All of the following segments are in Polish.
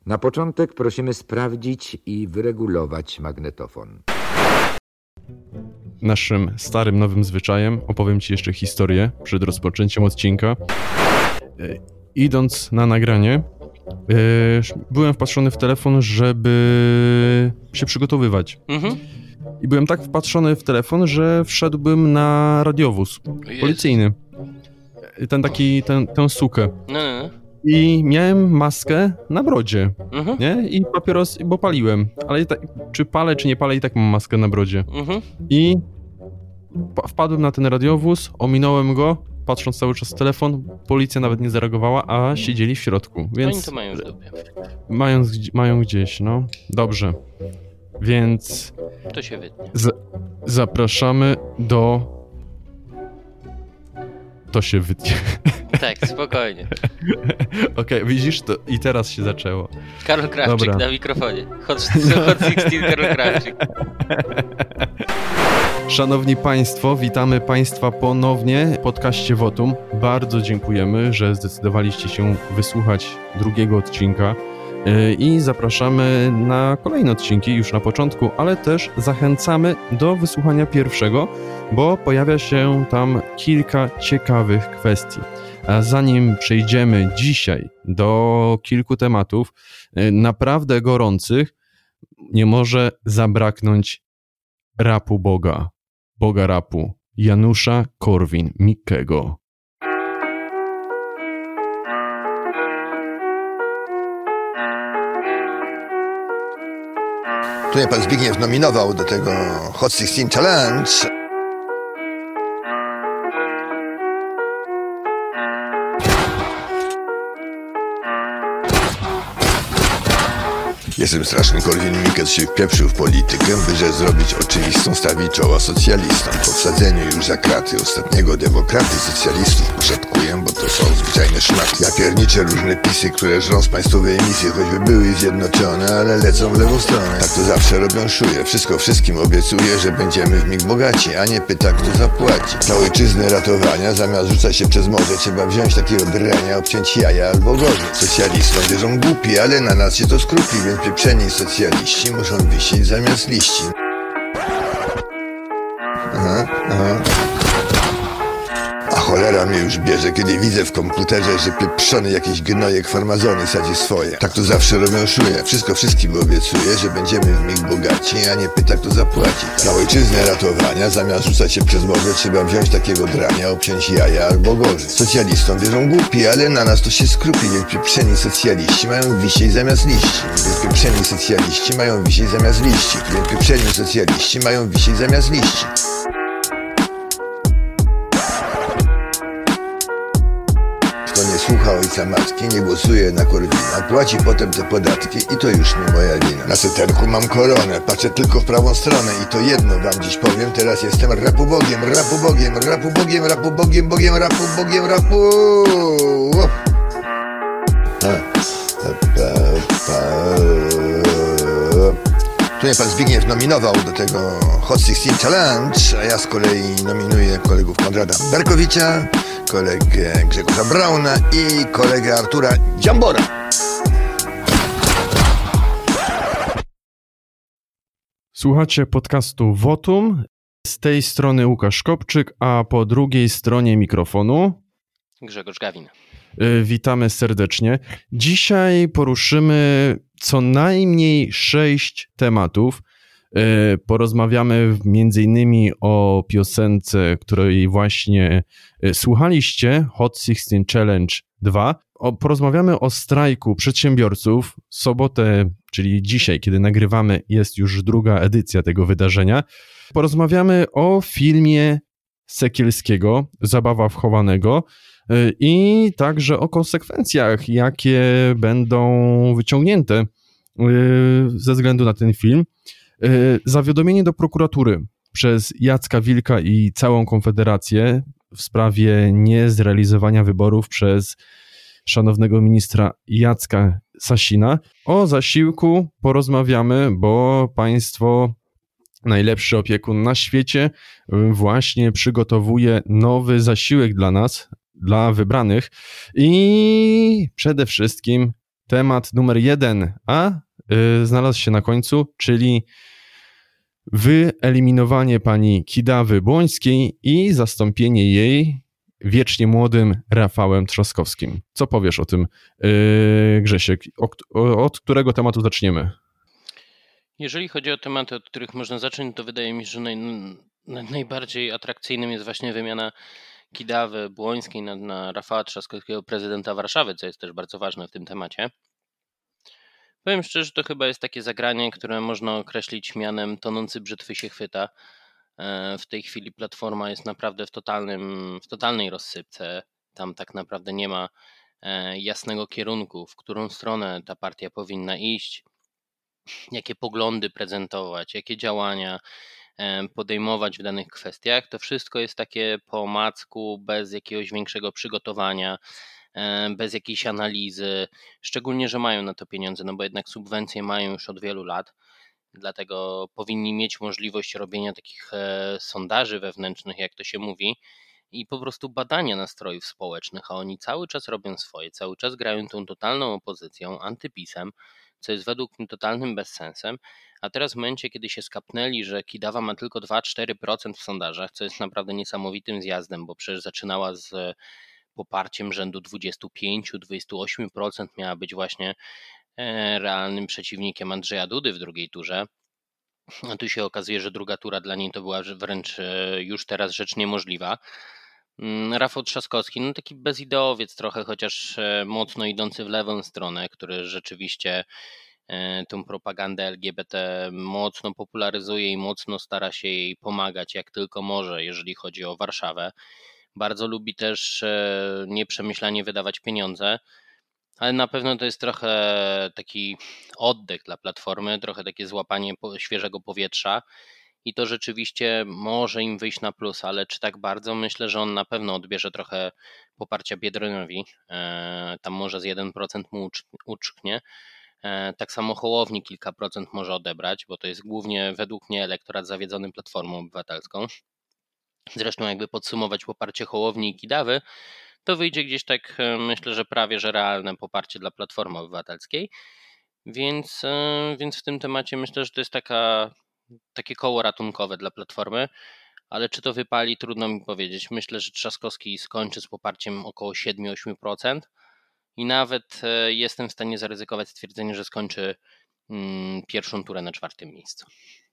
Na początek prosimy sprawdzić i wyregulować magnetofon. Naszym starym, nowym zwyczajem opowiem Ci jeszcze historię przed rozpoczęciem odcinka. Idąc na nagranie, byłem wpatrzony w telefon, żeby się przygotowywać. I byłem tak wpatrzony w telefon, że wszedłbym na radiowóz policyjny. Tę sukę. No. I miałem maskę na brodzie, nie? I papieros, bo paliłem. Ale czy palę, czy nie palę, i tak mam maskę na brodzie. I wpadłem na ten radiowóz, ominąłem go, patrząc cały czas w telefon. Policja nawet nie zareagowała, a siedzieli w środku. Więc oni to mają w dupie. Mają gdzieś, no. Dobrze. Więc to się wytnie. Zapraszamy do... To się wytnie. Tak, spokojnie. Okej, widzisz to? I teraz się zaczęło. Karol Krawczyk na mikrofonie. Hot 16 Karol Krawczyk. Szanowni Państwo, witamy Państwa ponownie w podcaście Votum. Bardzo dziękujemy, że zdecydowaliście się wysłuchać drugiego odcinka i zapraszamy na kolejne odcinki już na początku, ale też zachęcamy do wysłuchania pierwszego, bo pojawia się tam kilka ciekawych kwestii. A zanim przejdziemy dzisiaj do kilku tematów naprawdę gorących, nie może zabraknąć rapu Boga rapu, Janusza Korwin-Mikkego. Tu mnie pan Zbigniew nominował do tego Hot 16 Challenge. Jestem straszny Korwin-Mikke, się wpieprzył w politykę, by że zrobić oczywistą, stawić czoła socjalistom. Po wsadzeniu już za kraty ostatniego demokraty socjalistów poszatkuję, bo to są zwyczajne szmaty. Ja pierniczę różne pisy, które żrą z państwowej emisji, choćby były zjednoczone, ale lecą w lewą stronę. Tak to zawsze robią szuje, wszystko wszystkim obiecuje, że będziemy w mig bogaci, a nie pyta, kto zapłaci. Dla ojczyzny ratowania, zamiast rzucać się przez morze, trzeba wziąć takiego drenia, obciąć jaja albo gorzej. Socjalistom wierzą głupi, ale na nas się to skrupi, więc pieprzeni socjaliści muszą wisieć zamiast liści. A cholera mnie już bierze, kiedy widzę w komputerze, że pieprzony jakiś gnojek farmazony sadzi swoje. Tak to zawsze robią szuje, wszystko wszystkim obiecuje, że będziemy w mig bogaci, a nie pyta, kto zapłaci. Dla ojczyzny ratowania, zamiast rzucać się przez morze, trzeba wziąć takiego drania, obciąć jaja albo gorzej. Socjalistom wierzą głupi, ale na nas to się skrupi, więc pieprzeni socjaliści mają wisieć zamiast liści. Więc pieprzeni socjaliści mają wisieć zamiast liści. Więc pieprzeni socjaliści mają wisieć zamiast liści. Nie słucha ojca matki, nie głosuje na Korwina, płaci potem te podatki i to już nie moja wina. Na seterku mam koronę, patrzę tylko w prawą stronę i to jedno wam dziś powiem, teraz jestem rapubogiem, rapubogiem, rapubogiem, rapubogiem, bogiem, rapubogiem, rapu. Tu mnie pan Zbigniew nominował do tego Hot 16 Challenge, a ja z kolei nominuję kolegów Konrada Berkowicza, kolegę Grzegorza Brauna i kolegę Artura Dziambora. Słuchacie podcastu Votum. Z tej strony Łukasz Kopczyk, a po drugiej stronie mikrofonu Grzegorz Gawin. Witamy serdecznie. Dzisiaj poruszymy co najmniej 6 tematów. Porozmawiamy m.in. o piosence, której właśnie słuchaliście, Hot 16 Challenge 2. Porozmawiamy o strajku przedsiębiorców. W sobotę, czyli dzisiaj, kiedy nagrywamy, jest już druga edycja tego wydarzenia. Porozmawiamy o filmie Sekielskiego, Zabawa wchowanego, i także o konsekwencjach, jakie będą wyciągnięte ze względu na ten film. Zawiadomienie do prokuratury przez Jacka Wilka i całą Konfederację w sprawie niezrealizowania wyborów przez szanownego ministra Jacka Sasina. O zasiłku porozmawiamy, bo państwo, najlepszy opiekun na świecie, właśnie przygotowuje nowy zasiłek dla nas, dla wybranych, i przede wszystkim temat numer 1, znalazł się na końcu, czyli wyeliminowanie pani Kidawy Błońskiej i zastąpienie jej wiecznie młodym Rafałem Trzaskowskim. Co powiesz o tym, Grzesiek? Od którego tematu zaczniemy? Jeżeli chodzi o tematy, od których można zacząć, to wydaje mi się, że najbardziej atrakcyjnym jest właśnie wymiana Kidawy Błońskiej na Rafała Trzaskowskiego, prezydenta Warszawy, co jest też bardzo ważne w tym temacie. Powiem szczerze, że to chyba jest takie zagranie, które można określić mianem tonący brzytwy się chwyta. W tej chwili Platforma jest naprawdę w totalnej rozsypce. Tam tak naprawdę nie ma jasnego kierunku, w którą stronę ta partia powinna iść, jakie poglądy prezentować, jakie działania podejmować w danych kwestiach. To wszystko jest takie po omacku, bez jakiegoś większego przygotowania, bez jakiejś analizy, szczególnie, że mają na to pieniądze, no bo jednak subwencje mają już od wielu lat, dlatego powinni mieć możliwość robienia takich sondaży wewnętrznych, jak to się mówi, i po prostu badania nastrojów społecznych, a oni cały czas robią swoje, cały czas grają tą totalną opozycją, antypisem, co jest według mnie totalnym bezsensem, a teraz w momencie, kiedy się skapnęli, że Kidawa ma tylko 2-4% w sondażach, co jest naprawdę niesamowitym zjazdem, bo przecież zaczynała z poparciem rzędu 25-28%, miała być właśnie realnym przeciwnikiem Andrzeja Dudy w drugiej turze. A tu się okazuje, że druga tura dla niej to była wręcz już teraz rzecz niemożliwa. Rafał Trzaskowski, no taki bezideowiec trochę, chociaż mocno idący w lewą stronę, który rzeczywiście tą propagandę LGBT mocno popularyzuje i mocno stara się jej pomagać jak tylko może, jeżeli chodzi o Warszawę. Bardzo lubi też nieprzemyślanie wydawać pieniądze, ale na pewno to jest trochę taki oddech dla Platformy, trochę takie złapanie świeżego powietrza i to rzeczywiście może im wyjść na plus, ale czy tak bardzo? Myślę, że on na pewno odbierze trochę poparcia Biedronowi, tam może z 1% mu uczknie. Tak samo Hołowni kilka procent może odebrać, bo to jest głównie według mnie elektorat zawiedzony Platformą Obywatelską. Zresztą jakby podsumować poparcie Hołowni i Kidawy, to wyjdzie gdzieś tak, myślę, że prawie że realne poparcie dla Platformy Obywatelskiej, więc w tym temacie myślę, że to jest takie koło ratunkowe dla Platformy, ale czy to wypali, trudno mi powiedzieć. Myślę, że Trzaskowski skończy z poparciem około 7-8% i nawet jestem w stanie zaryzykować stwierdzenie, że skończy pierwszą turę na 4. miejscu.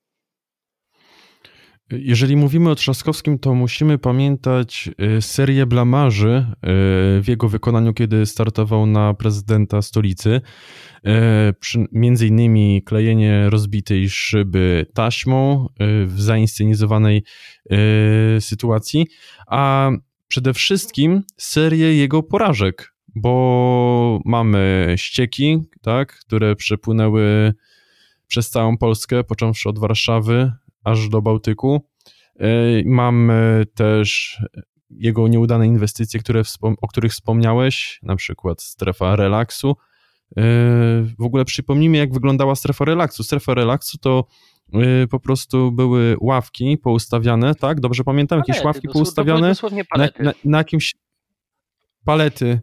Jeżeli mówimy o Trzaskowskim, to musimy pamiętać serię blamaży w jego wykonaniu, kiedy startował na prezydenta stolicy. Między innymi klejenie rozbitej szyby taśmą w zainscenizowanej sytuacji, a przede wszystkim serię jego porażek, bo mamy ścieki, tak, które przepłynęły przez całą Polskę, począwszy od Warszawy aż do Bałtyku. Mamy też jego nieudane inwestycje, o których wspomniałeś, na przykład strefa relaksu. W ogóle przypomnijmy, jak wyglądała strefa relaksu. Strefa relaksu to po prostu były ławki poustawiane, tak? Dobrze pamiętam? Jakieś ławki poustawiane na jakimś palety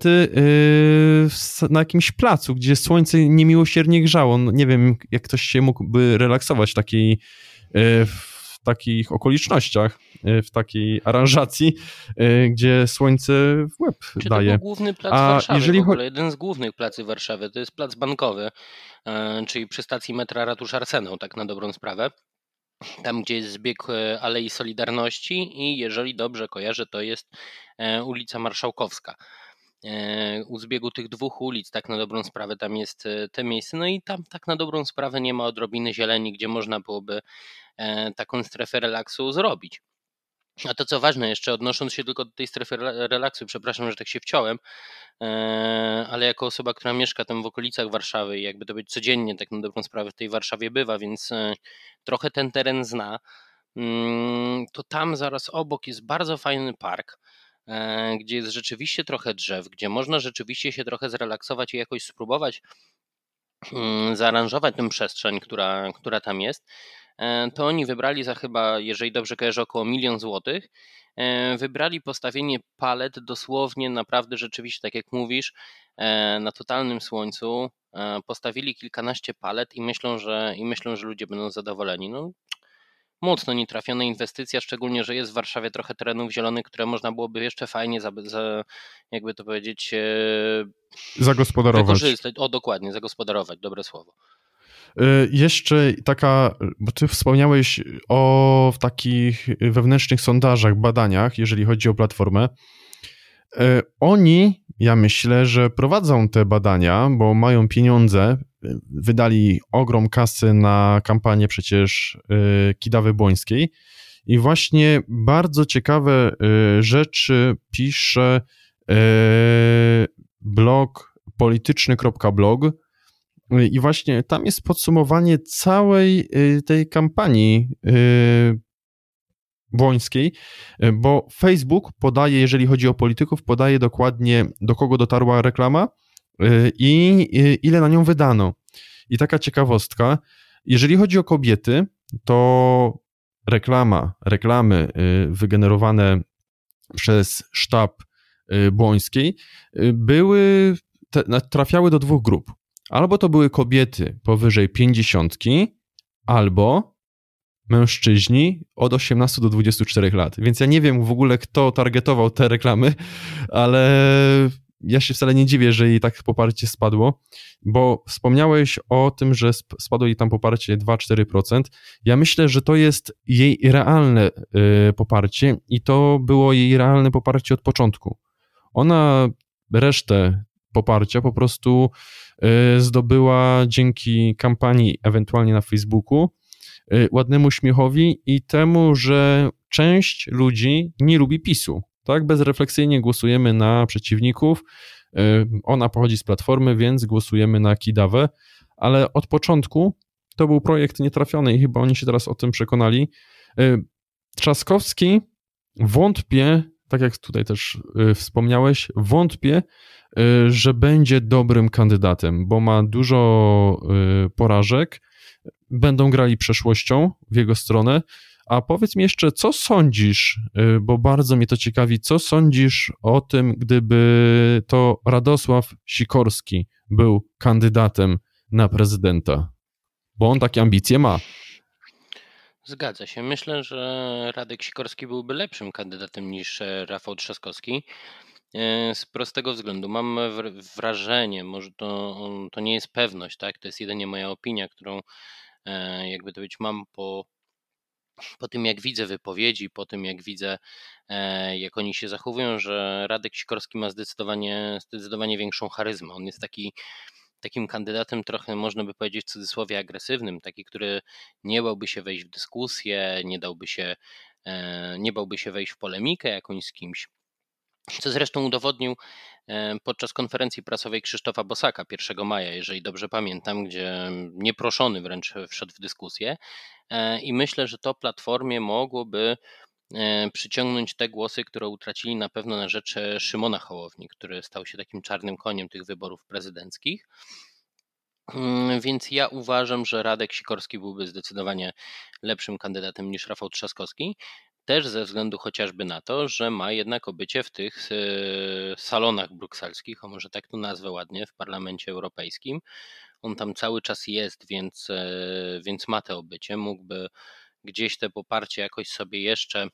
na jakimś placu, gdzie słońce niemiłosiernie grzało. No, nie wiem, jak ktoś się mógłby relaksować w takich okolicznościach, w takiej aranżacji, gdzie słońce w łeb daje. To był główny plac Warszawy, w ogóle jeden z głównych placy Warszawy, to jest plac Bankowy, czyli przy stacji metra Ratusz Arsenał, tak na dobrą sprawę. Tam, gdzie jest zbieg Alei Solidarności i jeżeli dobrze kojarzę, to jest ulica Marszałkowska. U zbiegu tych dwóch ulic, tak na dobrą sprawę, tam jest te miejsce, no i tam tak na dobrą sprawę nie ma odrobiny zieleni, gdzie można byłoby taką strefę relaksu zrobić. A to co ważne, jeszcze odnosząc się tylko do tej strefy relaksu, przepraszam, że tak się wciąłem, ale jako osoba, która mieszka tam w okolicach Warszawy i jakby to być codziennie, tak na dobrą sprawę w tej Warszawie bywa, więc trochę ten teren zna, to tam zaraz obok jest bardzo fajny park, gdzie jest rzeczywiście trochę drzew, gdzie można rzeczywiście się trochę zrelaksować i jakoś spróbować zaaranżować tę przestrzeń, która tam jest. To oni wybrali za chyba, jeżeli dobrze kojarzę, około 1 000 000 złotych wybrali postawienie palet dosłownie, naprawdę rzeczywiście, tak jak mówisz, na totalnym słońcu, postawili kilkanaście palet i myślą, że ludzie będą zadowoleni. No, mocno nietrafiona inwestycja, szczególnie, że jest w Warszawie trochę terenów zielonych, które można byłoby jeszcze fajnie, jakby to powiedzieć, Zagospodarować. wykorzystać. O, dokładnie, zagospodarować, dobre słowo. Jeszcze taka, bo ty wspomniałeś o takich wewnętrznych sondażach, badaniach, jeżeli chodzi o Platformę. Oni, ja myślę, że prowadzą te badania, bo mają pieniądze, wydali ogrom kasy na kampanię przecież Kidawy Błońskiej i właśnie bardzo ciekawe rzeczy pisze blog polityczny.blog i właśnie tam jest podsumowanie całej tej kampanii Błońskiej, bo Facebook podaje, jeżeli chodzi o polityków, podaje dokładnie, do kogo dotarła reklama i ile na nią wydano. I taka ciekawostka, jeżeli chodzi o kobiety, to reklamy wygenerowane przez sztab Błońskiej trafiały do dwóch grup. Albo to były kobiety powyżej 50, albo mężczyźni od 18 do 24 lat. Więc ja nie wiem w ogóle, kto targetował te reklamy, ale ja się wcale nie dziwię, że jej tak poparcie spadło, bo wspomniałeś o tym, że spadło jej tam poparcie 2-4%. Ja myślę, że to jest jej realne poparcie i to było jej realne poparcie od początku. Ona resztę poparcia po prostu zdobyła dzięki kampanii ewentualnie na Facebooku, ładnemu śmiechowi i temu, że część ludzi nie lubi PiS-u. Tak, bezrefleksyjnie głosujemy na przeciwników. Ona pochodzi z Platformy, więc głosujemy na Kidawę, ale od początku to był projekt nietrafiony i chyba oni się teraz o tym przekonali. Trzaskowski, wątpię, tak jak tutaj też wspomniałeś, wątpię, że będzie dobrym kandydatem, bo ma dużo porażek, będą grali przeszłością w jego stronę. A powiedz mi jeszcze, co sądzisz, bo bardzo mnie to ciekawi, co sądzisz o tym, gdyby to Radosław Sikorski był kandydatem na prezydenta? Bo on takie ambicje ma. Zgadza się. Myślę, że Radek Sikorski byłby lepszym kandydatem niż Rafał Trzaskowski. Z prostego względu. Mam wrażenie, może to nie jest pewność, tak? To jest jedynie moja opinia, którą jakby to być mam po tym, jak widzę wypowiedzi, po tym, jak widzę, jak oni się zachowują, że Radek Sikorski ma zdecydowanie większą charyzmę. On jest takim kandydatem trochę, można by powiedzieć w cudzysłowie, agresywnym, taki, który nie bałby się wejść w dyskusję, nie bałby się wejść w polemikę jakąś z kimś. Co zresztą udowodnił podczas konferencji prasowej Krzysztofa Bosaka 1 maja, jeżeli dobrze pamiętam, gdzie nieproszony wręcz wszedł w dyskusję i myślę, że to Platformie mogłoby przyciągnąć te głosy, które utracili na pewno na rzecz Szymona Hołowni, który stał się takim czarnym koniem tych wyborów prezydenckich. Więc ja uważam, że Radek Sikorski byłby zdecydowanie lepszym kandydatem niż Rafał Trzaskowski. Też ze względu chociażby na to, że ma jednak obycie w tych salonach brukselskich, o może tak to nazwę ładnie, w Parlamencie Europejskim. On tam cały czas jest, więc ma to obycie. Mógłby gdzieś te poparcie jakoś sobie jeszcze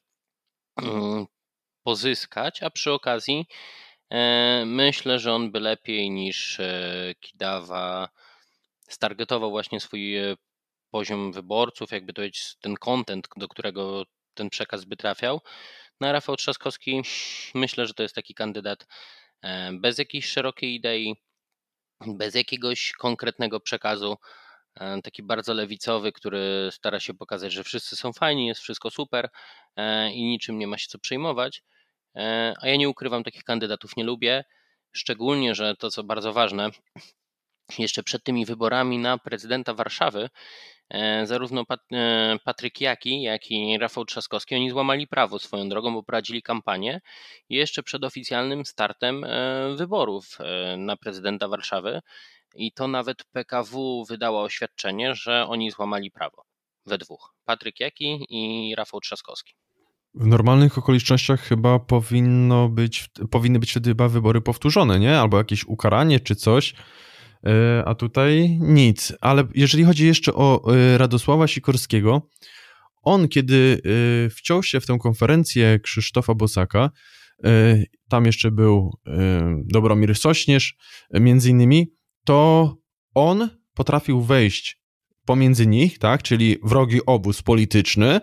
pozyskać, a przy okazji myślę, że on by lepiej niż Kidawa stargetował właśnie swój poziom wyborców, jakby to powiedzieć, ten content, do którego ten przekaz by trafiał. Na Rafał Trzaskowski myślę, że to jest taki kandydat bez jakiejś szerokiej idei, bez jakiegoś konkretnego przekazu, taki bardzo lewicowy, który stara się pokazać, że wszyscy są fajni, jest wszystko super i niczym nie ma się co przejmować. A ja nie ukrywam, takich kandydatów nie lubię, szczególnie, że to, co bardzo ważne, jeszcze przed tymi wyborami na prezydenta Warszawy zarówno Patryk Jaki, jak i Rafał Trzaskowski, oni złamali prawo swoją drogą, bo prowadzili kampanię jeszcze przed oficjalnym startem wyborów na prezydenta Warszawy i to nawet PKW wydało oświadczenie, że oni złamali prawo we dwóch. Patryk Jaki i Rafał Trzaskowski. W normalnych okolicznościach chyba powinny być wtedy chyba wybory powtórzone, nie? Albo jakieś ukaranie czy coś, a tutaj nic. Ale jeżeli chodzi jeszcze o Radosława Sikorskiego, on kiedy wciął się w tę konferencję Krzysztofa Bosaka, tam jeszcze był Dobromir Sośnierz między innymi, to on potrafił wejść pomiędzy nich, tak, czyli wrogi obóz polityczny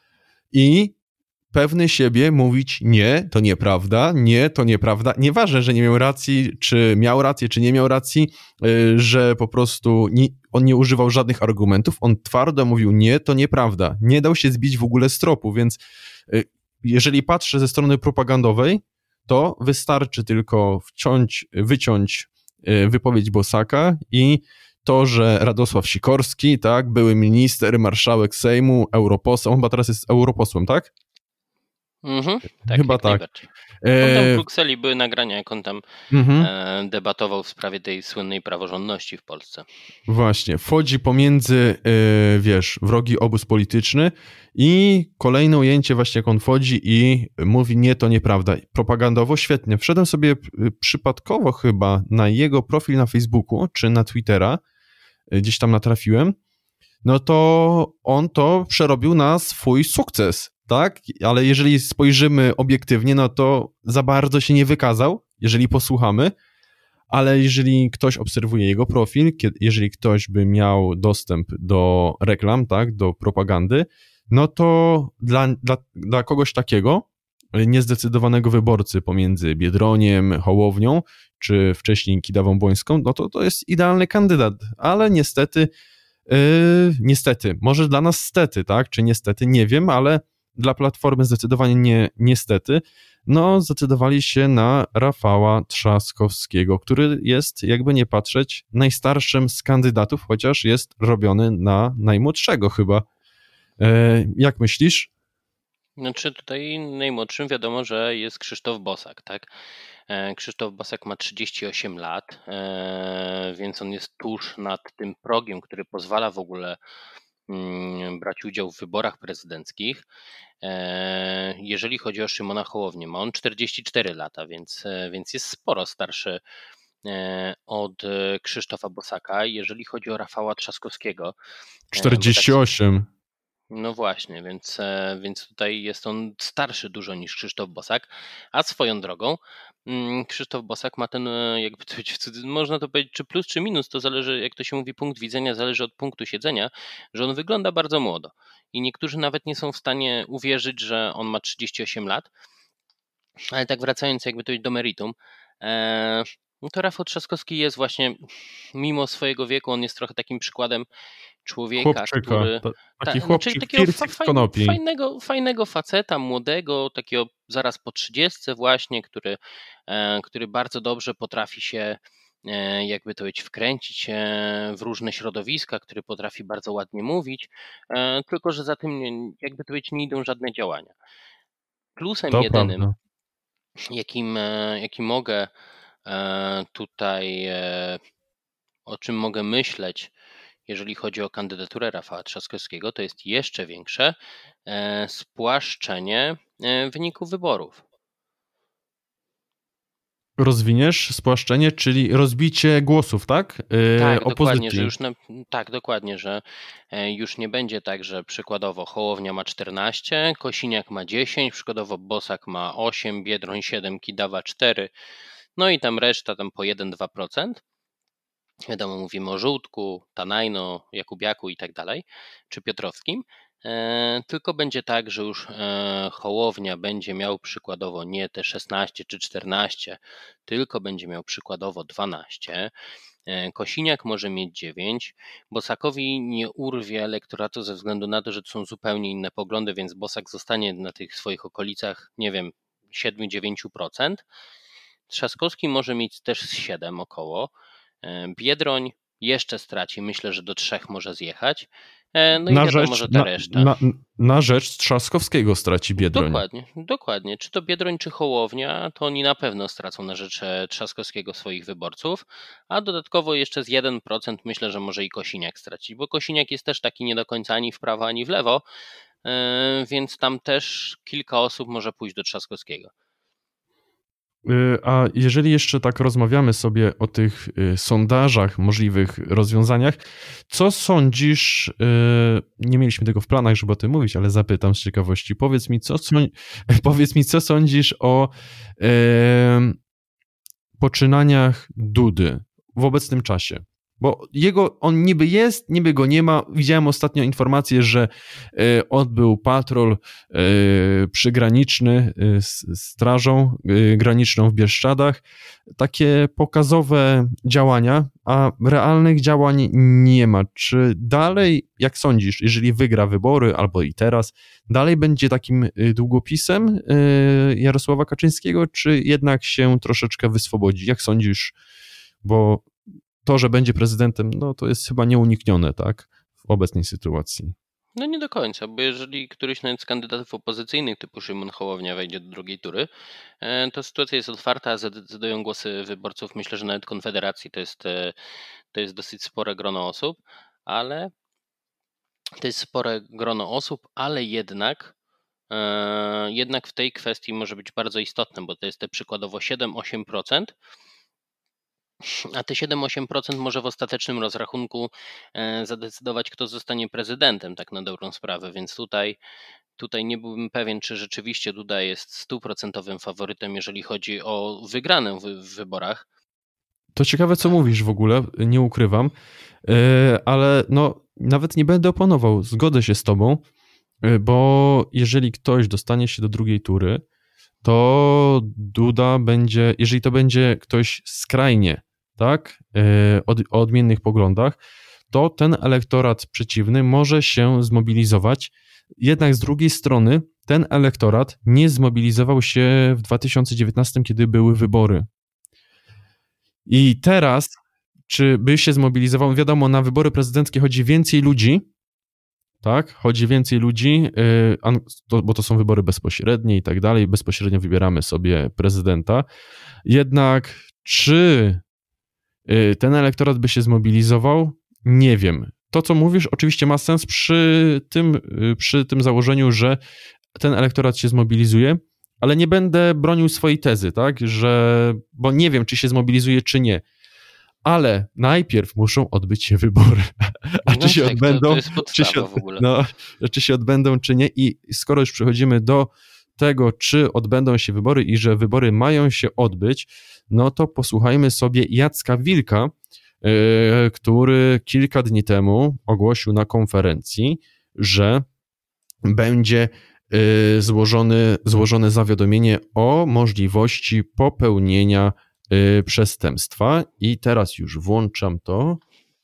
i pewny siebie mówić nie, to nieprawda, nie, to nieprawda. Nieważne, że nie miał racji, czy miał rację, czy nie miał racji, że po prostu on nie używał żadnych argumentów, on twardo mówił nie, to nieprawda. Nie dał się zbić w ogóle z tropu, więc jeżeli patrzę ze strony propagandowej, to wystarczy tylko wyciąć wypowiedź Bosaka i to, że Radosław Sikorski, tak, były minister, marszałek Sejmu, europoseł, on chyba teraz jest europosłem, tak? Tak, chyba jak tak. najbardziej. On tam w Brukseli były nagrania, jak on tam debatował w sprawie tej słynnej praworządności w Polsce. Właśnie, wchodzi pomiędzy, wrogi obóz polityczny i kolejne ujęcie właśnie jak on wchodzi i mówi nie, to nieprawda. Propagandowo świetnie. Wszedłem sobie przypadkowo chyba na jego profil na Facebooku czy na Twittera, gdzieś tam natrafiłem, no to on to przerobił na swój sukces, tak? Ale jeżeli spojrzymy obiektywnie, no to za bardzo się nie wykazał, jeżeli posłuchamy, ale jeżeli ktoś obserwuje jego profil, jeżeli ktoś by miał dostęp do reklam, tak, do propagandy, no to dla kogoś takiego, niezdecydowanego wyborcy pomiędzy Biedroniem, Hołownią, czy wcześniej Kidawą-Błońską, no to jest idealny kandydat, ale niestety, może dla nas stety, tak, czy niestety, nie wiem, ale dla Platformy zdecydowanie nie niestety, no zdecydowali się na Rafała Trzaskowskiego, który jest, jakby nie patrzeć, najstarszym z kandydatów, chociaż jest robiony na najmłodszego chyba. Jak myślisz? Znaczy tutaj najmłodszym wiadomo, że jest Krzysztof Bosak, tak? Krzysztof Bosak ma 38 lat, więc on jest tuż nad tym progiem, który pozwala w ogóle brać udział w wyborach prezydenckich. Jeżeli chodzi o Szymona Hołownię, ma on 44 lata, więc jest sporo starszy od Krzysztofa Bosaka. Jeżeli chodzi o Rafała Trzaskowskiego, 48. no właśnie, więc tutaj jest on starszy dużo niż Krzysztof Bosak, a swoją drogą Krzysztof Bosak ma ten, jakby to powiedzieć, można to powiedzieć, czy plus, czy minus, to zależy, jak to się mówi, punkt widzenia zależy od punktu siedzenia, że on wygląda bardzo młodo i niektórzy nawet nie są w stanie uwierzyć, że on ma 38 lat, ale tak wracając jakby to do meritum, no to Rafał Trzaskowski jest właśnie, mimo swojego wieku, on jest trochę takim przykładem człowieka, Chłopczyka, który... taki znaczy chłopczyk, takiego fircik z konopi. fajnego faceta, młodego, takiego zaraz po 30 właśnie, który bardzo dobrze potrafi się, jakby to powiedzieć, wkręcić w różne środowiska, który potrafi bardzo ładnie mówić, tylko że za tym, jakby to powiedzieć, nie idą żadne działania. Plusem To jedynym, prawda. jaki mogę tutaj, o czym mogę myśleć, jeżeli chodzi o kandydaturę Rafała Trzaskowskiego, to jest jeszcze większe spłaszczenie wyników wyborów. Rozwiniesz spłaszczenie, czyli rozbicie głosów, tak? Tak, opozycji. dokładnie, że dokładnie, że już nie będzie tak, że przykładowo Hołownia ma 14, Kosiniak ma 10, przykładowo Bosak ma 8, Biedroń 7, Kidawa 4, no i tam reszta tam po 1-2%. Wiadomo, mówimy o Żółtku, Tanajno, Jakubiaku i tak dalej, czy Piotrowskim. Tylko będzie tak, że już Hołownia będzie miał przykładowo nie te 16 czy 14, tylko będzie miał przykładowo 12. Kosiniak może mieć 9. Bosakowi nie urwie elektoratu ze względu na to, że to są zupełnie inne poglądy, więc Bosak zostanie na tych swoich okolicach, nie wiem, 7-9%. Trzaskowski może mieć też 7 około. Biedroń jeszcze straci, myślę, że do 3 może zjechać. No i wiadomo, że ta reszta. Na rzecz Trzaskowskiego straci Biedroń. Dokładnie. Czy to Biedroń, czy Hołownia, to oni na pewno stracą na rzecz Trzaskowskiego swoich wyborców, a dodatkowo jeszcze z 1% myślę, że może i Kosiniak stracić, bo Kosiniak jest też taki nie do końca ani w prawo, ani w lewo, więc tam też kilka osób może pójść do Trzaskowskiego. A jeżeli jeszcze tak rozmawiamy sobie o tych sondażach, możliwych rozwiązaniach, co sądzisz, nie mieliśmy tego w planach, żeby o tym mówić, ale zapytam z ciekawości, powiedz mi, co sądzisz o poczynaniach Dudy w obecnym czasie? Bo on niby jest, niby go nie ma. Widziałem ostatnio informację, że odbył patrol przygraniczny z Strażą Graniczną w Bieszczadach. Takie pokazowe działania, a realnych działań nie ma. Czy dalej, jak sądzisz, jeżeli wygra wybory, albo i teraz, dalej będzie takim długopisem Jarosława Kaczyńskiego, czy jednak się troszeczkę wyswobodzi? Jak sądzisz? Bo to, że będzie prezydentem, no to jest chyba nieuniknione, tak? W obecnej sytuacji. No nie do końca, bo jeżeli któryś nawet z kandydatów opozycyjnych typu Szymon Hołownia wejdzie do drugiej tury, to sytuacja jest otwarta, a zdecydują głosy wyborców. Myślę, że nawet Konfederacji to jest dosyć spore grono osób, ale jednak w tej kwestii może być bardzo istotne, bo to jest te przykładowo 7-8%, a te 7-8% może w ostatecznym rozrachunku zadecydować, kto zostanie prezydentem, tak na dobrą sprawę, więc tutaj nie byłbym pewien, czy rzeczywiście Duda jest 100% faworytem, jeżeli chodzi o wygraną w wyborach. To ciekawe, co mówisz w ogóle, nie ukrywam, ale no nawet nie będę oponował, zgodzę się z tobą, bo jeżeli ktoś dostanie się do drugiej tury, to Duda będzie, jeżeli to będzie ktoś skrajnie, tak, o odmiennych poglądach, to ten elektorat przeciwny może się zmobilizować. Jednak z drugiej strony ten elektorat nie zmobilizował się w 2019, kiedy były wybory. I teraz, czy by się zmobilizował? Wiadomo, na wybory prezydenckie chodzi więcej ludzi, tak? Chodzi więcej ludzi, bo to są wybory bezpośrednie i tak dalej. Bezpośrednio wybieramy sobie prezydenta. Jednak czy ten elektorat by się zmobilizował? Nie wiem. To, co mówisz, oczywiście ma sens przy tym założeniu, że ten elektorat się zmobilizuje, ale nie będę bronił swojej tezy, tak? Bo nie wiem, czy się zmobilizuje, czy nie. Ale najpierw muszą odbyć się wybory. A czy się odbędą? To jest podstawa w ogóle. Czy się odbędą, czy nie? I skoro już przechodzimy do tego, czy odbędą się wybory i że wybory mają się odbyć, no to posłuchajmy sobie Jacka Wilka, który kilka dni temu ogłosił na konferencji, że będzie złożone zawiadomienie o możliwości popełnienia przestępstwa. I teraz już włączam to.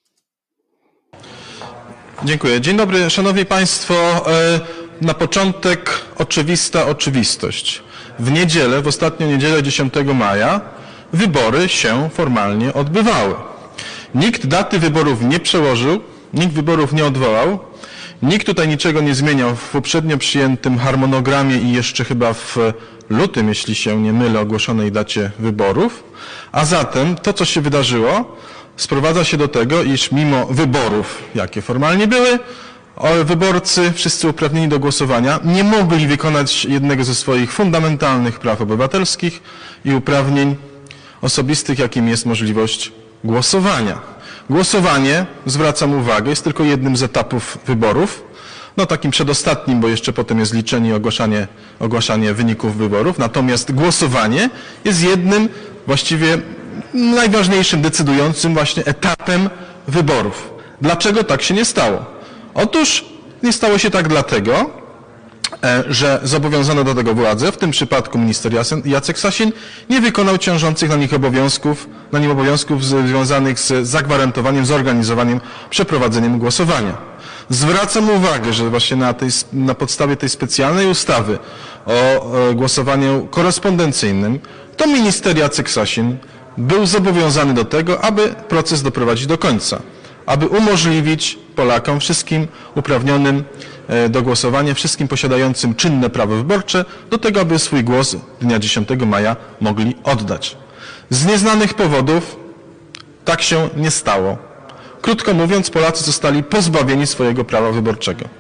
Dziękuję. Dzień dobry, szanowni państwo. Na początek oczywista oczywistość. W niedzielę, w ostatnią niedzielę 10 maja wybory się formalnie odbywały. Nikt daty wyborów nie przełożył, nikt wyborów nie odwołał, nikt tutaj niczego nie zmieniał w poprzednio przyjętym harmonogramie i jeszcze chyba w lutym, jeśli się nie mylę, ogłoszonej dacie wyborów. A zatem to, co się wydarzyło, sprowadza się do tego, iż mimo wyborów, jakie formalnie były, wyborcy, wszyscy uprawnieni do głosowania, nie mogli wykonać jednego ze swoich fundamentalnych praw obywatelskich i uprawnień osobistych, jakim jest możliwość głosowania. Głosowanie, zwracam uwagę, jest tylko jednym z etapów wyborów, no takim przedostatnim, bo jeszcze potem jest liczenie i ogłaszanie wyników wyborów, natomiast głosowanie jest jednym, właściwie najważniejszym, decydującym właśnie etapem wyborów. Dlaczego tak się nie stało? Otóż nie stało się tak dlatego, że zobowiązano do tego władze, w tym przypadku minister Jacek Sasin, nie wykonał ciążących na nim obowiązków związanych z zagwarantowaniem, zorganizowaniem, przeprowadzeniem głosowania. Zwracam uwagę, że właśnie na podstawie tej specjalnej ustawy o głosowaniu korespondencyjnym, to minister Jacek Sasin był zobowiązany do tego, aby proces doprowadzić do końca, aby umożliwić Polakom, wszystkim uprawnionym do głosowania, wszystkim posiadającym czynne prawo wyborcze, do tego, aby swój głos dnia 10 maja mogli oddać. Z nieznanych powodów tak się nie stało. Krótko mówiąc, Polacy zostali pozbawieni swojego prawa wyborczego.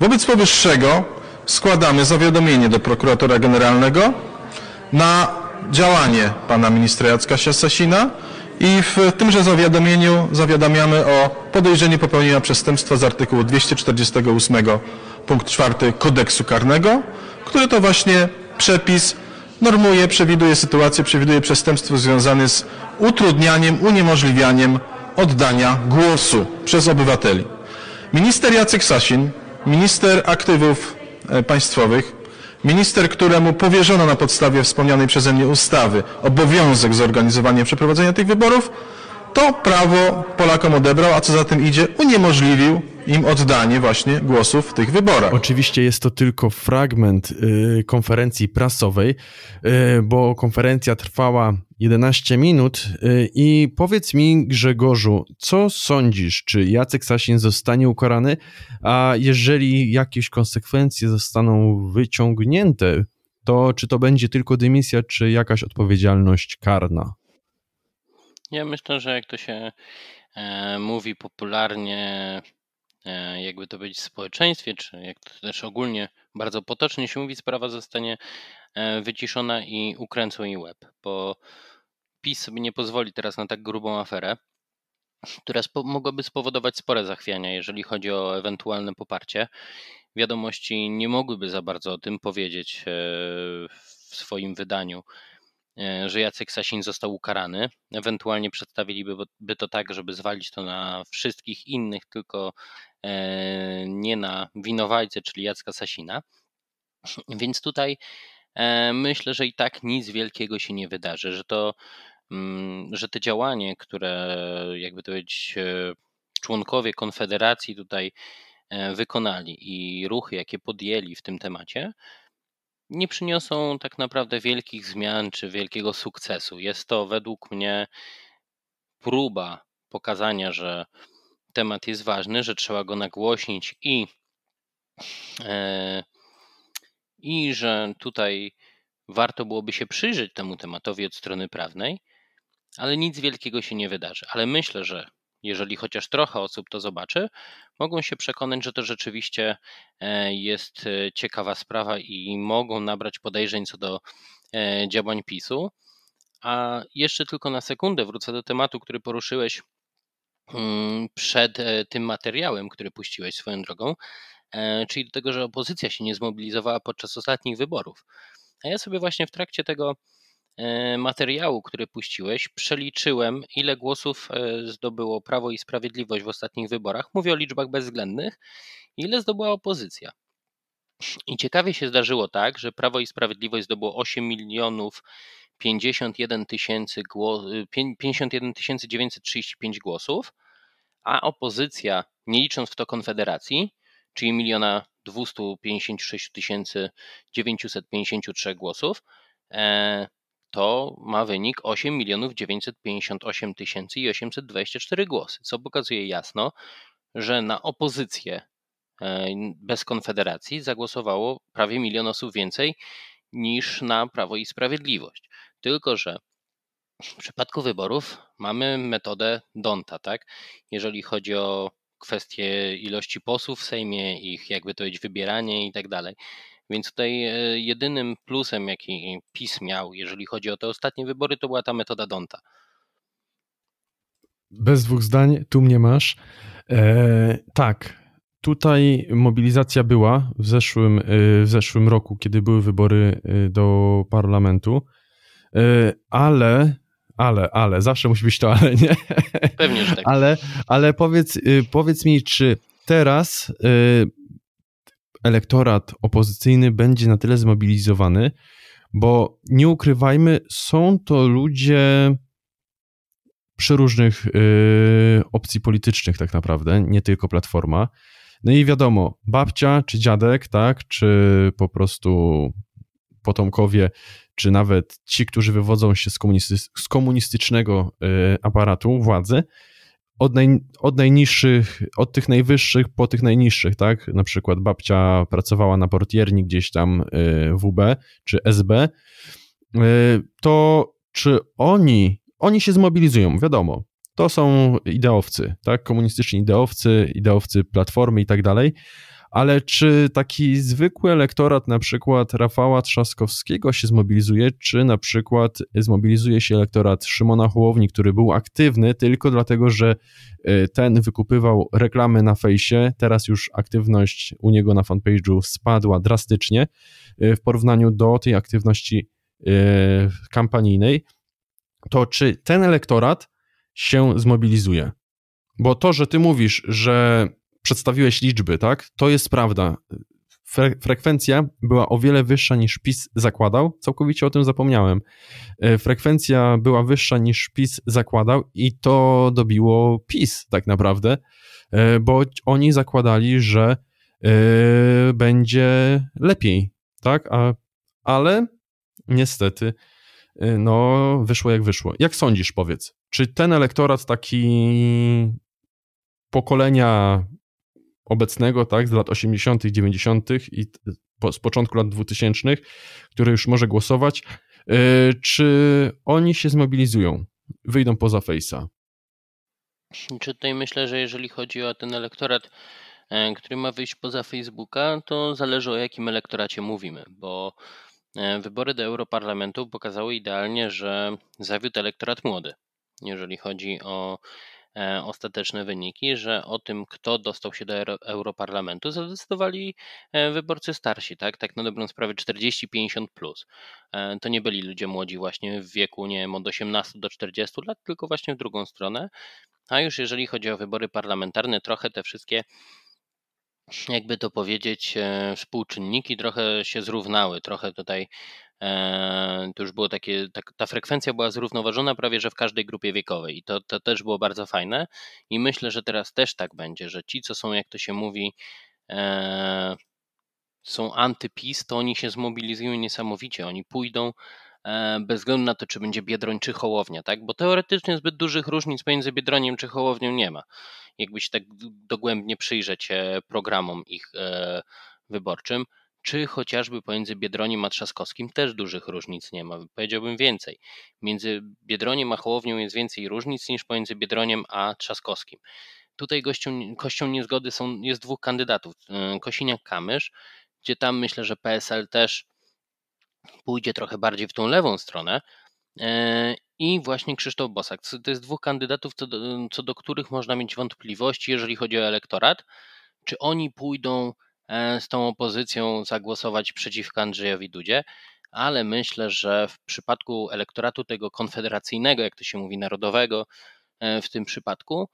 Wobec powyższego składamy zawiadomienie do prokuratora generalnego na działanie pana ministra Jacka Sasina i w tymże zawiadomieniu zawiadamiamy o podejrzeniu popełnienia przestępstwa z artykułu 248 punkt 4 Kodeksu Karnego, który to właśnie przepis normuje, przewiduje przestępstwo związane z utrudnianiem, uniemożliwianiem oddania głosu przez obywateli. Minister Jacek Sasin, minister aktywów państwowych, minister, któremu powierzono na podstawie wspomnianej przeze mnie ustawy obowiązek zorganizowania i przeprowadzenia tych wyborów, to prawo Polakom odebrał, a co za tym idzie, uniemożliwił im oddanie właśnie głosów w tych wyborach. Oczywiście jest to tylko fragment konferencji prasowej, bo konferencja trwała 11 minut i powiedz mi, Grzegorzu, co sądzisz, czy Jacek Sasin zostanie ukarany, a jeżeli jakieś konsekwencje zostaną wyciągnięte, to czy to będzie tylko dymisja, czy jakaś odpowiedzialność karna? Ja myślę, że jak to się mówi popularnie, jakby to powiedzieć w społeczeństwie, czy jak to też ogólnie bardzo potocznie się mówi, sprawa zostanie wyciszona i ukręcą jej łeb, bo PiS sobie nie pozwoli teraz na tak grubą aferę, która mogłaby spowodować spore zachwiania, jeżeli chodzi o ewentualne poparcie. Wiadomości nie mogłyby za bardzo o tym powiedzieć w swoim wydaniu, że Jacek Sasin został ukarany. Ewentualnie przedstawiliby to tak, żeby zwalić to na wszystkich innych, tylko nie na winowajcę, czyli Jacka Sasina. Więc tutaj myślę, że i tak nic wielkiego się nie wydarzy, że te działanie, które jakby to powiedzieć członkowie Konfederacji tutaj wykonali i ruchy, jakie podjęli w tym temacie, nie przyniosą tak naprawdę wielkich zmian czy wielkiego sukcesu. Jest to według mnie próba pokazania, że temat jest ważny, że trzeba go nagłośnić i że tutaj warto byłoby się przyjrzeć temu tematowi od strony prawnej, ale nic wielkiego się nie wydarzy. Ale myślę, że jeżeli chociaż trochę osób to zobaczy, mogą się przekonać, że to rzeczywiście jest ciekawa sprawa i mogą nabrać podejrzeń co do działań PiS-u. A jeszcze tylko na sekundę wrócę do tematu, który poruszyłeś przed tym materiałem, który puściłeś swoją drogą, czyli do tego, że opozycja się nie zmobilizowała podczas ostatnich wyborów. A ja sobie właśnie w trakcie tego materiału, który puściłeś, przeliczyłem, ile głosów zdobyło Prawo i Sprawiedliwość w ostatnich wyborach. Mówię o liczbach bezwzględnych. Ile zdobyła opozycja. I ciekawie się zdarzyło tak, że Prawo i Sprawiedliwość zdobyło 8 51 935 głosów, a opozycja, nie licząc w to Konfederacji, czyli 1 256 953 głosów, to ma wynik 8 958 824 głosy, co pokazuje jasno, że na opozycję bez Konfederacji zagłosowało prawie 1 000 000 osób więcej niż na Prawo i Sprawiedliwość. Tylko że w przypadku wyborów mamy metodę D'Hondta, tak? Jeżeli chodzi o kwestię ilości posłów w Sejmie, ich jakby to powiedzieć wybieranie i tak dalej. Więc tutaj jedynym plusem, jaki PiS miał, jeżeli chodzi o te ostatnie wybory, to była ta metoda D'Hondta. Bez dwóch zdań, tu mnie masz. Tak, tutaj mobilizacja była w zeszłym roku, kiedy były wybory do parlamentu, ale zawsze musi być to ale, nie? Pewnie, że tak. Ale powiedz mi, czy teraz elektorat opozycyjny będzie na tyle zmobilizowany, bo nie ukrywajmy, są to ludzie przeróżnych opcji politycznych tak naprawdę, nie tylko Platforma. No i wiadomo, babcia czy dziadek, tak, czy po prostu potomkowie, czy nawet ci, którzy wywodzą się z komunistycznego aparatu władzy, od najniższych, od tych najwyższych po tych najniższych, tak? Na przykład babcia pracowała na portierni gdzieś tam WB czy SB, to czy oni się zmobilizują? Wiadomo, to są ideowcy, tak? Komunistyczni ideowcy Platformy i tak dalej, ale czy taki zwykły elektorat, na przykład Rafała Trzaskowskiego się zmobilizuje, czy na przykład zmobilizuje się elektorat Szymona Hołowni, który był aktywny tylko dlatego, że ten wykupywał reklamy na fejsie, teraz już aktywność u niego na fanpage'u spadła drastycznie w porównaniu do tej aktywności kampanijnej, to czy ten elektorat się zmobilizuje? Bo to, że ty mówisz, że przedstawiłeś liczby, tak, to jest prawda. Frekwencja była o wiele wyższa niż PiS zakładał, całkowicie o tym zapomniałem. Frekwencja była wyższa niż PiS zakładał i to dobiło PiS tak naprawdę, bo oni zakładali, że będzie lepiej, tak, ale niestety no wyszło jak wyszło. Jak sądzisz, powiedz, czy ten elektorat taki pokolenia obecnego, tak, z lat 80., 90. i z początku lat 2000, który już może głosować, czy oni się zmobilizują, wyjdą poza Face'a? Czy tutaj myślę, że jeżeli chodzi o ten elektorat, który ma wyjść poza Facebooka, to zależy, o jakim elektoracie mówimy, bo wybory do Europarlamentu pokazały idealnie, że zawiódł elektorat młody, jeżeli chodzi o ostateczne wyniki, że o tym, kto dostał się do Europarlamentu, zadecydowali wyborcy starsi, tak na dobrą sprawę 40-50+. To nie byli ludzie młodzi właśnie w wieku, nie wiem, od 18 do 40 lat, tylko właśnie w drugą stronę. A już jeżeli chodzi o wybory parlamentarne, trochę te wszystkie, jakby to powiedzieć, współczynniki trochę się zrównały, trochę tutaj to już było takie, ta frekwencja była zrównoważona prawie, że w każdej grupie wiekowej i to też było bardzo fajne i myślę, że teraz też tak będzie, że ci, co są, jak to się mówi, są anty-PiS, to oni się zmobilizują niesamowicie, oni pójdą bez względu na to, czy będzie Biedroń czy Hołownia, tak? Bo teoretycznie zbyt dużych różnic pomiędzy Biedroniem czy Hołownią nie ma. Jakby się tak dogłębnie przyjrzeć programom ich wyborczym, czy chociażby pomiędzy Biedroniem a Trzaskowskim też dużych różnic nie ma. Powiedziałbym więcej. Między Biedroniem a Hołownią jest więcej różnic niż pomiędzy Biedroniem a Trzaskowskim. Tutaj kością niezgody jest dwóch kandydatów. Kosiniak-Kamysz, gdzie tam myślę, że PSL też pójdzie trochę bardziej w tą lewą stronę, i właśnie Krzysztof Bosak. To jest dwóch kandydatów, co do których można mieć wątpliwości, jeżeli chodzi o elektorat, czy oni pójdą z tą opozycją zagłosować przeciwko Andrzejowi Dudzie, ale myślę, że w przypadku elektoratu tego konfederacyjnego, jak to się mówi, narodowego w tym przypadku,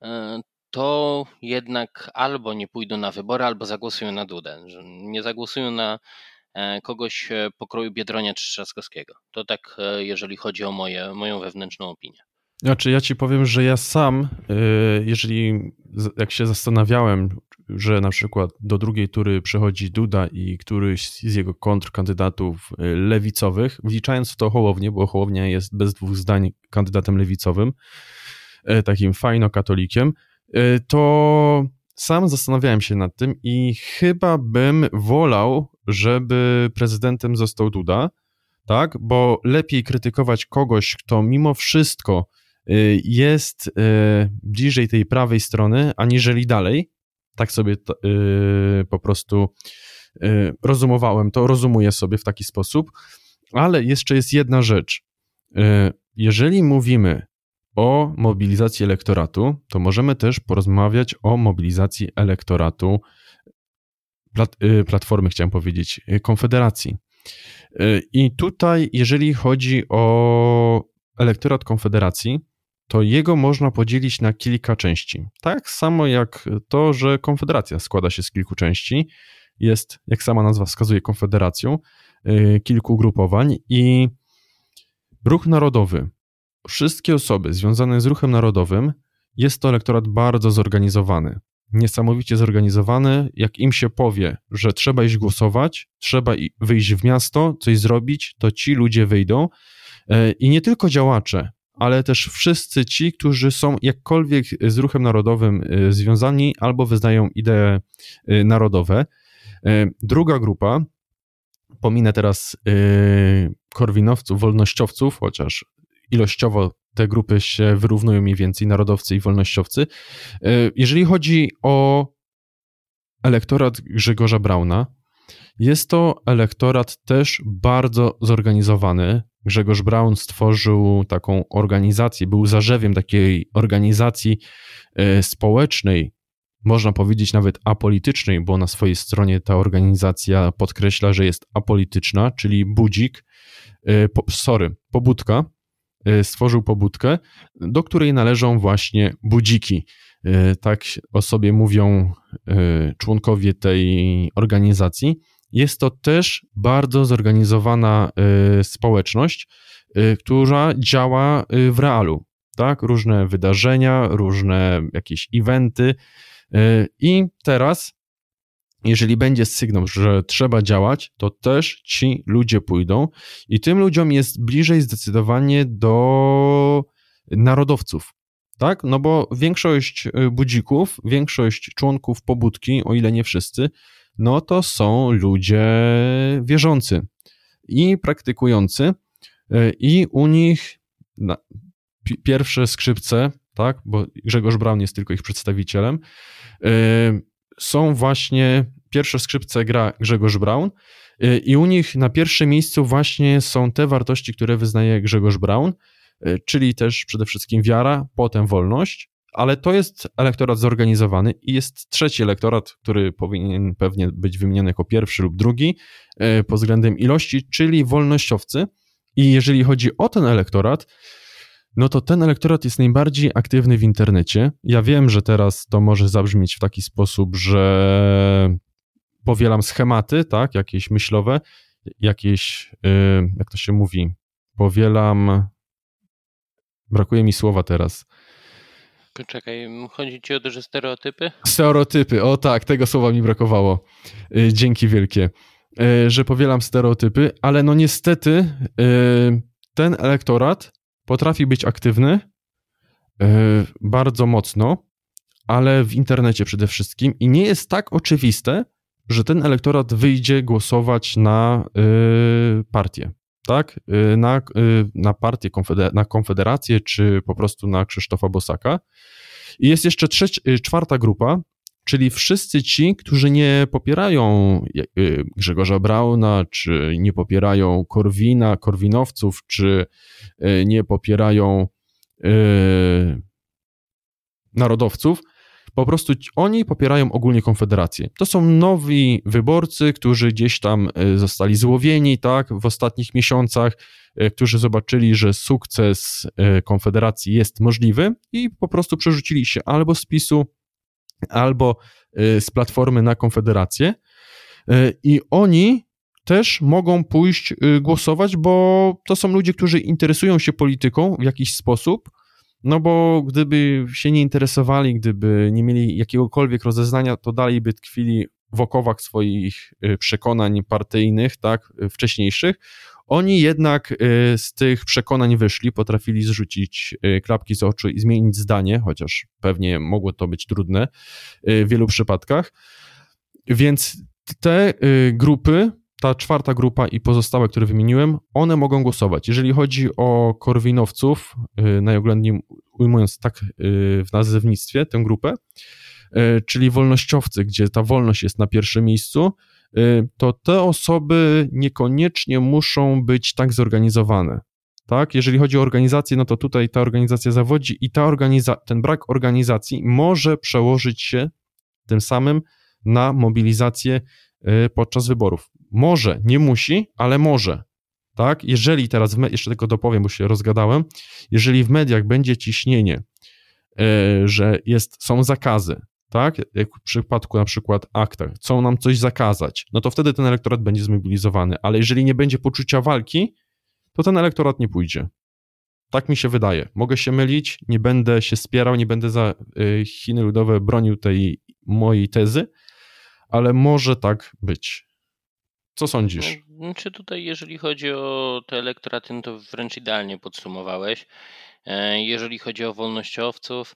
to jednak albo nie pójdą na wybory, albo zagłosują na Dudę. Że nie zagłosują na kogoś pokroju Biedronia czy Trzaskowskiego. To tak, jeżeli chodzi o moją wewnętrzną opinię. Znaczy, ja ci powiem, że ja sam, jak się zastanawiałem, że na przykład do drugiej tury przychodzi Duda i któryś z jego kontrkandydatów lewicowych, wliczając w to Hołownię, bo Hołownia jest bez dwóch zdań kandydatem lewicowym, takim fajno-katolikiem, to sam zastanawiałem się nad tym i chyba bym wolał, żeby prezydentem został Duda, tak, bo lepiej krytykować kogoś, kto mimo wszystko jest bliżej tej prawej strony, aniżeli dalej. Tak sobie po prostu rozumowałem to, rozumuję sobie w taki sposób, ale jeszcze jest jedna rzecz. Jeżeli mówimy o mobilizacji elektoratu, to możemy też porozmawiać o mobilizacji elektoratu Platformy, chciałem powiedzieć, Konfederacji. I tutaj, jeżeli chodzi o elektorat Konfederacji, to jego można podzielić na kilka części. Tak samo jak to, że Konfederacja składa się z kilku części, jest, jak sama nazwa wskazuje, konfederacją kilku ugrupowań i Ruch Narodowy, wszystkie osoby związane z Ruchem Narodowym, jest to elektorat bardzo zorganizowany. Niesamowicie zorganizowany, jak im się powie, że trzeba iść głosować, trzeba wyjść w miasto, coś zrobić, to ci ludzie wyjdą i nie tylko działacze, ale też wszyscy ci, którzy są jakkolwiek z Ruchem Narodowym związani albo wyznają idee narodowe. Druga grupa, pominę teraz korwinowców, wolnościowców, chociaż ilościowo te grupy się wyrównują mniej więcej, narodowcy i wolnościowcy. Jeżeli chodzi o elektorat Grzegorza Brauna. Jest to elektorat też bardzo zorganizowany. Grzegorz Braun stworzył taką organizację, był zarzewiem takiej organizacji społecznej, można powiedzieć nawet apolitycznej, bo na swojej stronie ta organizacja podkreśla, że jest apolityczna, czyli Budzik, Pobudka, stworzył Pobudkę, do której należą właśnie budziki. Tak o sobie mówią członkowie tej organizacji. Jest to też bardzo zorganizowana społeczność, która działa w realu. Tak? Różne wydarzenia, różne jakieś eventy. I teraz, jeżeli będzie sygnał, że trzeba działać, to też ci ludzie pójdą i tym ludziom jest bliżej zdecydowanie do narodowców. Tak? No bo większość budzików, większość członków Pobudki, o ile nie wszyscy, no to są ludzie wierzący i praktykujący i u nich pierwsze skrzypce, tak, bo Grzegorz Braun jest tylko ich przedstawicielem, są właśnie, pierwsze skrzypce gra Grzegorz Braun i u nich na pierwszym miejscu właśnie są te wartości, które wyznaje Grzegorz Braun, czyli też przede wszystkim wiara, potem wolność, ale to jest elektorat zorganizowany i jest trzeci elektorat, który powinien pewnie być wymieniony jako pierwszy lub drugi pod względem ilości, czyli wolnościowcy. I jeżeli chodzi o ten elektorat, no to ten elektorat jest najbardziej aktywny w internecie. Ja wiem, że teraz to może zabrzmieć w taki sposób, że powielam schematy, tak, jakieś myślowe, jakieś, jak to się mówi, brakuje mi słowa teraz. Poczekaj, chodzi ci o to, że stereotypy? Stereotypy, o tak, tego słowa mi brakowało. Dzięki wielkie, że powielam stereotypy, ale no niestety ten elektorat potrafi być aktywny bardzo mocno, ale w internecie przede wszystkim i nie jest tak oczywiste, że ten elektorat wyjdzie głosować na partię, tak? Na partię, na Konfederację, czy po prostu na Krzysztofa Bosaka. I jest jeszcze czwarta grupa, czyli wszyscy ci, którzy nie popierają Grzegorza Brauna, czy nie popierają korwinowców, czy nie popierają narodowców, po prostu oni popierają ogólnie Konfederację. To są nowi wyborcy, którzy gdzieś tam zostali złowieni, tak, w ostatnich miesiącach, którzy zobaczyli, że sukces Konfederacji jest możliwy i po prostu przerzucili się albo z PiS-u, albo z Platformy na Konfederację i oni też mogą pójść głosować, bo to są ludzie, którzy interesują się polityką w jakiś sposób, no bo gdyby się nie interesowali, gdyby nie mieli jakiegokolwiek rozeznania, to dalej by tkwili w okowach swoich przekonań partyjnych, tak, wcześniejszych. Oni jednak z tych przekonań wyszli, potrafili zrzucić klapki z oczu i zmienić zdanie, chociaż pewnie mogło to być trudne w wielu przypadkach. Więc te grupy, ta czwarta grupa i pozostałe, które wymieniłem, one mogą głosować. Jeżeli chodzi o korwinowców, najoględniej ujmując tak w nazewnictwie tę grupę, czyli wolnościowcy, gdzie ta wolność jest na pierwszym miejscu, to te osoby niekoniecznie muszą być tak zorganizowane. Tak? Jeżeli chodzi o organizację, no to tutaj ta organizacja zawodzi i ten brak organizacji może przełożyć się tym samym na mobilizację podczas wyborów. Może, nie musi, ale może. Tak? Jeżeli teraz, jeszcze tylko dopowiem, bo się rozgadałem, jeżeli w mediach będzie ciśnienie, że są zakazy, tak? Jak w przypadku na przykład akta, chcą nam coś zakazać, no to wtedy ten elektorat będzie zmobilizowany, ale jeżeli nie będzie poczucia walki, to ten elektorat nie pójdzie. Tak mi się wydaje. Mogę się mylić, nie będę się spierał, nie będę za Chiny Ludowe bronił tej mojej tezy, ale może tak być. Co sądzisz? Czy tutaj, jeżeli chodzi o te elektoraty, no to wręcz idealnie podsumowałeś. Jeżeli chodzi o wolnościowców,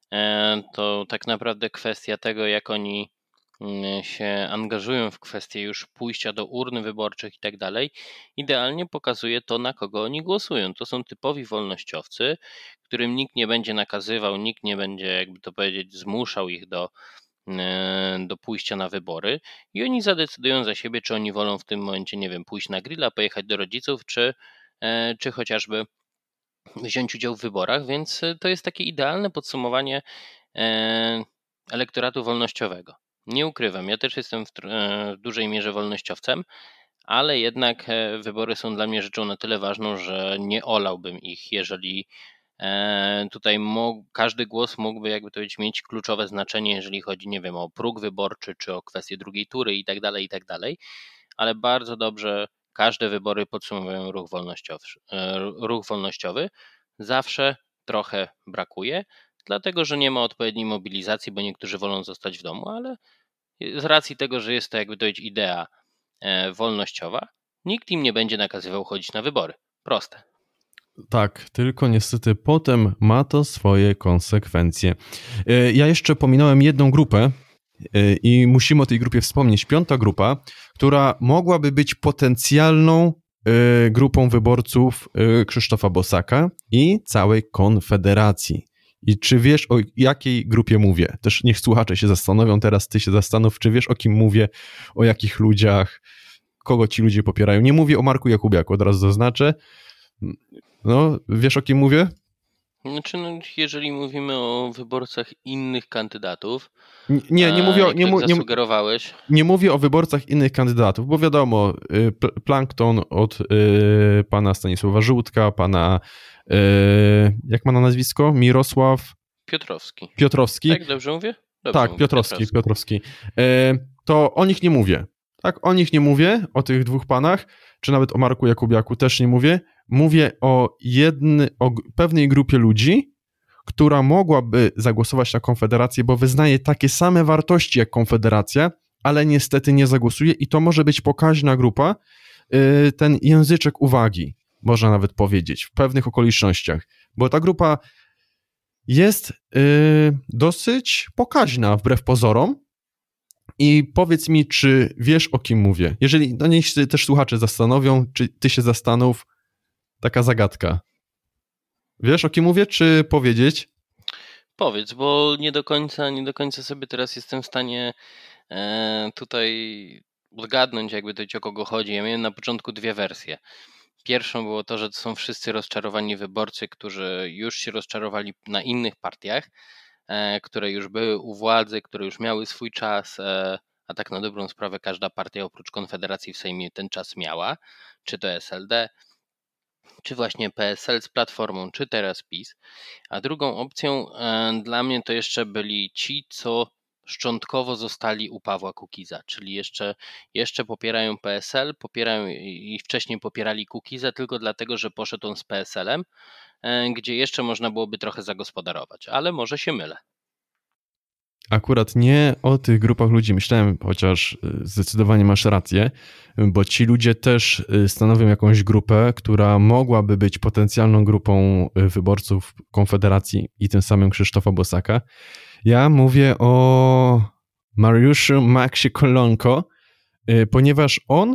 to tak naprawdę kwestia tego, jak oni się angażują w kwestie już pójścia do urn wyborczych i tak dalej, idealnie pokazuje to, na kogo oni głosują. To są typowi wolnościowcy, którym nikt nie będzie nakazywał, nikt nie będzie, jakby to powiedzieć, zmuszał ich do do pójścia na wybory i oni zadecydują za siebie, czy oni wolą w tym momencie, nie wiem, pójść na grilla, pojechać do rodziców, czy chociażby wziąć udział w wyborach, więc to jest takie idealne podsumowanie elektoratu wolnościowego. Nie ukrywam, ja też jestem w dużej mierze wolnościowcem, ale jednak wybory są dla mnie rzeczą na tyle ważną, że nie olałbym ich, jeżeli tutaj każdy głos mógłby, jakby to powiedzieć, mieć kluczowe znaczenie, jeżeli chodzi, nie wiem, o próg wyborczy, czy o kwestię drugiej tury i tak dalej, ale bardzo dobrze każde wybory podsumowują ruch wolnościowy. Zawsze trochę brakuje, dlatego że nie ma odpowiedniej mobilizacji, bo niektórzy wolą zostać w domu, ale z racji tego, że jest to, jakby to powiedzieć, idea wolnościowa, nikt im nie będzie nakazywał chodzić na wybory. Proste. Tak, tylko niestety potem ma to swoje konsekwencje. Ja jeszcze pominąłem jedną grupę i musimy o tej grupie wspomnieć. 5. grupa, która mogłaby być potencjalną grupą wyborców Krzysztofa Bosaka i całej Konfederacji. I czy wiesz, o jakiej grupie mówię? Też niech słuchacze się zastanowią, teraz ty się zastanów, czy wiesz, o kim mówię, o jakich ludziach, kogo ci ludzie popierają. Nie mówię o Marku Jakubiaku, od razu zaznaczę. No, wiesz, o kim mówię? Znaczy, jeżeli mówimy o wyborcach innych kandydatów, nie mówię o, zasugerowałeś. Nie mówię o wyborcach innych kandydatów, bo wiadomo, Plankton od pana Stanisława Żółtka, pana, jak ma na nazwisko? Mirosław Piotrowski. Tak, dobrze mówię? Dobrze tak, mówię, Piotrowski. To o nich nie mówię. Tak, o nich nie mówię, o tych dwóch panach, czy nawet o Marku Jakubiaku też nie mówię. Mówię o pewnej grupie ludzi, która mogłaby zagłosować na Konfederację, bo wyznaje takie same wartości jak Konfederacja, ale niestety nie zagłosuje i to może być pokaźna grupa, ten języczek uwagi, można nawet powiedzieć, w pewnych okolicznościach, bo ta grupa jest dosyć pokaźna wbrew pozorom. I powiedz mi, czy wiesz, o kim mówię? Jeżeli, no niech się też słuchacze zastanowią, czy ty się zastanów, taka zagadka. Wiesz, o kim mówię, czy powiedzieć? Powiedz, bo nie do końca sobie teraz jestem w stanie tutaj odgadnąć, jakby to o kogo chodzi. Ja miałem na początku dwie wersje. Pierwszą było to, że to są wszyscy rozczarowani wyborcy, którzy już się rozczarowali na innych partiach, które już były u władzy, które już miały swój czas, a tak na dobrą sprawę każda partia oprócz Konfederacji w Sejmie ten czas miała, czy to SLD, czy właśnie PSL z Platformą, czy teraz PiS. A drugą opcją dla mnie to jeszcze byli ci, co szczątkowo zostali u Pawła Kukiza, czyli jeszcze popierają PSL, popierają i wcześniej popierali Kukiza tylko dlatego, że poszedł on z PSL-em, gdzie jeszcze można byłoby trochę zagospodarować, ale może się mylę. Akurat nie o tych grupach ludzi myślałem, chociaż zdecydowanie masz rację, bo ci ludzie też stanowią jakąś grupę, która mogłaby być potencjalną grupą wyborców Konfederacji i tym samym Krzysztofa Bosaka. Ja mówię o Mariuszu Maxie Kolonko, ponieważ on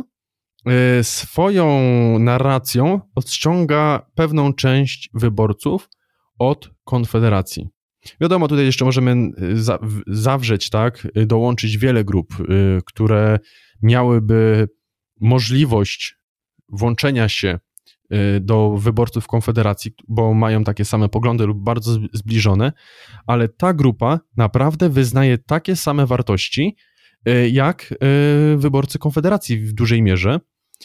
swoją narracją odciąga pewną część wyborców od Konfederacji. Wiadomo, tutaj jeszcze możemy zawrzeć, tak, dołączyć wiele grup, które miałyby możliwość włączenia się do wyborców Konfederacji, bo mają takie same poglądy lub bardzo zbliżone, ale ta grupa naprawdę wyznaje takie same wartości jak wyborcy Konfederacji w dużej mierze.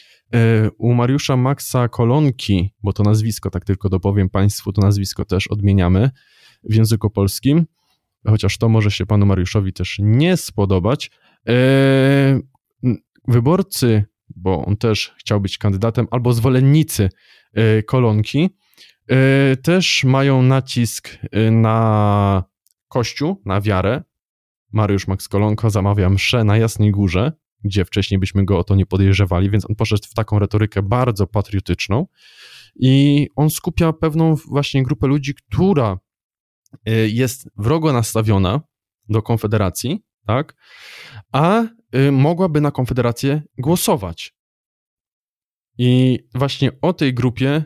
U Mariusza Maxa Kolonki, bo to nazwisko, tak tylko dopowiem Państwu, to nazwisko też odmieniamy w języku polskim, chociaż to może się panu Mariuszowi też nie spodobać. Wyborcy, bo on też chciał być kandydatem, albo zwolennicy Kolonki, też mają nacisk na Kościół, na wiarę. Mariusz Max Kolonko zamawia mszę na Jasnej Górze, gdzie wcześniej byśmy go o to nie podejrzewali, więc on poszedł w taką retorykę bardzo patriotyczną i on skupia pewną właśnie grupę ludzi, która jest wrogo nastawiona do Konfederacji, tak, a mogłaby na Konfederację głosować. I właśnie o tej grupie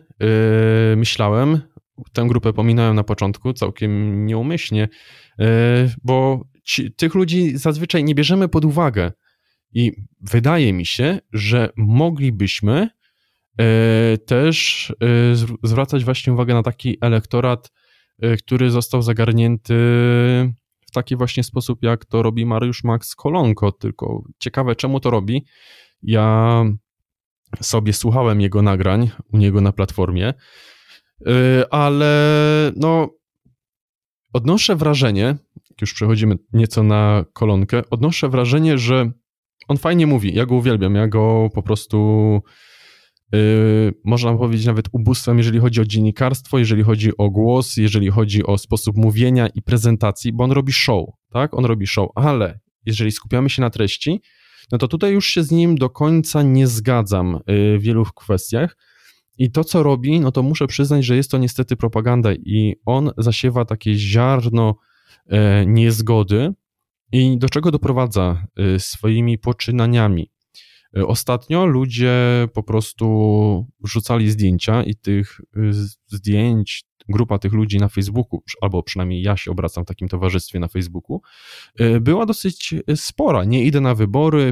myślałem, tę grupę pominąłem na początku całkiem nieumyślnie, bo tych ludzi zazwyczaj nie bierzemy pod uwagę i wydaje mi się, że moglibyśmy też zwracać właśnie uwagę na taki elektorat, który został zagarnięty w taki właśnie sposób, jak to robi Mariusz Max Kolonko, tylko ciekawe, czemu to robi. Ja sobie słuchałem jego nagrań u niego na platformie, ale no odnoszę wrażenie, jak już przechodzimy nieco na Kolonkę, odnoszę wrażenie, że on fajnie mówi, ja go uwielbiam, ja go po prostu można powiedzieć nawet ubóstwem, jeżeli chodzi o dziennikarstwo, jeżeli chodzi o głos, jeżeli chodzi o sposób mówienia i prezentacji, bo on robi show, tak? On robi show, ale jeżeli skupiamy się na treści, no to tutaj już się z nim do końca nie zgadzam w wielu kwestiach i to, co robi, no to muszę przyznać, że jest to niestety propaganda i on zasiewa takie ziarno niezgody i do czego doprowadza swoimi poczynaniami. Ostatnio ludzie po prostu wrzucali zdjęcia i tych zdjęć, grupa tych ludzi na Facebooku, albo przynajmniej ja się obracam w takim towarzystwie na Facebooku, była dosyć spora. Nie idę na wybory,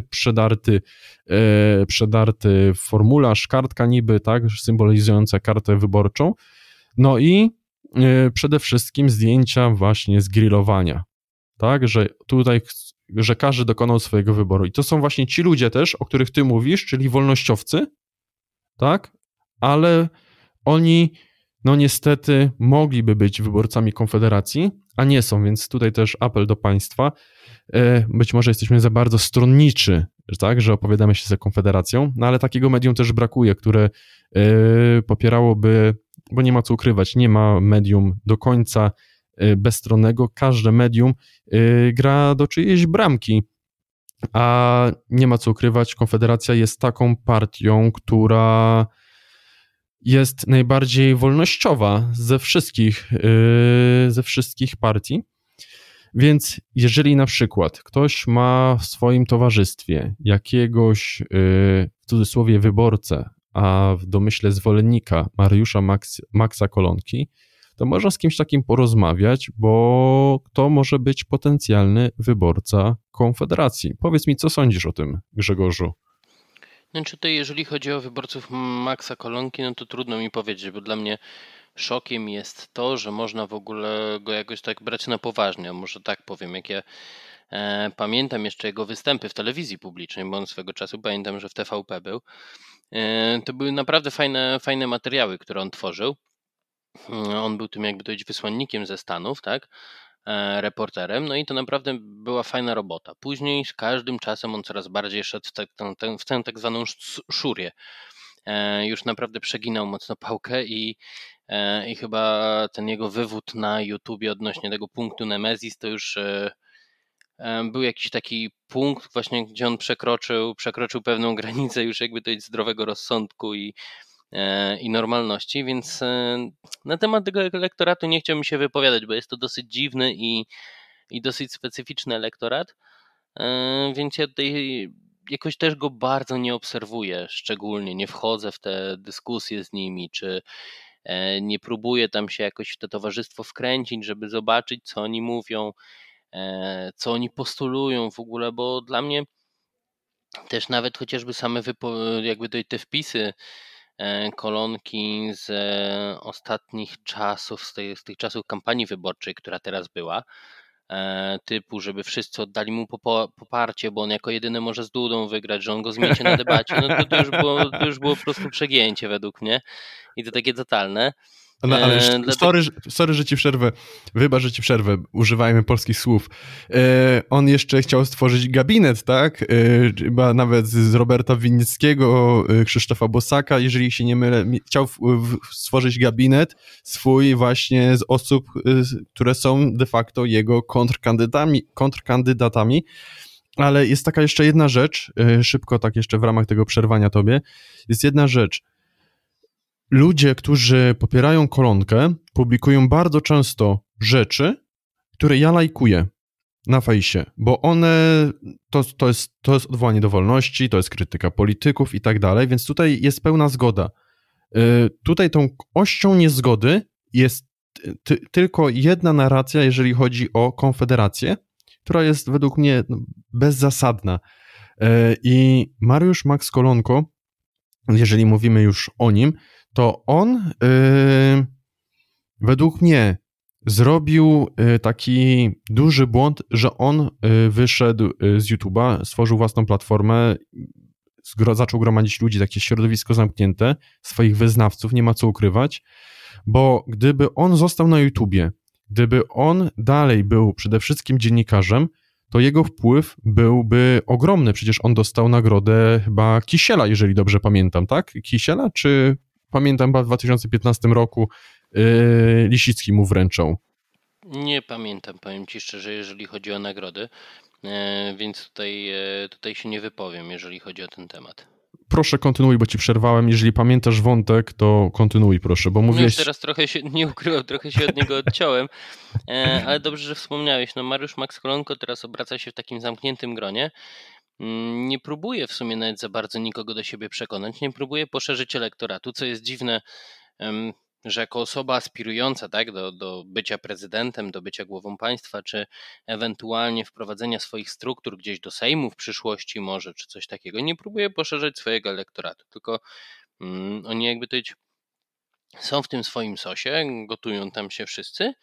przedarty formularz, kartka niby, tak, symbolizująca kartę wyborczą. No i przede wszystkim zdjęcia właśnie z grillowania, tak, że tutaj że każdy dokonał swojego wyboru. I to są właśnie ci ludzie też, o których ty mówisz, czyli wolnościowcy, tak? Ale oni, no niestety, mogliby być wyborcami Konfederacji, a nie są, więc tutaj też apel do państwa. Być może jesteśmy za bardzo stronniczy, tak, że opowiadamy się za Konfederacją, no ale takiego medium też brakuje, które popierałoby, bo nie ma co ukrywać, nie ma medium do końca bezstronnego, każde medium gra do czyjejś bramki, a nie ma co ukrywać, Konfederacja jest taką partią, która jest najbardziej wolnościowa ze wszystkich partii, więc jeżeli na przykład ktoś ma w swoim towarzystwie jakiegoś w cudzysłowie wyborcę, a w domyśle zwolennika Mariusza Maxa Kolonki, to można z kimś takim porozmawiać, bo to może być potencjalny wyborca Konfederacji. Powiedz mi, co sądzisz o tym, Grzegorzu? Znaczy tutaj, jeżeli chodzi o wyborców Maxa Kolonki, no to trudno mi powiedzieć, bo dla mnie szokiem jest to, że można w ogóle go jakoś tak brać na poważnie. Może tak powiem, jak ja pamiętam jeszcze jego występy w telewizji publicznej, bo on swego czasu, pamiętam, że w TVP był. To były naprawdę fajne materiały, które on tworzył. On był tym jakby dość wysłannikiem ze Stanów, tak? Reporterem, no i to naprawdę była fajna robota. Później z każdym czasem on coraz bardziej szedł w tę tak zwaną szurię. Już naprawdę przeginał mocno pałkę i chyba ten jego wywód na YouTubie odnośnie tego punktu Nemezis to już był jakiś taki punkt właśnie, gdzie on przekroczył pewną granicę już jakby dość zdrowego rozsądku i normalności, więc na temat tego elektoratu nie chciałbym się wypowiadać, bo jest to dosyć dziwny i dosyć specyficzny elektorat, więc ja tutaj jakoś też go bardzo nie obserwuję, szczególnie nie wchodzę w te dyskusje z nimi, czy nie próbuję tam się jakoś w to towarzystwo wkręcić, żeby zobaczyć, co oni mówią, co oni postulują w ogóle, bo dla mnie też nawet chociażby same jakby te wpisy Kolonki z ostatnich czasów, z tych czasów kampanii wyborczej, która teraz była, typu, żeby wszyscy oddali mu poparcie, bo on jako jedyny może z Dudą wygrać, że on go zmiecie na debacie, no to już było po prostu przegięcie według mnie i to takie totalne. No, ale sorry, że ci przerwę, wybacz, że ci przerwę, używajmy polskich słów. On jeszcze chciał stworzyć gabinet, tak? Chyba nawet z Roberta Winnickiego, Krzysztofa Bosaka, jeżeli się nie mylę, chciał stworzyć gabinet swój właśnie z osób, które są de facto jego kontrkandydatami. Ale jest taka jeszcze jedna rzecz, szybko tak jeszcze w ramach tego przerwania tobie, jest jedna rzecz. Ludzie, którzy popierają Kolonkę, publikują bardzo często rzeczy, które ja lajkuję na fejsie, bo one, to jest odwołanie do wolności, to jest krytyka polityków i tak dalej, więc tutaj jest pełna zgoda. Tutaj tą ością niezgody jest tylko jedna narracja, jeżeli chodzi o Konfederację, która jest według mnie bezzasadna. I Mariusz Max Kolonko, jeżeli mówimy już o nim, to on według mnie zrobił taki duży błąd, że on wyszedł z YouTube'a, stworzył własną platformę, zaczął gromadzić ludzi, takie środowisko zamknięte, swoich wyznawców, nie ma co ukrywać, bo gdyby on został na YouTubie, gdyby on dalej był przede wszystkim dziennikarzem, to jego wpływ byłby ogromny. Przecież on dostał nagrodę chyba Kisiela, jeżeli dobrze pamiętam, tak? Kisiela, czy pamiętam, chyba w 2015 roku Lisicki mu wręczał? Nie pamiętam, powiem Ci szczerze, jeżeli chodzi o nagrody, więc tutaj się nie wypowiem, jeżeli chodzi o ten temat. Proszę kontynuuj, bo Ci przerwałem. Jeżeli pamiętasz wątek, to kontynuuj proszę, bo mówiłeś... Już teraz trochę się, nie ukrywam, trochę się od niego odciąłem, ale dobrze, że wspomniałeś. No Mariusz Max Kolonko teraz obraca się w takim zamkniętym gronie. Nie próbuje w sumie nawet za bardzo nikogo do siebie przekonać, nie próbuje poszerzyć elektoratu, co jest dziwne, że jako osoba aspirująca, tak, do bycia prezydentem, do bycia głową państwa, czy ewentualnie wprowadzenia swoich struktur gdzieś do Sejmu w przyszłości może, czy coś takiego, nie próbuje poszerzać swojego elektoratu, tylko oni jakby to są w tym swoim sosie, gotują tam się wszyscy,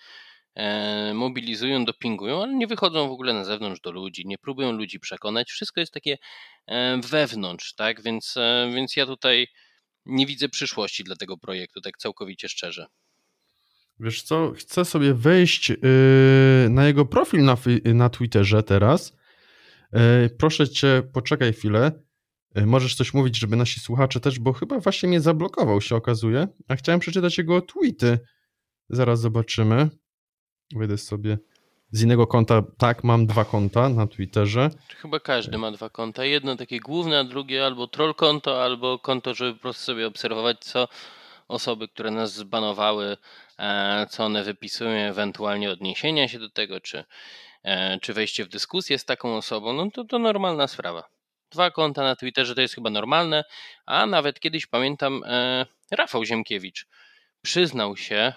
mobilizują, dopingują, ale nie wychodzą w ogóle na zewnątrz do ludzi, nie próbują ludzi przekonać, wszystko jest takie wewnątrz, tak, więc ja tutaj nie widzę przyszłości dla tego projektu, tak całkowicie szczerze. Wiesz co, chcę sobie wejść na jego profil na Twitterze teraz. Proszę Cię, poczekaj chwilę. Możesz coś mówić, żeby nasi słuchacze też, bo chyba właśnie mnie zablokował, się okazuje. A chciałem przeczytać jego tweety. Zaraz zobaczymy. Wejdę sobie z innego konta. Tak, mam 2 konta na Twitterze. Chyba każdy ma 2 konta. Jedno takie główne, a drugie albo troll konto, albo konto, żeby po prostu sobie obserwować, co osoby, które nas zbanowały, co one wypisują, ewentualnie odniesienia się do tego, czy wejście w dyskusję z taką osobą, no to normalna sprawa. 2 konta na Twitterze to jest chyba normalne, a nawet kiedyś pamiętam Rafał Ziemkiewicz przyznał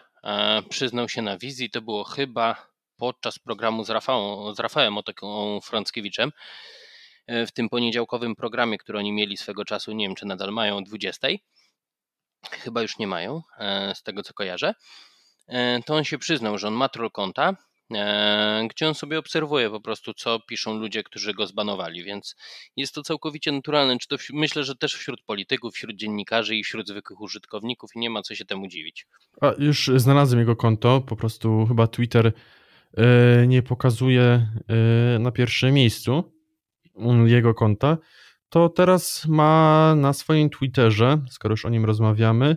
się na wizji, to było chyba podczas programu z Rafałem Oteką Frąckiewiczem, w tym poniedziałkowym programie, który oni mieli swego czasu, nie wiem czy nadal mają o 20, chyba już nie mają, z tego co kojarzę, to on się przyznał, że on ma troll konta, gdzie on sobie obserwuje po prostu, co piszą ludzie, którzy go zbanowali, więc jest to całkowicie naturalne, czy to myślę, że też wśród polityków, wśród dziennikarzy i wśród zwykłych użytkowników i nie ma co się temu dziwić. A już znalazłem jego konto, po prostu chyba Twitter nie pokazuje na pierwszym miejscu jego konta, to teraz ma na swoim Twitterze, skoro już o nim rozmawiamy,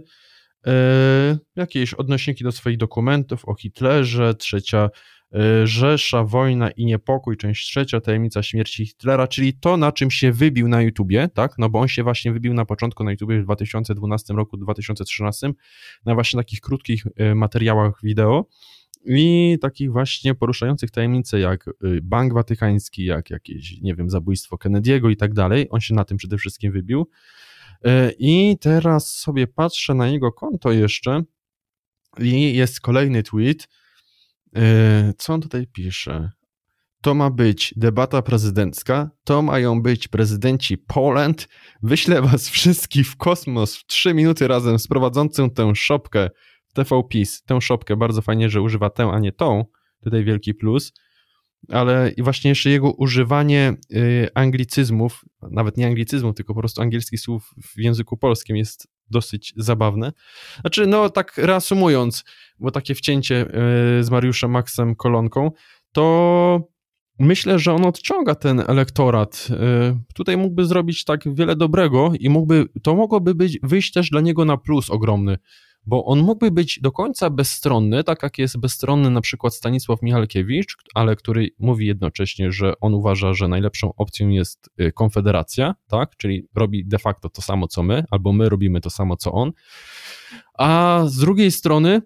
jakieś odnośniki do swoich dokumentów o Hitlerze, 3. Rzesza, wojna i niepokój, część 3, tajemnica śmierci Hitlera, czyli to, na czym się wybił na YouTubie, tak? No bo on się właśnie wybił na początku na YouTubie w 2012 roku, 2013, na właśnie takich krótkich materiałach wideo i takich właśnie poruszających tajemnice jak Bank Watykański, jak jakieś, nie wiem, zabójstwo Kennedy'ego i tak dalej. On się na tym przede wszystkim wybił. I teraz sobie patrzę na jego konto jeszcze i jest kolejny tweet. Co on tutaj pisze? To ma być debata prezydencka, to mają być prezydenci Poland, wyślę was wszystkich w kosmos w 3 minuty razem z prowadzącą tę szopkę TVPiS, tę szopkę, bardzo fajnie, że używa tę, a nie tą, tutaj wielki plus, ale i właśnie jeszcze jego używanie anglicyzmów, nawet nie anglicyzmów, tylko po prostu angielskich słów w języku polskim jest dosyć zabawne. Znaczy, no tak reasumując, bo takie wcięcie z Mariuszem Maxem Kolonką, to myślę, że on odciąga ten elektorat. Tutaj mógłby zrobić tak wiele dobrego i mogłoby wyjść też dla niego na plus ogromny, bo on mógłby być do końca bezstronny, tak jak jest bezstronny na przykład Stanisław Michalkiewicz, ale który mówi jednocześnie, że on uważa, że najlepszą opcją jest Konfederacja, tak, czyli robi de facto to samo co my, albo my robimy to samo co on, a z drugiej strony,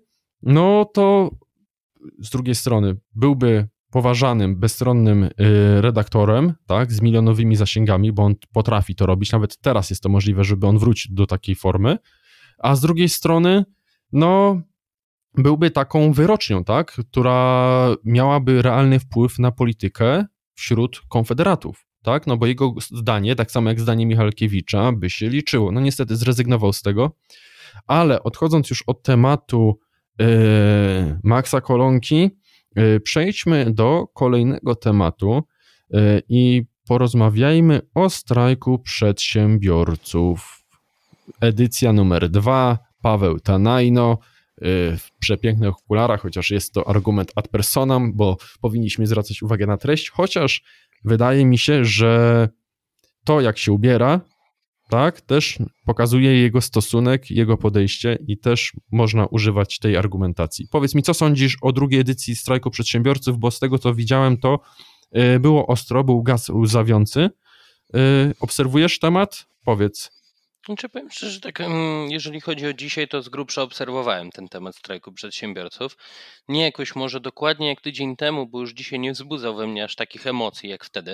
byłby poważanym, bezstronnym redaktorem, tak, z milionowymi zasięgami, bo on potrafi to robić, nawet teraz jest to możliwe, żeby on wrócił do takiej formy, a z drugiej strony, byłby taką wyrocznią, tak, która miałaby realny wpływ na politykę wśród konfederatów, tak, no bo jego zdanie, tak samo jak zdanie Michalkiewicza, by się liczyło. No niestety zrezygnował z tego, ale odchodząc już od tematu Maxa Kolonki, przejdźmy do kolejnego tematu i porozmawiajmy o strajku przedsiębiorców. Edycja numer 2, Paweł Tanajno, w przepięknych okularach, chociaż jest to argument ad personam, bo powinniśmy zwracać uwagę na treść, chociaż wydaje mi się, że to, jak się ubiera, tak, też pokazuje jego stosunek, jego podejście i też można używać tej argumentacji. Powiedz mi, co sądzisz o drugiej edycji strajku przedsiębiorców, bo z tego, co widziałem, to było ostro, był gaz łzawiący. Obserwujesz temat? Powiedz. Znaczy, powiem szczerze, że tak, jeżeli chodzi o dzisiaj, to z grubsza obserwowałem ten temat strajku przedsiębiorców. Nie jakoś może dokładnie jak tydzień temu, bo już dzisiaj nie wzbudzał we mnie aż takich emocji jak wtedy.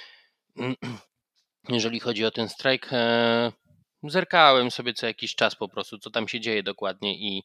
Jeżeli chodzi o ten strajk, zerkałem sobie co jakiś czas po prostu, co tam się dzieje dokładnie i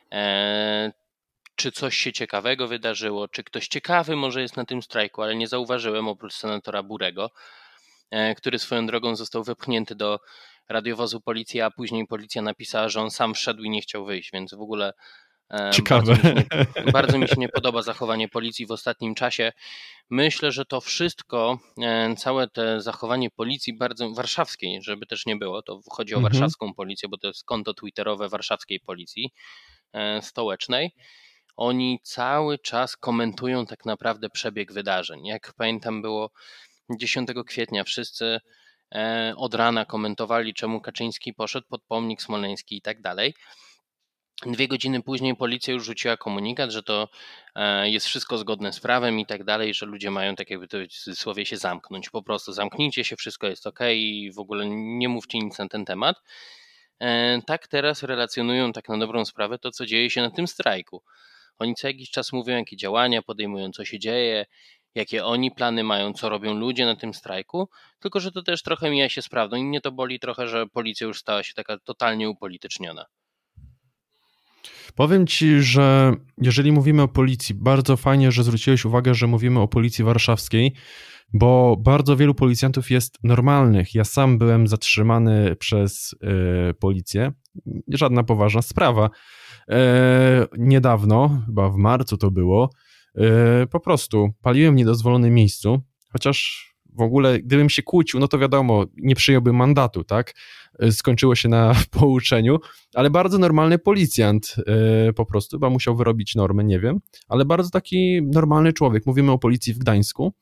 czy coś się ciekawego wydarzyło, czy ktoś ciekawy może jest na tym strajku, ale nie zauważyłem oprócz senatora Burego, który swoją drogą został wepchnięty do radiowozu policji, a później policja napisała, że on sam wszedł i nie chciał wyjść, więc w ogóle ciekawe. Bardzo mi się nie podoba zachowanie policji w ostatnim czasie. Myślę, że to wszystko, całe te zachowanie policji bardzo warszawskiej, żeby też nie było, to chodzi o warszawską policję, bo to jest konto twitterowe warszawskiej policji stołecznej. Oni cały czas komentują tak naprawdę przebieg wydarzeń. Jak pamiętam, było 10 kwietnia wszyscy od rana komentowali, czemu Kaczyński poszedł pod pomnik smoleński i tak dalej. 2 godziny później policja już rzuciła komunikat, że to jest wszystko zgodne z prawem i tak dalej, że ludzie mają, tak jakby to w cudzysłowie, się zamknąć. Po prostu zamknijcie się, wszystko jest okej i w ogóle nie mówcie nic na ten temat. Tak teraz relacjonują tak na dobrą sprawę to, co dzieje się na tym strajku. Oni co jakiś czas mówią, jakie działania podejmują, co się dzieje, jakie oni plany mają, co robią ludzie na tym strajku, tylko że to też trochę mija się z prawdą i mnie to boli trochę, że policja już stała się taka totalnie upolityczniona. Powiem ci, że jeżeli mówimy o policji, bardzo fajnie, że zwróciłeś uwagę, że mówimy o policji warszawskiej, bo bardzo wielu policjantów jest normalnych. Ja sam byłem zatrzymany przez policję, żadna poważna sprawa. Niedawno, chyba w marcu to było, po prostu paliłem w niedozwolonym miejscu, chociaż w ogóle gdybym się kłócił, no to wiadomo, nie przyjąłbym mandatu, tak? Skończyło się na pouczeniu, ale bardzo normalny policjant po prostu, chyba musiał wyrobić normę, nie wiem, ale bardzo taki normalny człowiek. Mówimy o policji w Gdańsku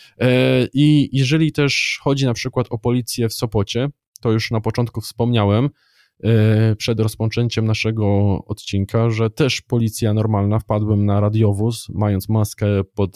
i jeżeli też chodzi na przykład o policję w Sopocie, to już na początku wspomniałem, przed rozpoczęciem naszego odcinka, że też policja normalna, wpadłem na radiowóz, mając maskę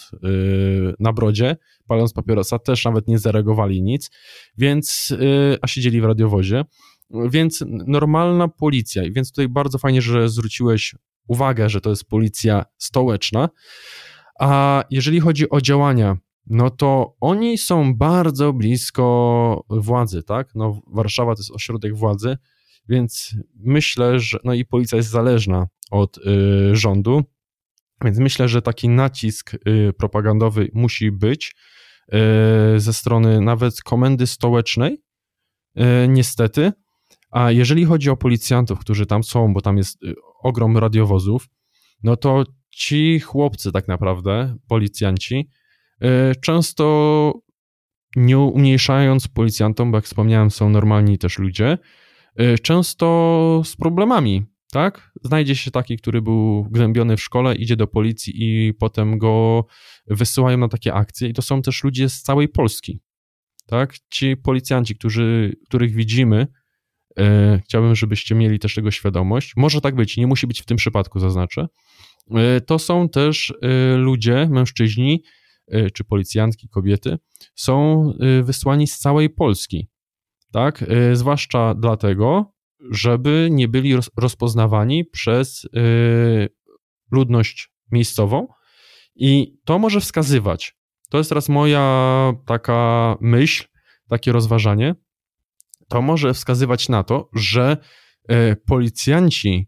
na brodzie, paląc papierosa, też nawet nie zareagowali nic, więc, a siedzieli w radiowozie, więc normalna policja, więc tutaj bardzo fajnie, że zwróciłeś uwagę, że to jest policja stołeczna, a jeżeli chodzi o działania, no to oni są bardzo blisko władzy, tak? No Warszawa to jest ośrodek władzy, więc myślę, że no i policja jest zależna od rządu, więc myślę, że taki nacisk propagandowy musi być ze strony nawet komendy stołecznej, niestety. A jeżeli chodzi o policjantów, którzy tam są, bo tam jest ogrom radiowozów, no to ci chłopcy tak naprawdę, policjanci, często nie umniejszając policjantom, bo jak wspomniałem, są normalni też ludzie, często z problemami, tak? Znajdzie się taki, który był gnębiony w szkole, idzie do policji i potem go wysyłają na takie akcje i to są też ludzie z całej Polski, tak? Ci policjanci, których widzimy, chciałbym, żebyście mieli też tego świadomość, może tak być, nie musi być w tym przypadku, zaznaczę, to są też ludzie, mężczyźni, czy policjantki, kobiety, są wysłani z całej Polski, tak? Zwłaszcza dlatego, żeby nie byli rozpoznawani przez ludność miejscową i to może wskazywać, to jest teraz moja taka myśl, takie rozważanie, to może wskazywać na to, że policjanci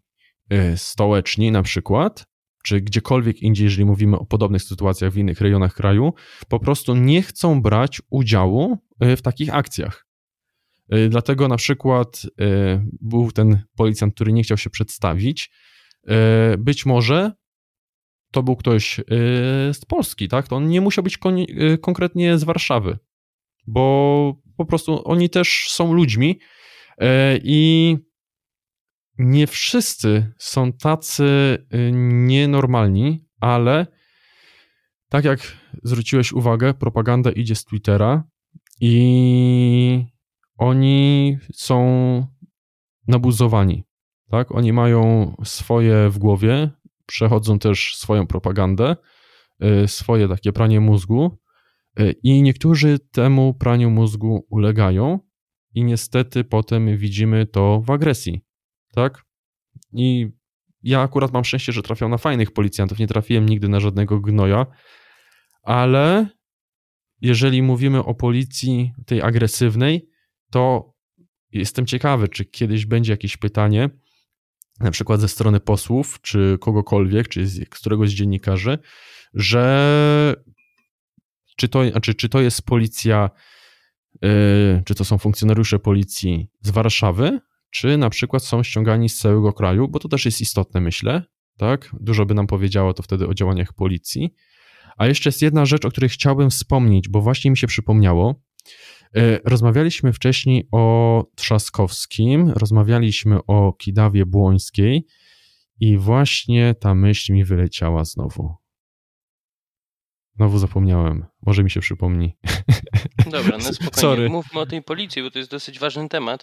stołeczni na przykład, czy gdziekolwiek indziej, jeżeli mówimy o podobnych sytuacjach w innych rejonach kraju, po prostu nie chcą brać udziału w takich akcjach. Dlatego na przykład był ten policjant, który nie chciał się przedstawić. Być może to był ktoś z Polski, tak? To on nie musiał być konkretnie z Warszawy, bo po prostu oni też są ludźmi i nie wszyscy są tacy nienormalni, ale tak jak zwróciłeś uwagę, propaganda idzie z Twittera i oni są nabuzowani, tak? Oni mają swoje w głowie, przechodzą też swoją propagandę, swoje takie pranie mózgu i niektórzy temu praniu mózgu ulegają i niestety potem widzimy to w agresji, tak? I ja akurat mam szczęście, że trafiam na fajnych policjantów, nie trafiłem nigdy na żadnego gnoja, ale jeżeli mówimy o policji tej agresywnej, to jestem ciekawy, czy kiedyś będzie jakieś pytanie, na przykład ze strony posłów, czy kogokolwiek, czy z któregoś z dziennikarzy, że czy to jest policja, czy to są funkcjonariusze policji z Warszawy, czy na przykład są ściągani z całego kraju, bo to też jest istotne, myślę, tak? Dużo by nam powiedziało to wtedy o działaniach policji. A jeszcze jest jedna rzecz, o której chciałbym wspomnieć, bo właśnie mi się przypomniało. Rozmawialiśmy wcześniej o Trzaskowskim, rozmawialiśmy o Kidawie Błońskiej i właśnie ta myśl mi wyleciała znowu. Znowu zapomniałem. Może mi się przypomni. Dobra, no spokojnie. Sorry. Mówmy o tej policji, bo to jest dosyć ważny temat.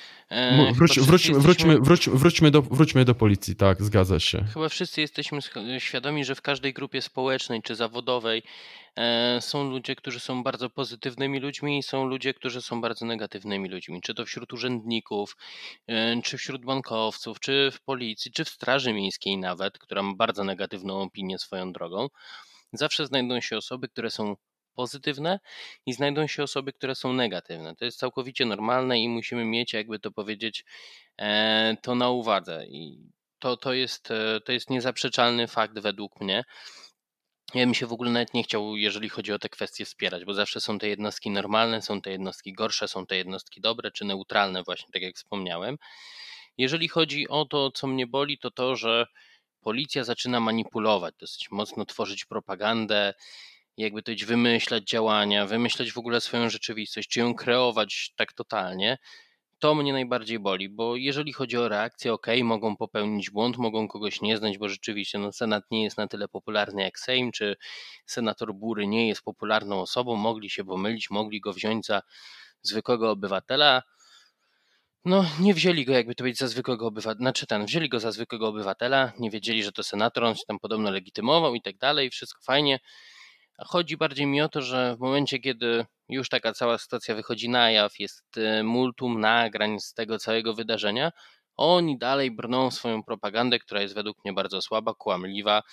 Wróćmy do policji, tak, zgadza się. Chyba wszyscy jesteśmy świadomi, że w każdej grupie społecznej czy zawodowej są ludzie, którzy są bardzo pozytywnymi ludźmi i są ludzie, którzy są bardzo negatywnymi ludźmi. Czy to wśród urzędników, czy wśród bankowców, czy w policji, czy w Straży Miejskiej nawet, która ma bardzo negatywną opinię swoją drogą. Zawsze znajdą się osoby, które są pozytywne i znajdą się osoby, które są negatywne. To jest całkowicie normalne i musimy mieć, jakby to powiedzieć, to na uwadze. I to jest niezaprzeczalny fakt według mnie. Ja bym się w ogóle nawet nie chciał, jeżeli chodzi o te kwestie, wspierać, bo zawsze są te jednostki normalne, są te jednostki gorsze, są te jednostki dobre czy neutralne, właśnie tak jak wspomniałem. Jeżeli chodzi o to, co mnie boli, to to, że policja zaczyna manipulować, dosyć mocno tworzyć propagandę, jakby to powiedzieć, wymyślać działania, wymyślać w ogóle swoją rzeczywistość, czy ją kreować tak totalnie. To mnie najbardziej boli, bo jeżeli chodzi o reakcję, mogą popełnić błąd, mogą kogoś nie znać, bo rzeczywiście Senat nie jest na tyle popularny jak Sejm, czy senator Bury nie jest popularną osobą, mogli się pomylić, mogli go wziąć za zwykłego obywatela. No, nie wzięli go, jakby to powiedzieć, za zwykłego obywatela, wzięli go za zwykłego obywatela, nie wiedzieli, że to senator, on się tam podobno legitymował i tak dalej, wszystko fajnie. A chodzi bardziej mi o to, że w momencie, kiedy już taka cała sytuacja wychodzi na jaw, jest multum nagrań z tego całego wydarzenia, oni dalej brną swoją propagandę, która jest według mnie bardzo słaba, kłamliwa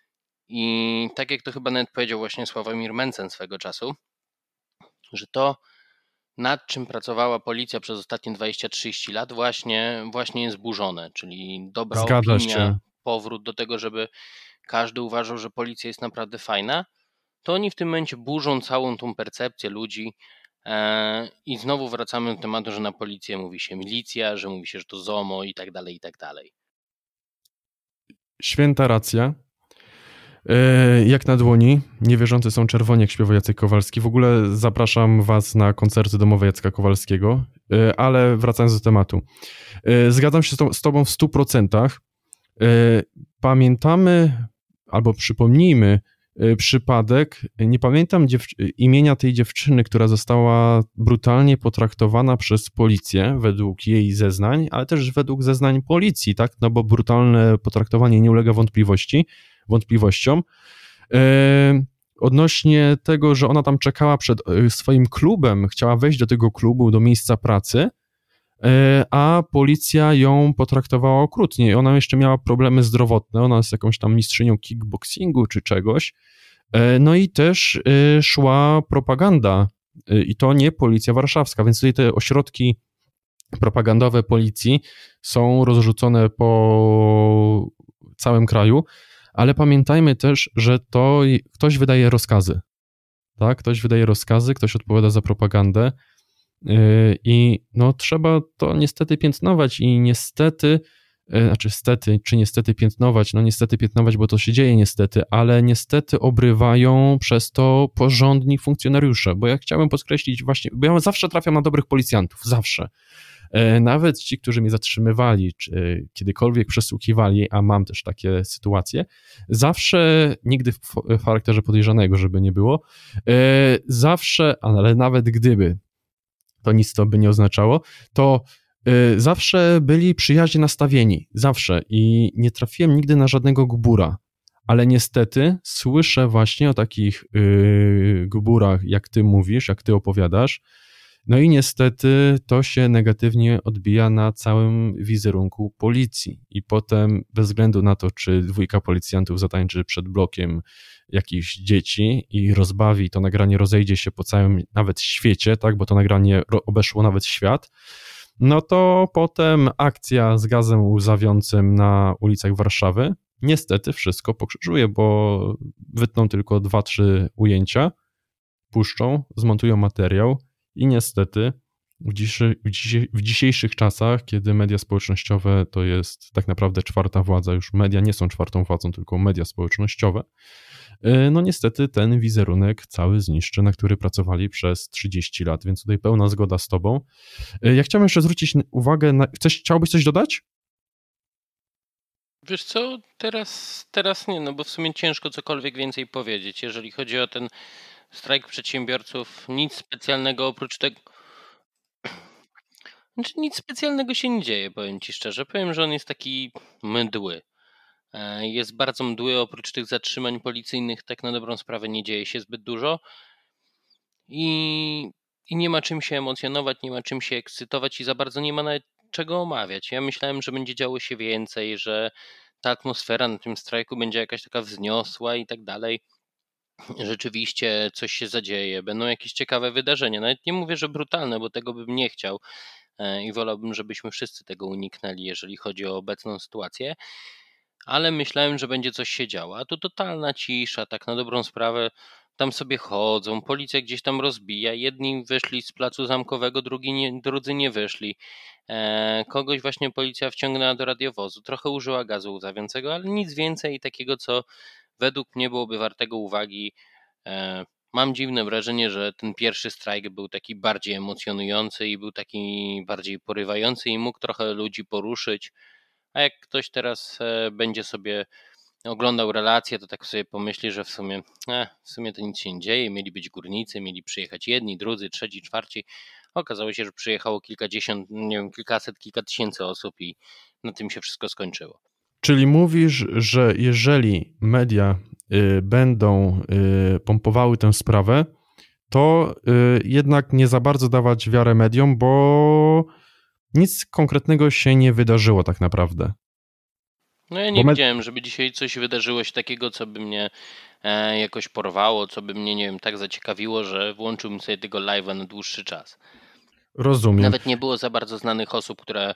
i tak jak to chyba nawet powiedział właśnie Sławomir Mencen swego czasu, że to, nad czym pracowała policja przez ostatnie 20-30 lat właśnie jest burzone, czyli dobra opinia, powrót do tego, żeby każdy uważał, że policja jest naprawdę fajna, to oni w tym momencie burzą całą tą percepcję ludzi i znowu wracamy do tematu, że na policję mówi się milicja, że mówi się, że to ZOMO i tak dalej, i tak dalej. Święta racja. Jak na dłoni, niewierzący są czerwoni, jak śpiewa Jacek Kowalski. W ogóle zapraszam was na koncerty domowe Jacka Kowalskiego, ale wracając do tematu. Zgadzam się z tobą w 100%. Pamiętamy, albo przypomnijmy przypadek, nie pamiętam imienia tej dziewczyny, która została brutalnie potraktowana przez policję według jej zeznań, ale też według zeznań policji, tak? No bo brutalne potraktowanie nie ulega wątpliwościom. Odnośnie tego, że ona tam czekała przed swoim klubem, chciała wejść do tego klubu, do miejsca pracy, a policja ją potraktowała okrutnie. Ona jeszcze miała problemy zdrowotne, ona jest jakąś tam mistrzynią kickboxingu czy czegoś. No i też szła propaganda i to nie policja warszawska, więc tutaj te ośrodki propagandowe policji są rozrzucone po całym kraju, ale pamiętajmy też, że to ktoś wydaje rozkazy. Tak? Ktoś wydaje rozkazy, ktoś odpowiada za propagandę i no trzeba to niestety piętnować i niestety, niestety piętnować, no niestety piętnować, bo to się dzieje niestety, ale niestety obrywają przez to porządni funkcjonariusze, bo ja chciałem podkreślić właśnie, bo ja zawsze trafiam na dobrych policjantów, zawsze. Nawet ci, którzy mnie zatrzymywali, czy kiedykolwiek przesłuchiwali, a mam też takie sytuacje, zawsze, nigdy w charakterze podejrzanego, żeby nie było, zawsze, ale nawet gdyby, to nic to by nie oznaczało, to zawsze byli przyjaźnie nastawieni, zawsze i nie trafiłem nigdy na żadnego gbura, ale niestety słyszę właśnie o takich gburach, jak ty mówisz, jak ty opowiadasz, no i niestety to się negatywnie odbija na całym wizerunku policji i potem bez względu na to, czy dwójka policjantów zatańczy przed blokiem jakichś dzieci i rozbawi, to nagranie rozejdzie się po całym nawet świecie, tak, bo to nagranie obeszło nawet świat, no to potem akcja z gazem łzawiącym na ulicach Warszawy niestety wszystko pokrzyżuje, bo wytną tylko 2-3 ujęcia, puszczą, zmontują materiał i niestety w dzisiejszych czasach, kiedy media społecznościowe to jest tak naprawdę czwarta władza, już media nie są czwartą władzą, tylko media społecznościowe, no niestety ten wizerunek cały zniszczy, na który pracowali przez 30 lat, więc tutaj pełna zgoda z tobą. Ja chciałem jeszcze zwrócić uwagę na... Chciałbyś coś dodać? Wiesz co, teraz nie, no bo w sumie ciężko cokolwiek więcej powiedzieć. Jeżeli chodzi o ten strajk przedsiębiorców, nic specjalnego oprócz tego... Znaczy, nic specjalnego się nie dzieje, powiem ci szczerze. Powiem, że on jest taki mdły. Jest bardzo mdły, oprócz tych zatrzymań policyjnych tak na dobrą sprawę nie dzieje się zbyt dużo i nie ma czym się emocjonować, nie ma czym się ekscytować i za bardzo nie ma nawet czego omawiać. Ja myślałem, że będzie działo się więcej, że ta atmosfera na tym strajku będzie jakaś taka wzniosła i tak dalej. Rzeczywiście coś się zadzieje, będą jakieś ciekawe wydarzenia. Nawet nie mówię, że brutalne, bo tego bym nie chciał i wolałbym, żebyśmy wszyscy tego uniknęli, jeżeli chodzi o obecną sytuację. Ale myślałem, że będzie coś się działo, a tu totalna cisza, tak na dobrą sprawę, tam sobie chodzą, policja gdzieś tam rozbija, jedni wyszli z placu Zamkowego, drudzy nie wyszli, kogoś właśnie policja wciągnęła do radiowozu, trochę użyła gazu łzawiącego, ale nic więcej takiego, co według mnie byłoby wartego uwagi. Mam dziwne wrażenie, że ten pierwszy strajk był taki bardziej emocjonujący i był taki bardziej porywający i mógł trochę ludzi poruszyć. A jak ktoś teraz będzie sobie oglądał relacje, to tak sobie pomyśli, że w sumie to nic się nie dzieje, mieli być górnicy, mieli przyjechać jedni, drudzy, trzeci, czwarci. Okazało się, że przyjechało kilkadziesiąt, nie wiem, kilkaset, kilka tysięcy osób i na tym się wszystko skończyło. Czyli mówisz, że jeżeli media będą pompowały tę sprawę, to jednak nie za bardzo dawać wiarę mediom, bo nic konkretnego się nie wydarzyło tak naprawdę. No ja nie widziałem, żeby dzisiaj coś wydarzyło się takiego, co by mnie jakoś porwało, co by mnie, nie wiem, tak zaciekawiło, że włączyłbym sobie tego live'a na dłuższy czas. Rozumiem. Nawet nie było za bardzo znanych osób, które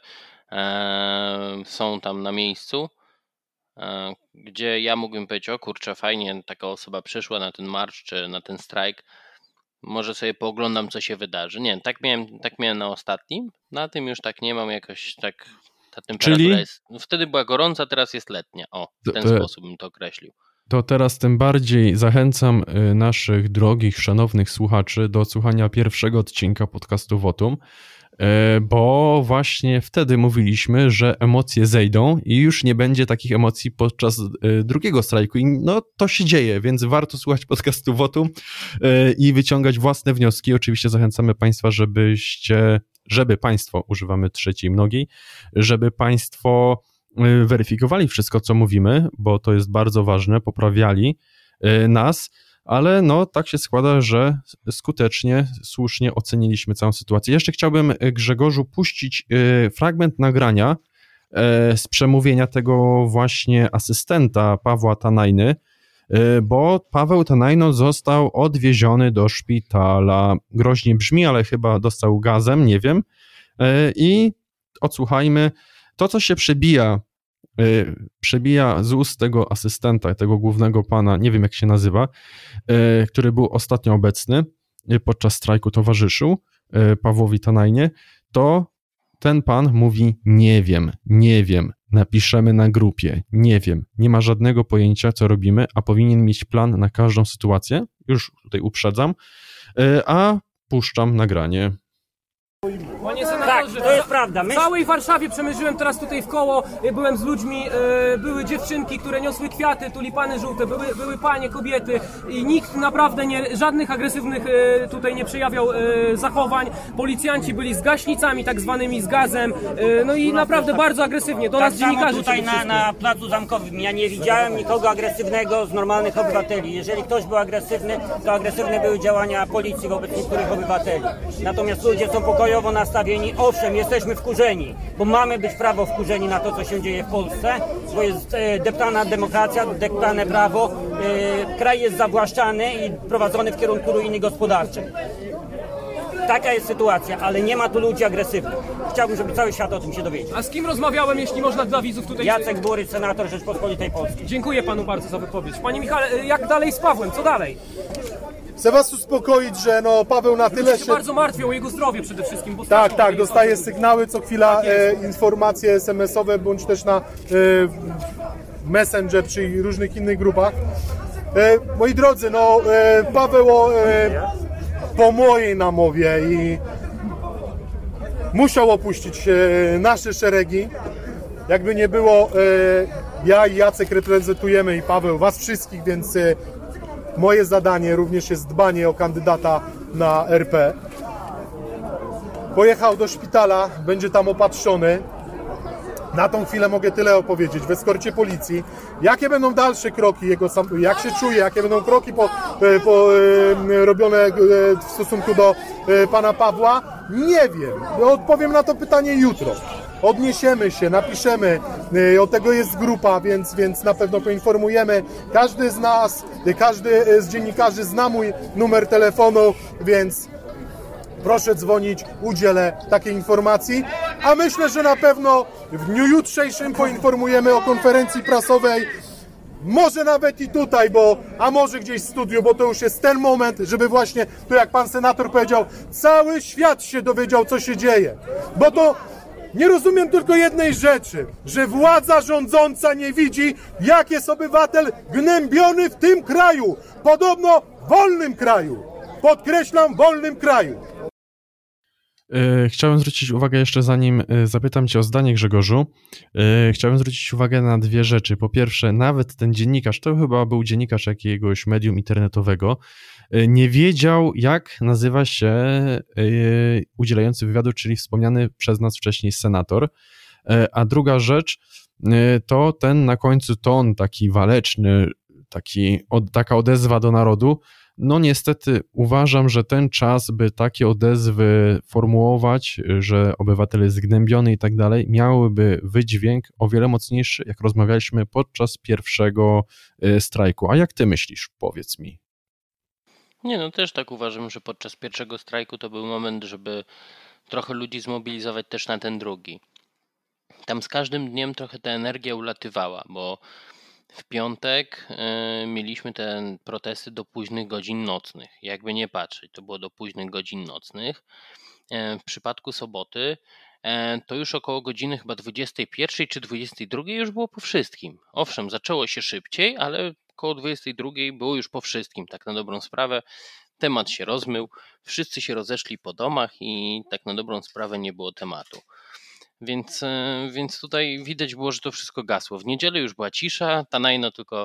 są tam na miejscu, gdzie ja mógłbym powiedzieć, o kurczę, fajnie, taka osoba przyszła na ten marsz czy na ten strajk, może sobie pooglądam, co się wydarzy. Nie, tak miałem na ostatnim, na tym już tak nie mam, jakoś tak ta temperatura jest, wtedy była gorąca, teraz jest letnia, w ten sposób bym to określił. To teraz tym bardziej zachęcam naszych drogich, szanownych słuchaczy do odsłuchania pierwszego odcinka podcastu Votum, bo właśnie wtedy mówiliśmy, że emocje zejdą i już nie będzie takich emocji podczas drugiego strajku. I no to się dzieje, więc warto słuchać podcastu Votum i wyciągać własne wnioski. Oczywiście zachęcamy Państwa, żeby Państwo, używamy trzeciej mnogiej, żeby Państwo weryfikowali wszystko, co mówimy, bo to jest bardzo ważne, poprawiali nas, ale no tak się składa, że skutecznie, słusznie oceniliśmy całą sytuację. Jeszcze chciałbym, Grzegorzu, puścić fragment nagrania z przemówienia tego właśnie asystenta Pawła Tanajny, bo Paweł Tanajno został odwieziony do szpitala. Groźnie brzmi, ale chyba dostał gazem, nie wiem. i odsłuchajmy to, co się przebija z ust tego asystenta, tego głównego pana, nie wiem jak się nazywa, który był ostatnio obecny, podczas strajku towarzyszył Pawłowi Tanajnie, to ten pan mówi: nie wiem, napiszemy na grupie, nie wiem, nie ma żadnego pojęcia, co robimy, a powinien mieć plan na każdą sytuację, już tutaj uprzedzam, a puszczam nagranie. Panie senatorze, tak, to jest prawda. W całej Warszawie przemierzyłem teraz tutaj w koło, byłem z ludźmi, były dziewczynki, które niosły kwiaty, tulipany żółte, były panie, kobiety i nikt naprawdę żadnych agresywnych tutaj nie przejawiał zachowań. Policjanci byli z gaśnicami, tak zwanymi z gazem, no i naprawdę bardzo agresywnie, do nas dziennikarzy. Tutaj na Placu Zamkowym ja nie widziałem nikogo agresywnego z normalnych obywateli. Jeżeli ktoś był agresywny, to agresywne były działania policji wobec niektórych obywateli. Natomiast ludzie są pokojowo nastawieni. Owszem, jesteśmy wkurzeni, bo mamy być prawo wkurzeni na to, co się dzieje w Polsce, bo jest deptana demokracja, deptane prawo, kraj jest zawłaszczany i prowadzony w kierunku ruiny gospodarczej. Taka jest sytuacja, ale nie ma tu ludzi agresywnych. Chciałbym, żeby cały świat o tym się dowiedział. A z kim rozmawiałem, jeśli można dla widzów tutaj? Jacek Burys, senator Rzeczpospolitej Polskiej. Dziękuję panu bardzo za wypowiedź. Panie Michale, jak dalej z Pawłem? Co dalej? Chcę was uspokoić, że Paweł na tyle się bardzo martwią o jego zdrowie przede wszystkim. Bo tak, dostaję sygnały co chwila, informacje SMS-owe, bądź też na Messenger czy różnych innych grupach. Moi drodzy, Paweł po mojej namowie i musiał opuścić nasze szeregi. Jakby nie było, ja i Jacek reprezentujemy i Paweł was wszystkich, więc moje zadanie również jest dbanie o kandydata na RP. Pojechał do szpitala, będzie tam opatrzony. Na tą chwilę mogę tyle opowiedzieć. W eskorcie policji. Jakie będą dalsze kroki, jak się czuje, jakie będą kroki robione w stosunku do pana Pawła? Nie wiem. Odpowiem na to pytanie jutro. Odniesiemy się, napiszemy, od tego jest grupa, więc na pewno poinformujemy. Każdy z nas, każdy z dziennikarzy zna mój numer telefonu, więc proszę dzwonić, udzielę takiej informacji. A myślę, że na pewno w dniu jutrzejszym poinformujemy o konferencji prasowej. Może nawet i tutaj, a może gdzieś w studiu, bo to już jest ten moment, żeby właśnie, to jak pan senator powiedział, cały świat się dowiedział, co się dzieje. Bo to nie rozumiem tylko jednej rzeczy, że władza rządząca nie widzi, jak jest obywatel gnębiony w tym kraju. Podobno wolnym kraju. Podkreślam, wolnym kraju. Chciałem zwrócić uwagę jeszcze, zanim zapytam cię o zdanie, Grzegorzu, chciałem zwrócić uwagę na dwie rzeczy. Po pierwsze, nawet ten dziennikarz, to chyba był dziennikarz jakiegoś medium internetowego, nie wiedział, jak nazywa się udzielający wywiadu, czyli wspomniany przez nas wcześniej senator. A druga rzecz, to ten na końcu ton taki waleczny, taka odezwa do narodu. No niestety uważam, że ten czas, by takie odezwy formułować, że obywatel jest zgnębiony i tak dalej, miałyby wydźwięk o wiele mocniejszy, jak rozmawialiśmy podczas pierwszego strajku. A jak ty myślisz? Powiedz mi. Nie, też tak uważam, że podczas pierwszego strajku to był moment, żeby trochę ludzi zmobilizować też na ten drugi. Tam z każdym dniem trochę ta energia ulatywała, bo w piątek mieliśmy te protesty do późnych godzin nocnych. Jakby nie patrzeć, to było do późnych godzin nocnych. W przypadku soboty to już około godziny chyba 21 czy 22 już było po wszystkim. Owszem, zaczęło się szybciej, ale około 22 było już po wszystkim, tak na dobrą sprawę. Temat się rozmył, wszyscy się rozeszli po domach i tak na dobrą sprawę nie było tematu. Więc tutaj widać było, że to wszystko gasło. W niedzielę już była cisza, Tanajno tylko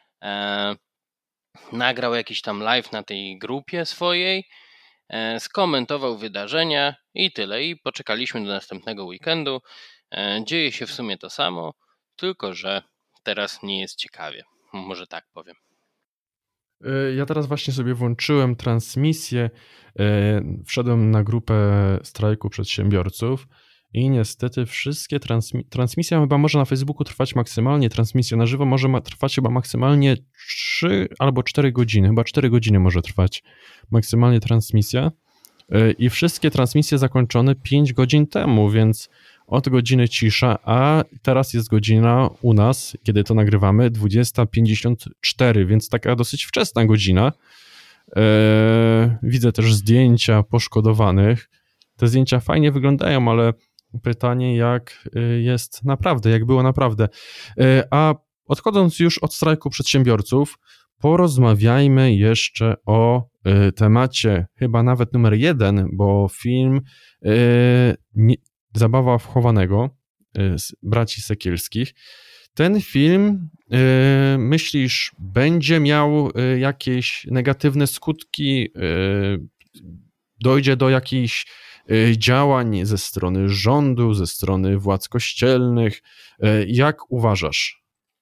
nagrał jakiś tam live na tej grupie swojej, skomentował wydarzenia i tyle. I poczekaliśmy do następnego weekendu. Dzieje się w sumie to samo, tylko że teraz nie jest ciekawie. Może tak powiem. Ja teraz właśnie sobie włączyłem transmisję, wszedłem na grupę strajku przedsiębiorców i niestety wszystkie transmisja chyba może na Facebooku trwać maksymalnie, transmisja na żywo może trwać chyba maksymalnie 3 albo 4 godziny, chyba 4 godziny może trwać maksymalnie transmisja. i wszystkie transmisje zakończone 5 godzin temu, więc od godziny cisza, a teraz jest godzina u nas, kiedy to nagrywamy, 20:54, więc taka dosyć wczesna godzina. Widzę też zdjęcia poszkodowanych. Te zdjęcia fajnie wyglądają, ale pytanie, jak jest naprawdę, jak było naprawdę. A odchodząc już od strajku przedsiębiorców, porozmawiajmy jeszcze o temacie chyba nawet numer 1, bo film Zabawa wchowanego z braci Sekielskich. Ten film, myślisz, będzie miał jakieś negatywne skutki? Dojdzie do jakichś działań ze strony rządu, ze strony władz kościelnych? Jak uważasz?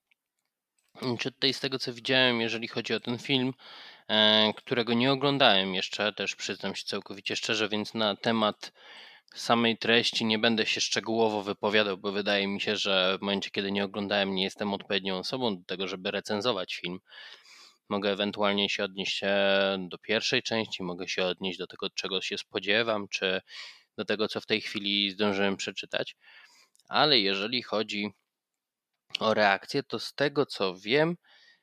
Czy tutaj z tego, co widziałem, jeżeli chodzi o ten film, którego nie oglądałem jeszcze, też przyznam się całkowicie szczerze, więc na temat samej treści nie będę się szczegółowo wypowiadał, bo wydaje mi się, że w momencie, kiedy nie oglądałem, nie jestem odpowiednią osobą do tego, żeby recenzować film. Mogę ewentualnie się odnieść do pierwszej części, mogę się odnieść do tego, czego się spodziewam, czy do tego, co w tej chwili zdążyłem przeczytać. Ale jeżeli chodzi o reakcję, to z tego, co wiem,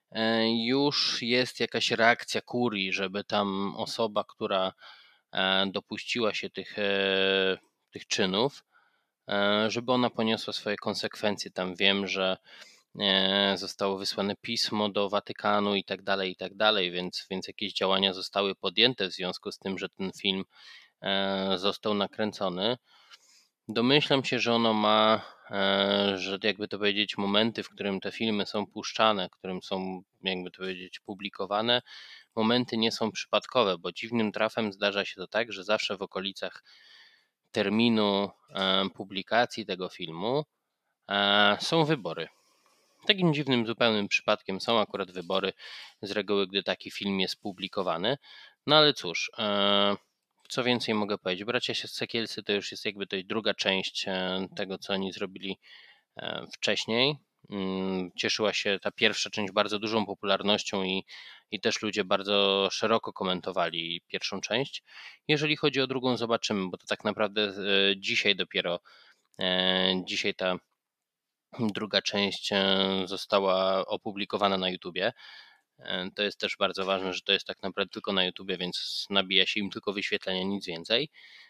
już jest jakaś reakcja kurii, żeby tam osoba, która dopuściła się tych czynów, żeby ona poniosła swoje konsekwencje. Tam wiem, że zostało wysłane pismo do Watykanu i tak dalej, więc jakieś działania zostały podjęte w związku z tym, że ten film został nakręcony. Domyślam się, że ono ma, że jakby to powiedzieć, momenty, w którym te filmy są puszczane, w którym są, jakby to powiedzieć, publikowane, momenty nie są przypadkowe, bo dziwnym trafem zdarza się to tak, że zawsze w okolicach terminu publikacji tego filmu są wybory. Takim dziwnym, zupełnym przypadkiem są akurat wybory z reguły, gdy taki film jest publikowany. No ale cóż, co więcej mogę powiedzieć? Bracia Sekielscy to już jest jakby to druga część tego, co oni zrobili wcześniej. Cieszyła się ta pierwsza część bardzo dużą popularnością i też ludzie bardzo szeroko komentowali pierwszą część. Jeżeli chodzi o drugą, zobaczymy, bo to tak naprawdę dzisiaj dopiero, dzisiaj ta druga część została opublikowana na YouTubie. To jest też bardzo ważne, że to jest tak naprawdę tylko na YouTubie, więc nabija się im tylko wyświetlenia, nic więcej.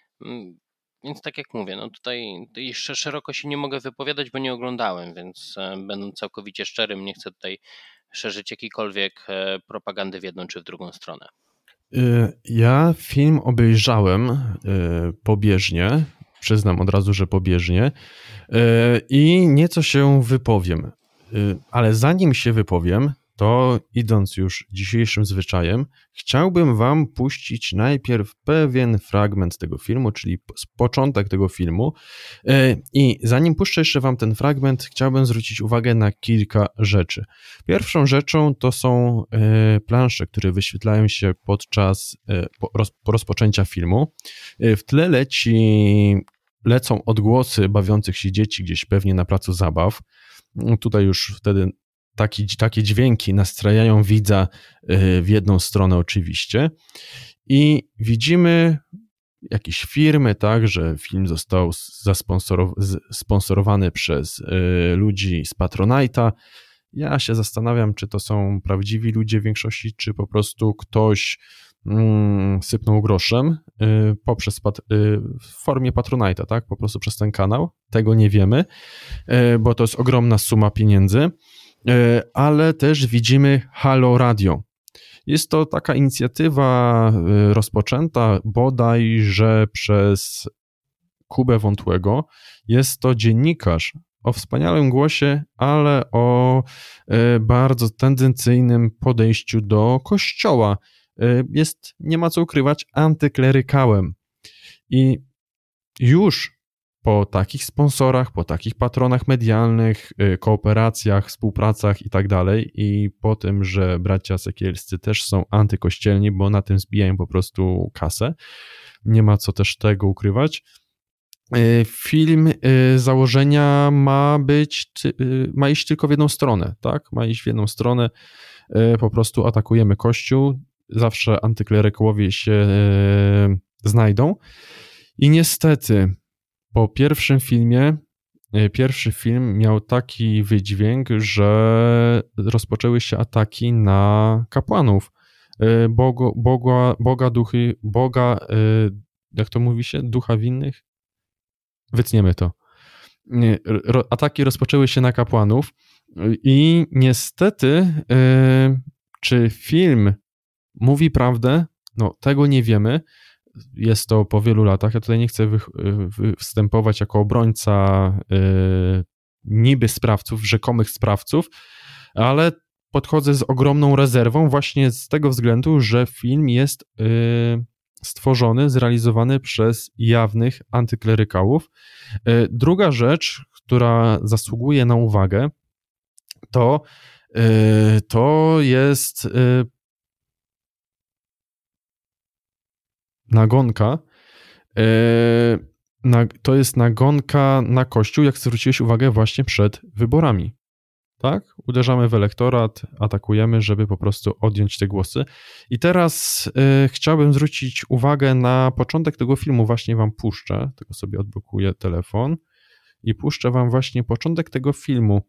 Więc tak jak mówię, no tutaj jeszcze szeroko się nie mogę wypowiadać, bo nie oglądałem, więc będąc całkowicie szczerym, nie chcę tutaj szerzyć jakiejkolwiek propagandy w jedną czy w drugą stronę. Ja film obejrzałem pobieżnie, przyznam od razu, że pobieżnie i nieco się wypowiem, ale zanim się wypowiem, to idąc już dzisiejszym zwyczajem, chciałbym wam puścić najpierw pewien fragment tego filmu, czyli początek tego filmu. I zanim puszczę jeszcze wam ten fragment, chciałbym zwrócić uwagę na kilka rzeczy. Pierwszą rzeczą to są plansze, które wyświetlają się podczas rozpoczęcia filmu. W tle lecą odgłosy bawiących się dzieci gdzieś pewnie na placu zabaw. Tutaj już wtedy takie dźwięki nastrajają widza w jedną stronę oczywiście i widzimy jakieś firmy, tak, że film został sponsorowany przez ludzi z Patronite'a. Ja się zastanawiam, czy to są prawdziwi ludzie w większości, czy po prostu ktoś sypnął groszem w formie Patronite'a, tak, po prostu przez ten kanał. Tego nie wiemy, bo to jest ogromna suma pieniędzy. Ale też widzimy Halo Radio. Jest to taka inicjatywa rozpoczęta bodajże przez Kubę Wątłego. Jest to dziennikarz o wspaniałym głosie, ale o bardzo tendencyjnym podejściu do Kościoła. Jest, nie ma co ukrywać, antyklerykałem. I już po takich sponsorach, po takich patronach medialnych, kooperacjach, współpracach i tak dalej i po tym, że bracia Sekielscy też są antykościelni, bo na tym zbijają po prostu kasę, nie ma co też tego ukrywać. Film założenia ma iść tylko w jedną stronę, tak? Ma iść w jedną stronę, po prostu atakujemy Kościół. Zawsze antyklerykowie się znajdą. I niestety po pierwszym filmie, pierwszy film miał taki wydźwięk, że rozpoczęły się ataki na kapłanów. Jak to mówi się? Ducha winnych? Wytniemy to. Ataki rozpoczęły się na kapłanów i niestety czy film mówi prawdę? No, tego nie wiemy. Jest to po wielu latach. Ja tutaj nie chcę występować jako obrońca niby sprawców, rzekomych sprawców, ale podchodzę z ogromną rezerwą właśnie z tego względu, że film jest stworzony, zrealizowany przez jawnych antyklerykałów. Druga rzecz, która zasługuje na uwagę, to jest nagonka. To jest nagonka na Kościół, jak zwróciłeś uwagę, właśnie przed wyborami. Tak? Uderzamy w elektorat, atakujemy, żeby po prostu odjąć te głosy. I teraz chciałbym zwrócić uwagę na początek tego filmu. Właśnie wam puszczę, tylko sobie odblokuję telefon i puszczę wam właśnie początek tego filmu,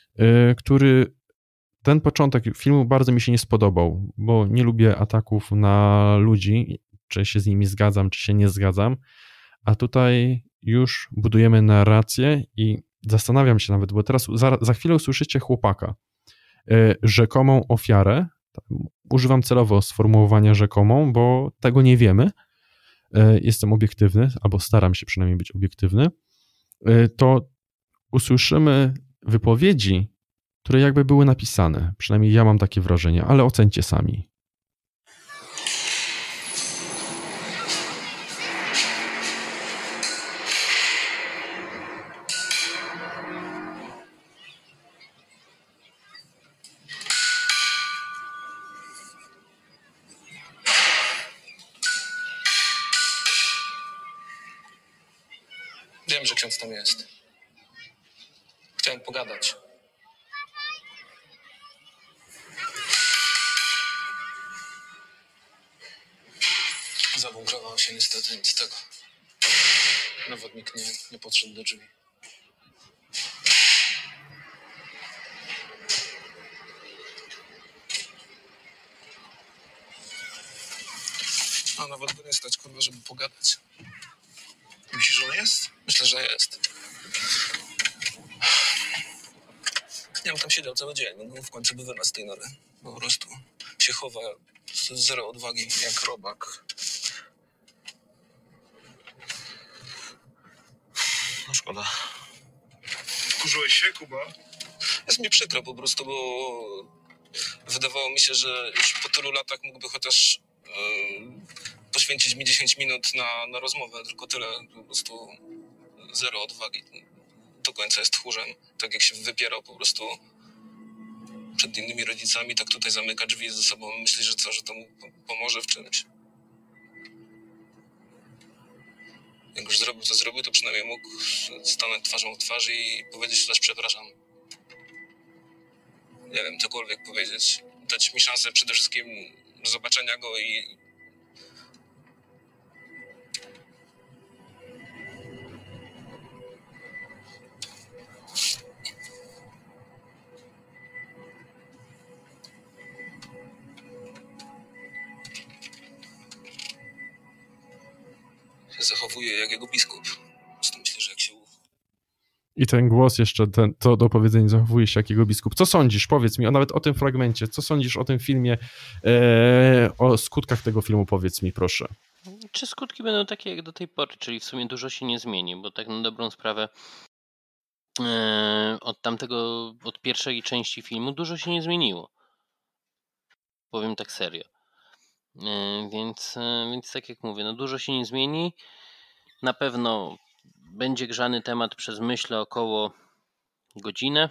ten początek filmu bardzo mi się nie spodobał, bo nie lubię ataków na ludzi, czy się z nimi zgadzam, czy się nie zgadzam, a tutaj już budujemy narrację i zastanawiam się nawet, bo teraz za chwilę usłyszycie chłopaka, rzekomą ofiarę, używam celowo sformułowania rzekomą, bo tego nie wiemy, jestem obiektywny, albo staram się przynajmniej być obiektywny, to usłyszymy wypowiedzi, które jakby były napisane, przynajmniej ja mam takie wrażenie, ale ocencie sami. Wiem, że ksiądz tam jest. Chciałem pogadać. Zabunkrował się niestety, nic z tego. Nawet nikt nie podszedł do drzwi. A nawet go nie stać, kurwa, żeby pogadać. Myślisz, że on jest? Myślę, że jest. Nie wiem, tam siedział cały dzień, no w końcu by wylazł z tej nory. Po prostu się chowa, zero odwagi, jak robak. No szkoda. Wkurzyłeś się, Kuba? Jest mi przykro po prostu, bo wydawało mi się, że już po tylu latach mógłby chociaż poświęcić mi 10 minut na rozmowę, tylko tyle, po prostu zero odwagi. Do końca jest tchórzem, tak jak się wypierał po prostu przed innymi rodzicami, tak tutaj zamyka drzwi ze sobą, myśli, że co, że to mu pomoże w czymś. Jak już zrobił, co zrobił, to przynajmniej mógł stanąć twarzą w twarz i powiedzieć też przepraszam. Nie wiem, cokolwiek powiedzieć. Dać mi szansę przede wszystkim zobaczenia go i zachowuje jak jego biskup. Po prostu myślę, że jak się... I ten głos jeszcze, to do powiedzenia, zachowuje się jak jego biskup. Co sądzisz? Powiedz mi, nawet o tym fragmencie. Co sądzisz o tym filmie, o skutkach tego filmu? Powiedz mi, proszę. Czy skutki będą takie jak do tej pory, czyli w sumie dużo się nie zmieni, bo tak na dobrą sprawę od pierwszej części filmu dużo się nie zmieniło. Powiem tak serio. Więc tak jak mówię, no dużo się nie zmieni. Na pewno będzie grzany temat przez, myślę, około godzinę.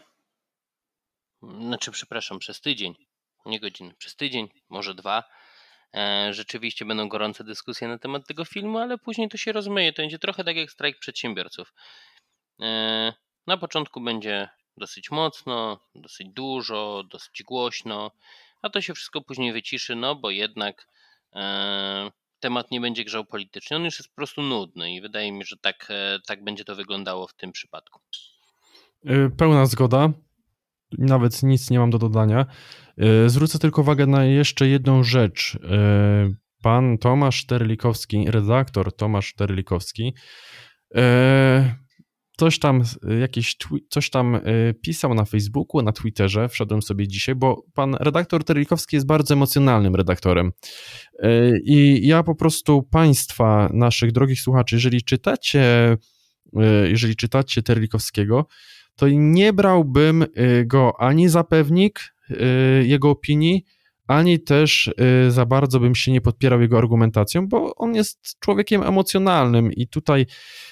Przez tydzień. Nie godzinę, przez tydzień, może 2. Rzeczywiście będą gorące dyskusje na temat tego filmu, ale później to się rozmyje. To będzie trochę tak jak strajk przedsiębiorców. Na początku będzie dosyć mocno, dosyć dużo, dosyć głośno, a to się wszystko później wyciszy, no bo jednak temat nie będzie grzał politycznie. On już jest po prostu nudny i wydaje mi się, że tak będzie to wyglądało w tym przypadku. Pełna zgoda. Nawet nic nie mam do dodania. Zwrócę tylko uwagę na jeszcze jedną rzecz. Pan Tomasz Terlikowski, redaktor Tomasz Terlikowski, coś tam pisał na Facebooku, na Twitterze, wszedłem sobie dzisiaj, bo pan redaktor Terlikowski jest bardzo emocjonalnym redaktorem. I ja po prostu państwa, naszych drogich słuchaczy, jeżeli czytacie Terlikowskiego, to nie brałbym go ani za pewnik jego opinii, ani też za bardzo bym się nie podpierał jego argumentacją, bo on jest człowiekiem emocjonalnym i tutaj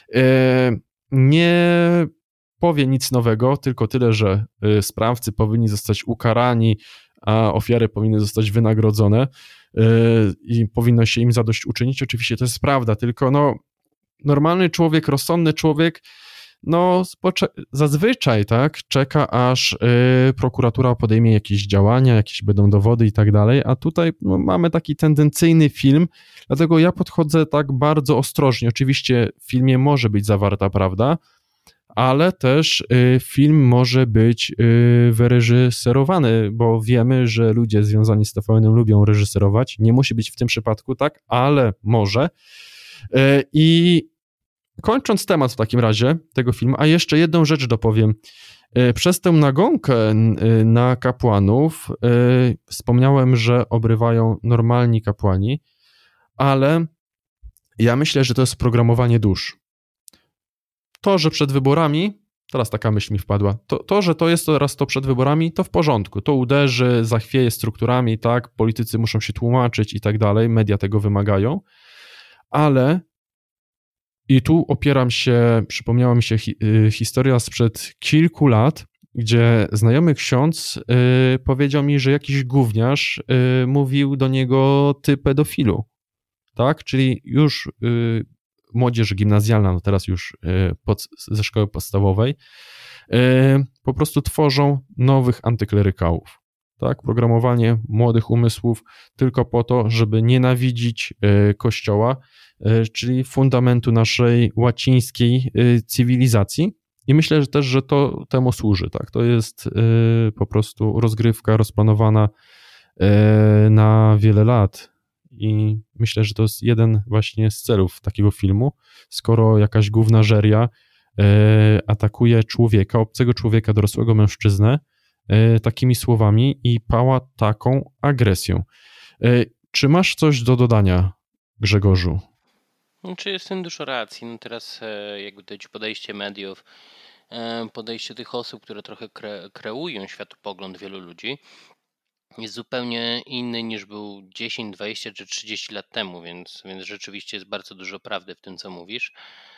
nie powie nic nowego, tylko tyle, że sprawcy powinni zostać ukarani, a ofiary powinny zostać wynagrodzone i powinno się im zadośćuczynić. Oczywiście to jest prawda, tylko normalny człowiek, rozsądny człowiek zazwyczaj tak czeka, aż prokuratura podejmie jakieś działania, jakieś będą dowody i tak dalej, a tutaj mamy taki tendencyjny film, dlatego ja podchodzę tak bardzo ostrożnie. Oczywiście w filmie może być zawarta prawda, ale też film może być wyreżyserowany, bo wiemy, że ludzie związani z TVN-em lubią reżyserować. Nie musi być w tym przypadku tak, ale może. I kończąc temat w takim razie tego filmu, a jeszcze jedną rzecz dopowiem. Przez tę nagonkę na kapłanów wspomniałem, że obrywają normalni kapłani, ale ja myślę, że to jest programowanie dusz. To, że przed wyborami, teraz taka myśl mi wpadła, to, że to jest teraz to przed wyborami, to w porządku, to uderzy, zachwieje strukturami, tak, politycy muszą się tłumaczyć i tak dalej, media tego wymagają, ale i tu przypomniała mi się historia sprzed kilku lat, gdzie znajomy ksiądz powiedział mi, że jakiś gówniarz mówił do niego ty pedofilu, tak, czyli już młodzież gimnazjalna, teraz już ze szkoły podstawowej, po prostu tworzą nowych antyklerykałów. Tak? Programowanie młodych umysłów tylko po to, żeby nienawidzić Kościoła, czyli fundamentu naszej łacińskiej cywilizacji. I myślę, że też, że to temu służy. Tak? To jest po prostu rozgrywka rozplanowana na wiele lat. I myślę, że to jest jeden właśnie z celów takiego filmu. Skoro jakaś gównażeria atakuje człowieka, obcego człowieka, dorosłego mężczyznę takimi słowami i pała taką agresją. Czy masz coś do dodania, Grzegorzu? Czy jest w tym dużo racji? Teraz jakby to podejście mediów, podejście tych osób, które trochę kreują światopogląd wielu ludzi, jest zupełnie inny niż był 10, 20 czy 30 lat temu, więc rzeczywiście jest bardzo dużo prawdy w tym, co mówisz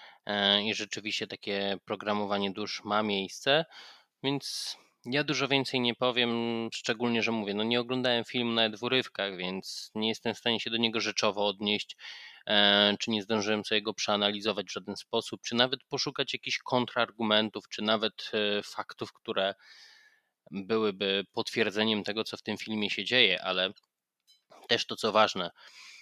i rzeczywiście takie programowanie dusz ma miejsce, więc ja dużo więcej nie powiem, szczególnie, że mówię, nie oglądałem filmu nawet w urywkach, więc nie jestem w stanie się do niego rzeczowo odnieść, czy nie zdążyłem sobie go przeanalizować w żaden sposób, czy nawet poszukać jakichś kontrargumentów, czy nawet faktów, które byłyby potwierdzeniem tego, co w tym filmie się dzieje, ale też to, co ważne,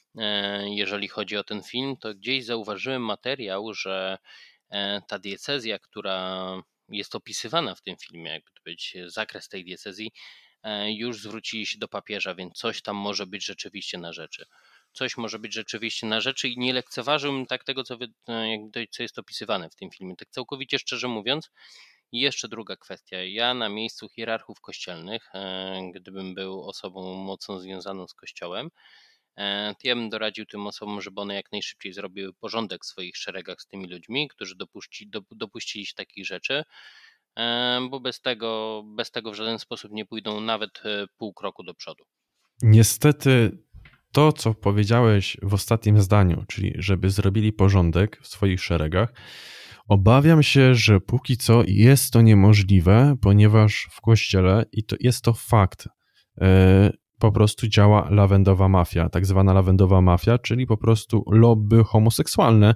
jeżeli chodzi o ten film, to gdzieś zauważyłem materiał, że ta diecezja, która jest opisywana w tym filmie, jakby to powiedzieć, zakres tej diecezji, już zwrócili się do papieża, więc coś tam może być rzeczywiście na rzeczy. Coś może być rzeczywiście na rzeczy i nie lekceważyłbym tak tego, co jest opisywane w tym filmie. Tak całkowicie szczerze mówiąc. I jeszcze druga kwestia. Ja na miejscu hierarchów kościelnych, gdybym był osobą mocno związaną z Kościołem, to ja bym doradził tym osobom, żeby one jak najszybciej zrobiły porządek w swoich szeregach z tymi ludźmi, którzy dopuścili się takich rzeczy, bo bez tego w żaden sposób nie pójdą nawet pół kroku do przodu. Niestety to, co powiedziałeś w ostatnim zdaniu, czyli żeby zrobili porządek w swoich szeregach, obawiam się, że póki co jest to niemożliwe, ponieważ w Kościele, i to jest to fakt, po prostu działa lawendowa mafia, tak zwana lawendowa mafia, czyli po prostu lobby homoseksualne,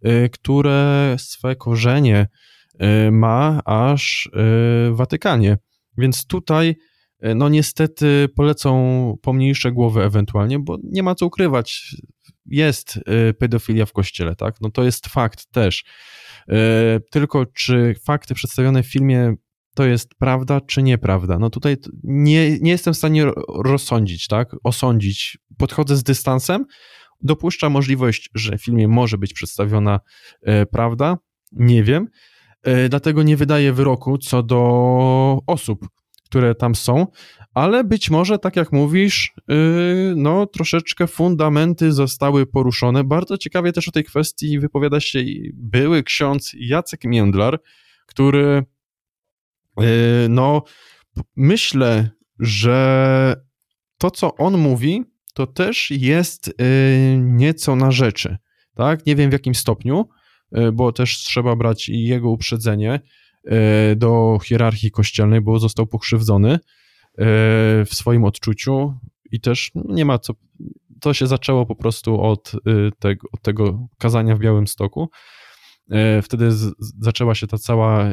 które swe korzenie ma aż w Watykanie. Więc tutaj no niestety polecą pomniejsze głowy ewentualnie, bo nie ma co ukrywać, jest pedofilia w kościele, tak? No to jest fakt też. Tylko czy fakty przedstawione w filmie to jest prawda, czy nieprawda? No tutaj nie jestem w stanie rozsądzić, tak? Osądzić. Podchodzę z dystansem, dopuszczam możliwość, że w filmie może być przedstawiona prawda, nie wiem, dlatego nie wydaję wyroku co do osób, które tam są, ale być może, tak jak mówisz, no troszeczkę fundamenty zostały poruszone. Bardzo ciekawie też o tej kwestii wypowiada się były ksiądz Jacek Międlar, który no myślę, że to, co on mówi, to też jest nieco na rzeczy, tak? Nie wiem w jakim stopniu, bo też trzeba brać jego uprzedzenie do hierarchii kościelnej, bo został pokrzywdzony w swoim odczuciu i też nie ma co, to się zaczęło po prostu od tego kazania w Białymstoku. Wtedy zaczęła się ta cała,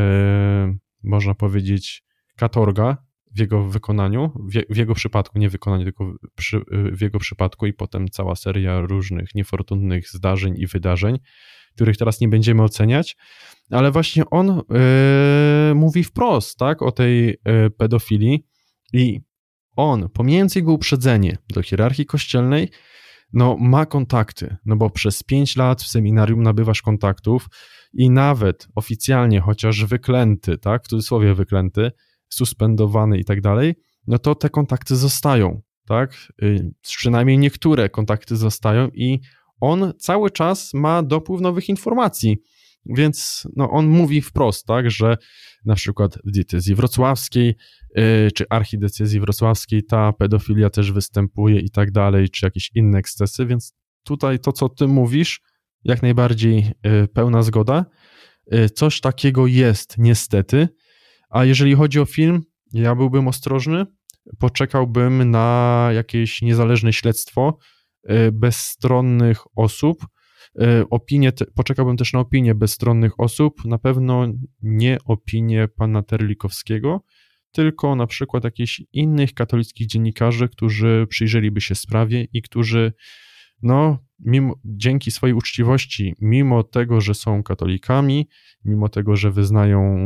można powiedzieć, katorga w jego wykonaniu, w jego przypadku, nie wykonaniu, tylko w jego przypadku i potem cała seria różnych niefortunnych zdarzeń i wydarzeń, których teraz nie będziemy oceniać, ale właśnie on mówi wprost, tak, o tej pedofilii i on, pomijając jego uprzedzenie do hierarchii kościelnej, no ma kontakty, no bo przez 5 lat w seminarium nabywasz kontaktów i nawet oficjalnie, chociaż wyklęty, tak, w cudzysłowie wyklęty, suspendowany i tak dalej, no to te kontakty zostają, tak, przynajmniej niektóre kontakty zostają i on cały czas ma dopływ nowych informacji, więc no, on mówi wprost, tak, że na przykład w diecezji wrocławskiej czy archidiecezji wrocławskiej ta pedofilia też występuje i tak dalej, czy jakieś inne ekscesy, więc tutaj to, co ty mówisz, jak najbardziej pełna zgoda. Coś takiego jest niestety, a jeżeli chodzi o film, ja byłbym ostrożny, poczekałbym na jakieś niezależne śledztwo bezstronnych osób, poczekałbym też na opinię bezstronnych osób, na pewno nie opinię pana Terlikowskiego, tylko na przykład jakichś innych katolickich dziennikarzy, którzy przyjrzeliby się sprawie i którzy no, dzięki swojej uczciwości, mimo tego, że są katolikami, mimo tego, że wyznają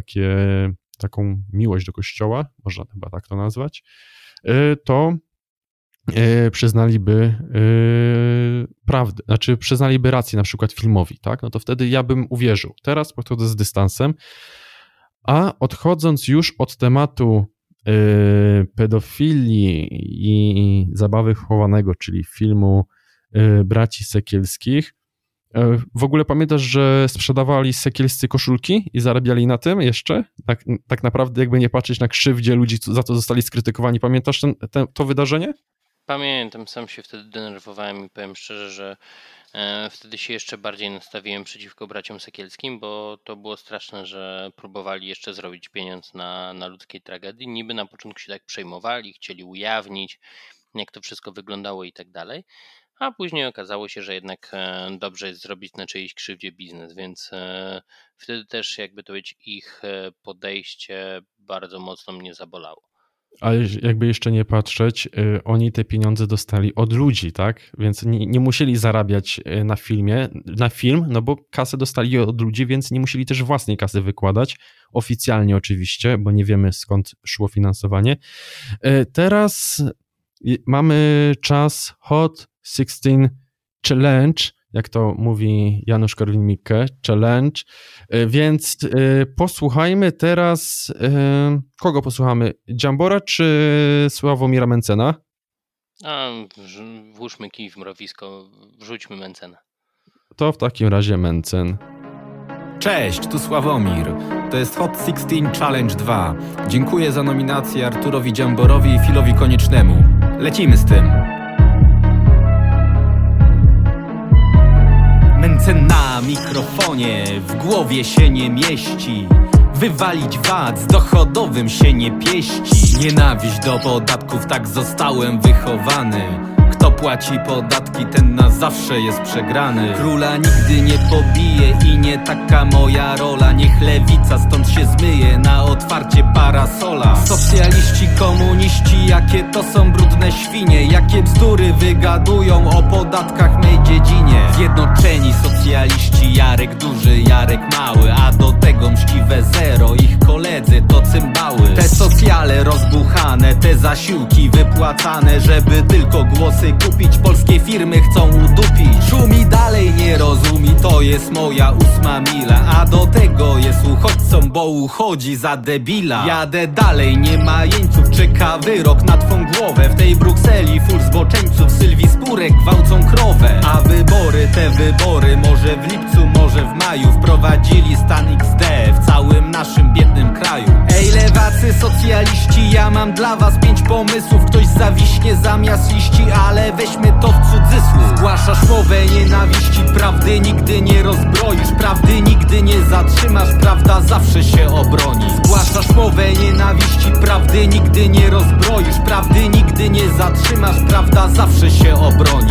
taką miłość do Kościoła, można chyba tak to nazwać, to przyznaliby prawdę, znaczy przyznaliby rację na przykład filmowi, tak? No to wtedy ja bym uwierzył. Teraz podchodzę z dystansem, a odchodząc już od tematu pedofilii i zabawy chowanego, czyli filmu braci Sekielskich, w ogóle pamiętasz, że sprzedawali sekielscy koszulki i zarabiali na tym jeszcze? Tak naprawdę jakby nie patrzeć na krzywdzie ludzi, za to zostali skrytykowani. Pamiętasz to wydarzenie? Pamiętam, sam się wtedy denerwowałem i powiem szczerze, że wtedy się jeszcze bardziej nastawiłem przeciwko braciom Sekielskim, bo to było straszne, że próbowali jeszcze zrobić pieniądz na ludzkiej tragedii. Niby na początku się tak przejmowali, chcieli ujawnić, jak to wszystko wyglądało i tak dalej, a później okazało się, że jednak dobrze jest zrobić na czyjejś krzywdzie biznes, więc wtedy też jakby to być ich podejście bardzo mocno mnie zabolało. Ale jakby jeszcze nie patrzeć, oni te pieniądze dostali od ludzi, tak? Więc nie musieli zarabiać na film, no bo kasę dostali od ludzi, więc nie musieli też własnej kasy wykładać, oficjalnie oczywiście, bo nie wiemy skąd szło finansowanie. Teraz mamy czas Hot 16 Challenge, jak to mówi Janusz Korwin-Mikke, challenge, więc posłuchajmy teraz, kogo posłuchamy, Dziambora czy Sławomira Mencena? Włóżmy kij w mrowisko, wrzućmy Mencena. To w takim razie Mencen. Cześć, tu Sławomir. To jest Hot 16 Challenge 2. Dziękuję za nominację Arturowi Dziamborowi i Filowi Koniecznemu. Lecimy z tym. Mencen na mikrofonie, w głowie się nie mieści. Wywalić VAT z dochodowym się nie pieści. Nienawiść do podatków, tak zostałem wychowany. Kto Kto płaci podatki, ten na zawsze jest przegrany. Króla nigdy nie pobije i nie taka moja rola. Niech lewica stąd się zmyje na otwarcie parasola. Socjaliści, komuniści, jakie to są brudne świnie. Jakie bzdury wygadują o podatkach mej dziedzinie. Zjednoczeni socjaliści, Jarek duży, Jarek mały, a do tego mściwe zero, ich koledzy to cymbały. Te socjale rozbuchane, te zasiłki wypłacane, żeby tylko głosy kupić, polskie firmy chcą udupić. Szumi dalej nie rozumi, to jest moja 8 mila, a do tego jest uchodźcą, bo uchodzi za debila. Jadę dalej, nie ma jeńców, czeka wyrok na twą głowę. W tej Brukseli full zboczeńców, Sylwii Spurek gwałcą krowę. A wybory, te wybory, może w lipcu, może w maju, wprowadzili stan XD w całym naszym biednym kraju. Ej lewacy, socjaliści, ja mam dla was 5 pomysłów. Ktoś zawiśnie zamiast liści, ale weźmy to w cudzysłów. Zgłaszasz mowę nienawiści, prawdy nigdy nie rozbroisz, prawdy nigdy nie zatrzymasz, prawda zawsze się obroni. Zgłaszasz mowę nienawiści, prawdy nigdy nie rozbroisz, prawdy nigdy nie zatrzymasz, prawda zawsze się obroni.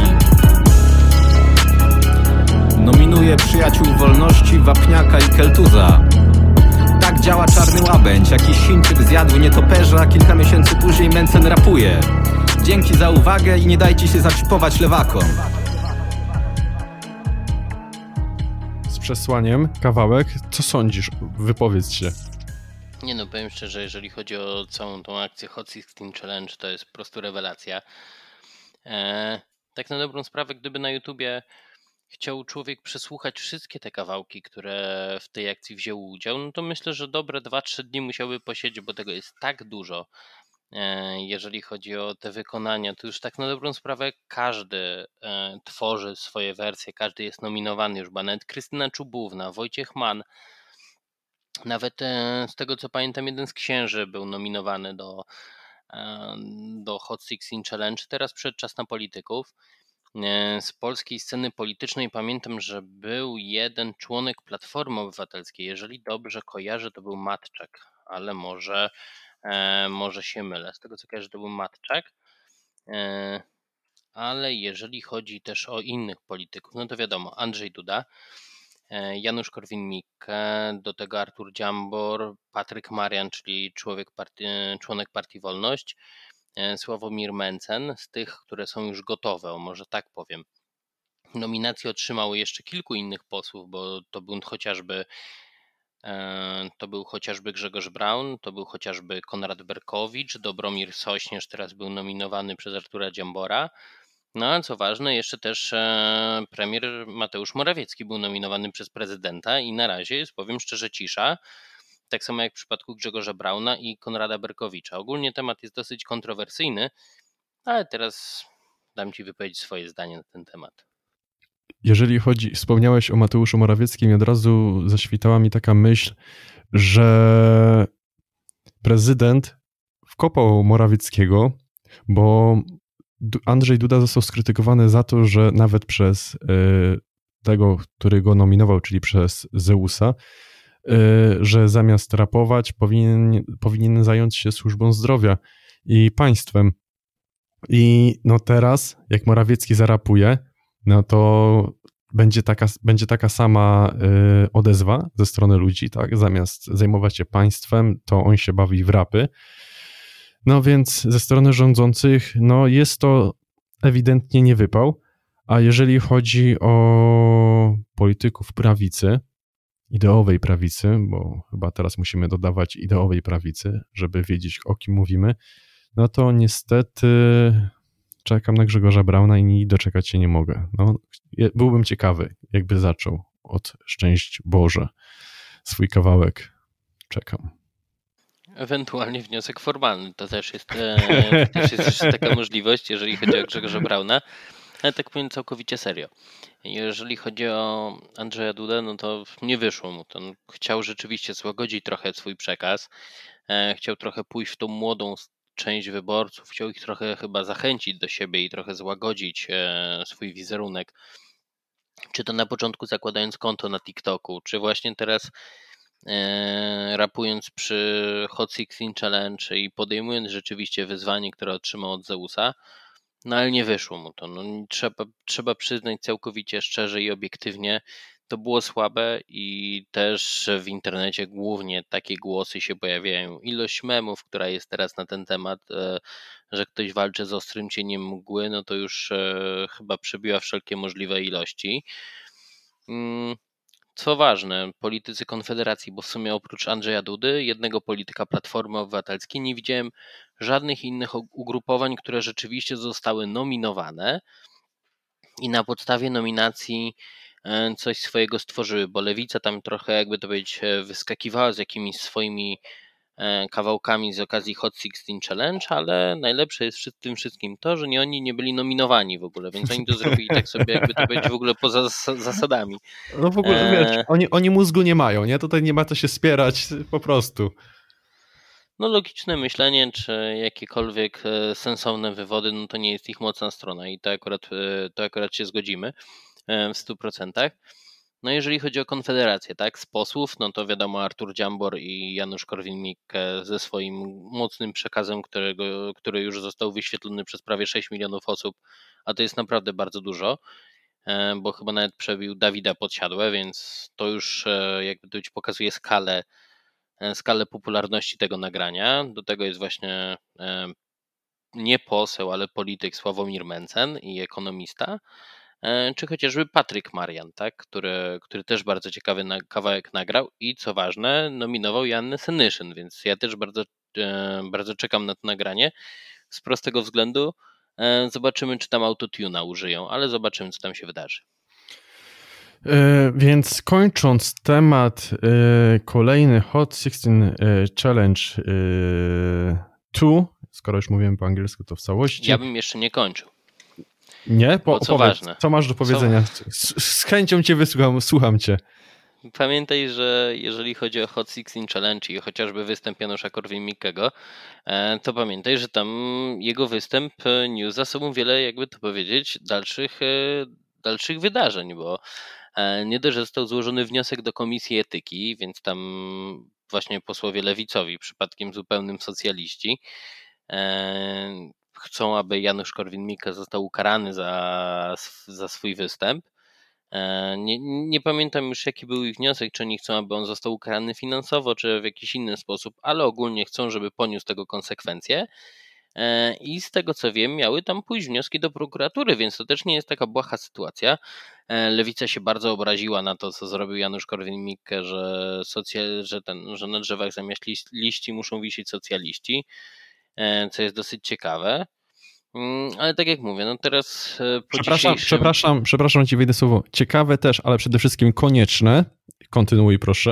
Nominuję przyjaciół wolności, Wapniaka i Keltuza. Tak działa czarny łabędź. Jakiś Chińczyk zjadł nietoperza, kilka miesięcy później Mencen rapuje. Dzięki za uwagę i nie dajcie się zaćpować lewakom. Z przesłaniem, kawałek, co sądzisz? Wypowiedz się. Nie no, powiem szczerze, jeżeli chodzi o całą tą akcję Hot 16 Challenge, to jest po prostu rewelacja. Tak na dobrą sprawę, gdyby na YouTubie chciał człowiek przesłuchać wszystkie te kawałki, które w tej akcji wzięły udział, no to myślę, że dobre 2-3 dni musiałby posiedzieć, bo tego jest tak dużo. Jeżeli chodzi o te wykonania, to już tak na dobrą sprawę każdy tworzy swoje wersje, każdy jest nominowany już, bo nawet Krystyna Czubówna, Wojciech Mann, nawet z tego co pamiętam jeden z księży był nominowany do Hot 16 Challenge, teraz przyszedł czas na polityków. Z polskiej sceny politycznej pamiętam, że był jeden członek Platformy Obywatelskiej, jeżeli dobrze kojarzę, to był Matczak, ale może się mylę. Z tego co kojarzę, to był Matczak, ale jeżeli chodzi też o innych polityków, no to wiadomo, Andrzej Duda, Janusz Korwin-Mikke, do tego Artur Dziambor, Patryk Marian, czyli członek Partii Wolność, Sławomir Mencen, z tych, które są już gotowe, o może tak powiem. Nominacje otrzymały jeszcze kilku innych posłów, bo to był chociażby Grzegorz Braun, to był chociażby Konrad Berkowicz, Dobromir Sośnierz teraz był nominowany przez Artura Dziambora. No a co ważne, jeszcze też premier Mateusz Morawiecki był nominowany przez prezydenta i na razie jest, powiem szczerze, cisza. Tak samo jak w przypadku Grzegorza Brauna i Konrada Berkowicza. Ogólnie temat jest dosyć kontrowersyjny, ale teraz dam Ci wypowiedzieć swoje zdanie na ten temat. Jeżeli wspomniałeś o Mateuszu Morawieckim i od razu zaświtała mi taka myśl, że prezydent wkopał Morawieckiego, bo Andrzej Duda został skrytykowany za to, że nawet przez tego, który go nominował, czyli przez Zeusa, że zamiast rapować powinien zająć się służbą zdrowia i państwem. I no teraz, jak Morawiecki zarapuje, no to będzie taka sama odezwa ze strony ludzi, tak? Zamiast zajmować się państwem, to on się bawi w rapy. No więc ze strony rządzących, no jest to ewidentnie niewypał, a jeżeli chodzi o polityków prawicy, ideowej prawicy, bo chyba teraz musimy dodawać ideowej prawicy, żeby wiedzieć, o kim mówimy, no to niestety czekam na Grzegorza Brauna i doczekać się nie mogę. No, byłbym ciekawy, jakby zaczął od Szczęść Boże swój kawałek. Czekam. Ewentualnie wniosek formalny, to też jest jeszcze taka możliwość, jeżeli chodzi o Grzegorza Brauna, ale tak powiem całkowicie serio. Jeżeli chodzi o Andrzeja Dudę, no to nie wyszło mu to. Chciał rzeczywiście złagodzić trochę swój przekaz, chciał trochę pójść w tą młodą część wyborców, chciał ich trochę chyba zachęcić do siebie i trochę złagodzić swój wizerunek. Czy to na początku zakładając konto na TikToku, czy właśnie teraz rapując przy Hot 16 Challenge i podejmując rzeczywiście wyzwanie, które otrzymał od Zeusa. No ale nie wyszło mu to. No, trzeba przyznać całkowicie szczerze i obiektywnie, to było słabe i też w internecie głównie takie głosy się pojawiają. Ilość memów, która jest teraz na ten temat, że ktoś walczy z ostrym cieniem mgły, no to już chyba przebiła wszelkie możliwe ilości. Co ważne, politycy Konfederacji, bo w sumie oprócz Andrzeja Dudy, jednego polityka Platformy Obywatelskiej, nie widziałem żadnych innych ugrupowań, które rzeczywiście zostały nominowane i na podstawie nominacji coś swojego stworzyły, bo Lewica tam trochę, jakby to powiedzieć, wyskakiwała z jakimiś swoimi kawałkami z okazji Hot 16 Challenge, ale najlepsze jest w tym wszystkim to, że oni nie byli nominowani w ogóle, więc oni to zrobili tak sobie, jakby to powiedzieć, w ogóle poza zasadami. No w ogóle, wiesz, oni mózgu nie mają, nie? Tutaj nie ma co się spierać, po prostu. No logiczne myślenie, czy jakiekolwiek sensowne wywody, no to nie jest ich mocna strona i to akurat się zgodzimy w 100%. No jeżeli chodzi o Konfederację, tak, z posłów, no to wiadomo Artur Dziambor i Janusz Korwin-Mikke ze swoim mocnym przekazem, który już został wyświetlony przez prawie 6 milionów osób, a to jest naprawdę bardzo dużo, bo chyba nawet przebił Dawida Podsiadłę, więc to już jakby to pokazuje skalę popularności tego nagrania. Do tego jest właśnie nie poseł, ale polityk Sławomir Mencen i ekonomista, czy chociażby Patryk Marian, tak, który też bardzo ciekawy kawałek nagrał i co ważne, nominował Joannę Senyszyn, więc ja też bardzo czekam na to nagranie z prostego względu. Zobaczymy, czy tam autotuna użyją, ale zobaczymy, co tam się wydarzy. Więc kończąc temat, kolejny Hot 16 Challenge 2, skoro już mówiłem po angielsku, to w całości. Ja bym jeszcze nie kończył. Nie? Bo co ważne. Co masz do powiedzenia? Z chęcią cię słucham cię. Pamiętaj, że jeżeli chodzi o Hot 16 Challenge i chociażby występ Janusza Korwin-Mikkego, to pamiętaj, że tam jego występ niósł za sobą wiele, jakby to powiedzieć, dalszych wydarzeń, bo nie dość, że został złożony wniosek do Komisji Etyki, więc tam właśnie posłowie lewicowi, przypadkiem zupełnym socjaliści, chcą, aby Janusz Korwin-Mikke został ukarany za swój występ. Nie pamiętam już, jaki był ich wniosek, czy oni chcą, aby on został ukarany finansowo, czy w jakiś inny sposób, ale ogólnie chcą, żeby poniósł tego konsekwencje. I z tego co wiem, miały tam pójść wnioski do prokuratury, więc to też nie jest taka błaha sytuacja. Lewica się bardzo obraziła na to, co zrobił Janusz Korwin-Mikke, że na drzewach zamiast liści muszą wisieć socjaliści, co jest dosyć ciekawe. Ale tak jak mówię, no teraz Przepraszam, ci wejdę słowo. Ciekawe też, ale przede wszystkim konieczne. Kontynuuj, proszę.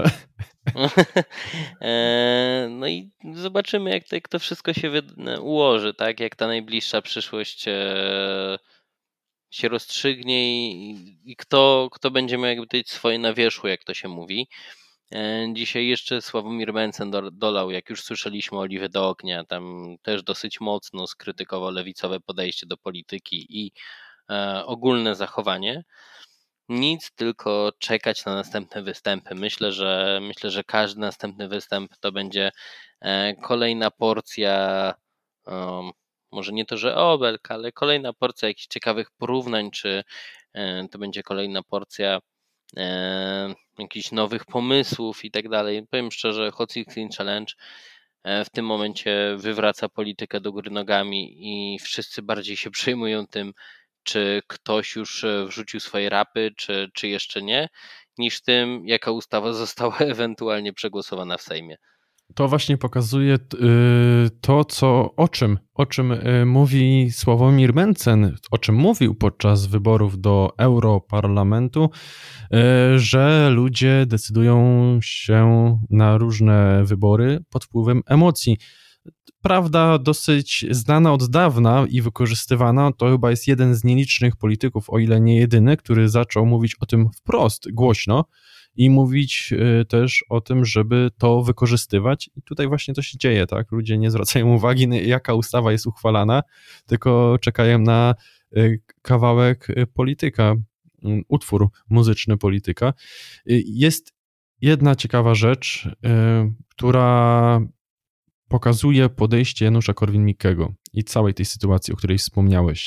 No i zobaczymy, jak to wszystko się ułoży, tak? Jak ta najbliższa przyszłość się rozstrzygnie i kto będzie miał jakby swoje na wierzchu, jak to się mówi. Dzisiaj jeszcze Sławomir Mencen dolał, jak już słyszeliśmy, oliwę do ognia, tam też dosyć mocno skrytykował lewicowe podejście do polityki i ogólne zachowanie. Nic, tylko czekać na następne występy. Myślę, że każdy następny występ to będzie kolejna porcja, może nie to, że obelg, ale kolejna porcja jakichś ciekawych porównań, czy to będzie kolejna porcja jakichś nowych pomysłów i tak dalej. Powiem szczerze, Hot 16 Challenge w tym momencie wywraca politykę do góry nogami i wszyscy bardziej się przejmują tym, czy ktoś już wrzucił swoje rapy, czy jeszcze nie, niż tym, jaka ustawa została ewentualnie przegłosowana w Sejmie. To właśnie pokazuje to, o czym mówi Sławomir Mencen, o czym mówił podczas wyborów do Europarlamentu, że ludzie decydują się na różne wybory pod wpływem emocji. Prawda dosyć znana od dawna i wykorzystywana, to chyba jest jeden z nielicznych polityków, o ile nie jedyny, który zaczął mówić o tym wprost, głośno i mówić też o tym, żeby to wykorzystywać. I tutaj właśnie to się dzieje, tak? Ludzie nie zwracają uwagi, jaka ustawa jest uchwalana, tylko czekają na kawałek polityka, utwór muzyczny polityka. Jest jedna ciekawa rzecz, która pokazuje podejście Janusza Korwin-Mikkego i całej tej sytuacji, o której wspomniałeś.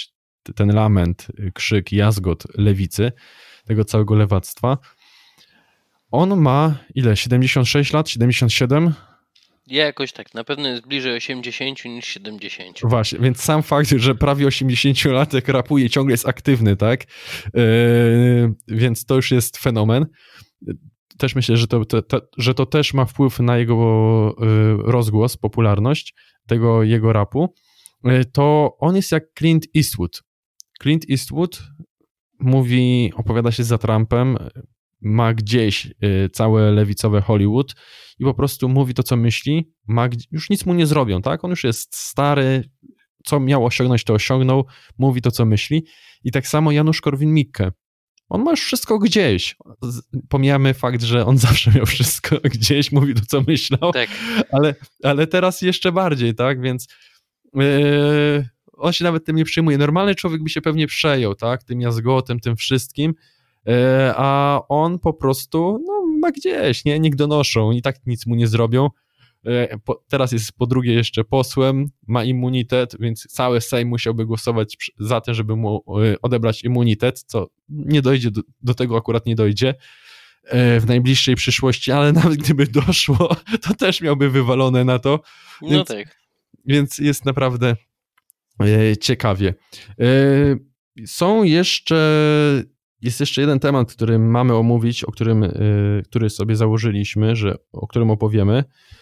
ten lament, krzyk, jazgot lewicy, tego całego lewactwa. On ma ile? 76 lat? 77? Ja jakoś tak, na pewno jest bliżej 80 niż 70. Właśnie, więc sam fakt, że prawie 80-latek rapuje, ciągle jest aktywny, tak? Więc to już jest fenomen. Też myślę, że to też ma wpływ na jego rozgłos, popularność tego jego rapu. To on jest jak Clint Eastwood. Clint Eastwood opowiada się za Trumpem, ma gdzieś całe lewicowe Hollywood i po prostu mówi to, co myśli, już nic mu nie zrobią, tak? On już jest stary, co miał osiągnąć, to osiągnął, mówi to, co myśli. I tak samo Janusz Korwin-Mikke. On ma już wszystko gdzieś. Pomijamy fakt, że on zawsze miał wszystko gdzieś, mówi to, co myślał, tak. ale teraz jeszcze bardziej, tak? Więc on się nawet tym nie przejmuje. Normalny człowiek by się pewnie przejął, tak? Tym jazgotem, tym wszystkim, a on po prostu ma gdzieś, nie? Niech donoszą i tak nic mu nie zrobią. Teraz jest po drugie jeszcze posłem, ma immunitet, więc cały Sejm musiałby głosować za tym, żeby mu odebrać immunitet, co nie dojdzie, do tego akurat nie dojdzie w najbliższej przyszłości, ale nawet gdyby doszło, to też miałby wywalone na to. Więc, tak. Więc jest naprawdę ciekawie. Jest jeszcze jeden temat, który mamy omówić, który sobie założyliśmy, o którym opowiemy.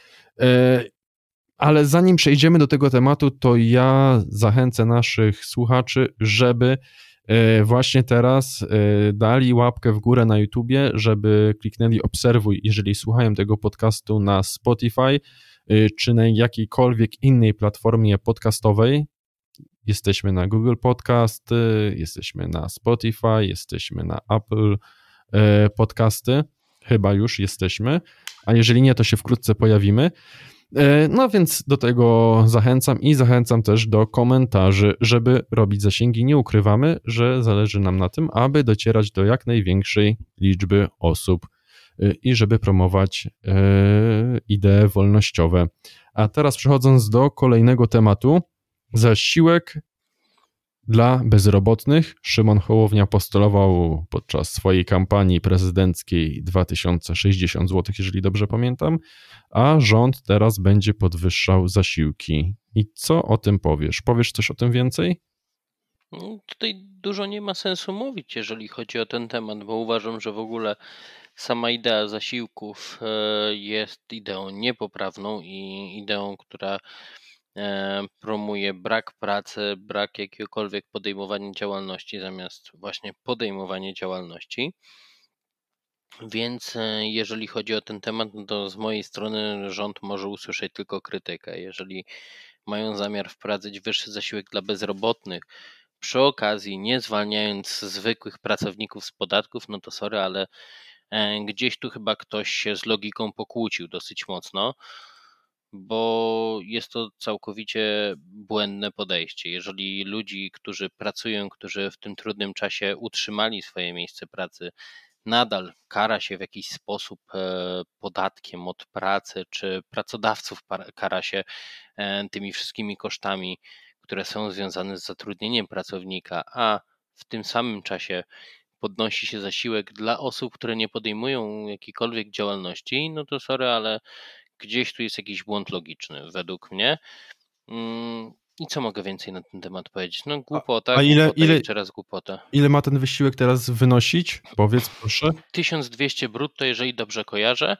Ale zanim przejdziemy do tego tematu, to ja zachęcę naszych słuchaczy, żeby właśnie teraz dali łapkę w górę na YouTubie, żeby kliknęli obserwuj, jeżeli słuchają tego podcastu na Spotify czy na jakiejkolwiek innej platformie podcastowej. Jesteśmy na Google Podcast, jesteśmy na Spotify, jesteśmy na Apple Podcasty, chyba już jesteśmy, a jeżeli nie, to się wkrótce pojawimy. No więc do tego zachęcam też do komentarzy, żeby robić zasięgi. Nie ukrywamy, że zależy nam na tym, aby docierać do jak największej liczby osób i żeby promować idee wolnościowe. A teraz przechodząc do kolejnego tematu, zasiłek dla bezrobotnych. Szymon Hołownia postulował podczas swojej kampanii prezydenckiej 2060 zł, jeżeli dobrze pamiętam, a rząd teraz będzie podwyższał zasiłki. I co o tym powiesz? Powiesz coś o tym więcej? Tutaj dużo nie ma sensu mówić, jeżeli chodzi o ten temat, bo uważam, że w ogóle sama idea zasiłków jest ideą niepoprawną i ideą, która promuje brak pracy, brak jakiegokolwiek podejmowania działalności zamiast właśnie podejmowania działalności. Więc jeżeli chodzi o ten temat, to z mojej strony rząd może usłyszeć tylko krytykę. Jeżeli mają zamiar wprowadzić wyższy zasiłek dla bezrobotnych, przy okazji nie zwalniając zwykłych pracowników z podatków, no to sorry, ale gdzieś tu chyba ktoś się z logiką pokłócił dosyć mocno, bo jest to całkowicie błędne podejście. Jeżeli ludzi, którzy pracują, którzy w tym trudnym czasie utrzymali swoje miejsce pracy, nadal kara się w jakiś sposób podatkiem od pracy, czy pracodawców kara się tymi wszystkimi kosztami, które są związane z zatrudnieniem pracownika, a w tym samym czasie podnosi się zasiłek dla osób, które nie podejmują jakiejkolwiek działalności, no to sorry, ale gdzieś tu jest jakiś błąd logiczny według mnie. I co mogę więcej na ten temat powiedzieć? No głupota, jeszcze raz głupota. Ile ma ten wysiłek teraz wynosić? Powiedz proszę. 1200 brutto, jeżeli dobrze kojarzę.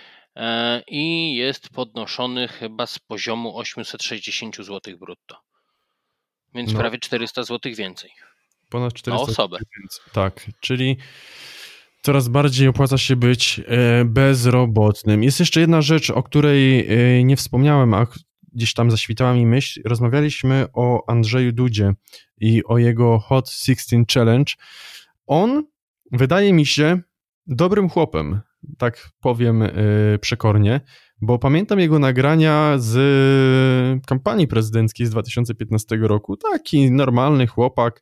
I jest podnoszony chyba z poziomu 860 zł brutto. Więc prawie 400 zł więcej. Ponad 400 na osobę. Więcej. Tak, czyli coraz bardziej opłaca się być bezrobotnym. Jest jeszcze jedna rzecz, o której nie wspomniałem, a gdzieś tam zaświtała mi myśl. Rozmawialiśmy o Andrzeju Dudzie i o jego Hot 16 Challenge. On wydaje mi się dobrym chłopem, tak powiem przekornie, bo pamiętam jego nagrania z kampanii prezydenckiej z 2015 roku. Taki normalny chłopak,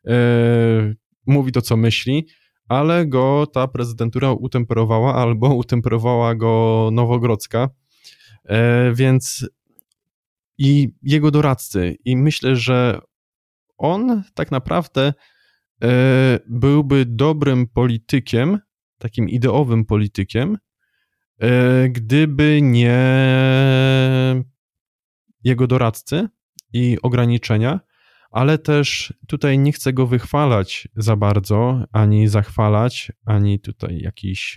mówi to, co myśli, ale go ta prezydentura utemperowała albo utemperowała go Nowogrodzka, więc i jego doradcy. I myślę, że on tak naprawdę byłby dobrym politykiem, takim ideowym politykiem, gdyby nie jego doradcy i ograniczenia, ale też tutaj nie chcę go wychwalać za bardzo, ani zachwalać, ani tutaj jakichś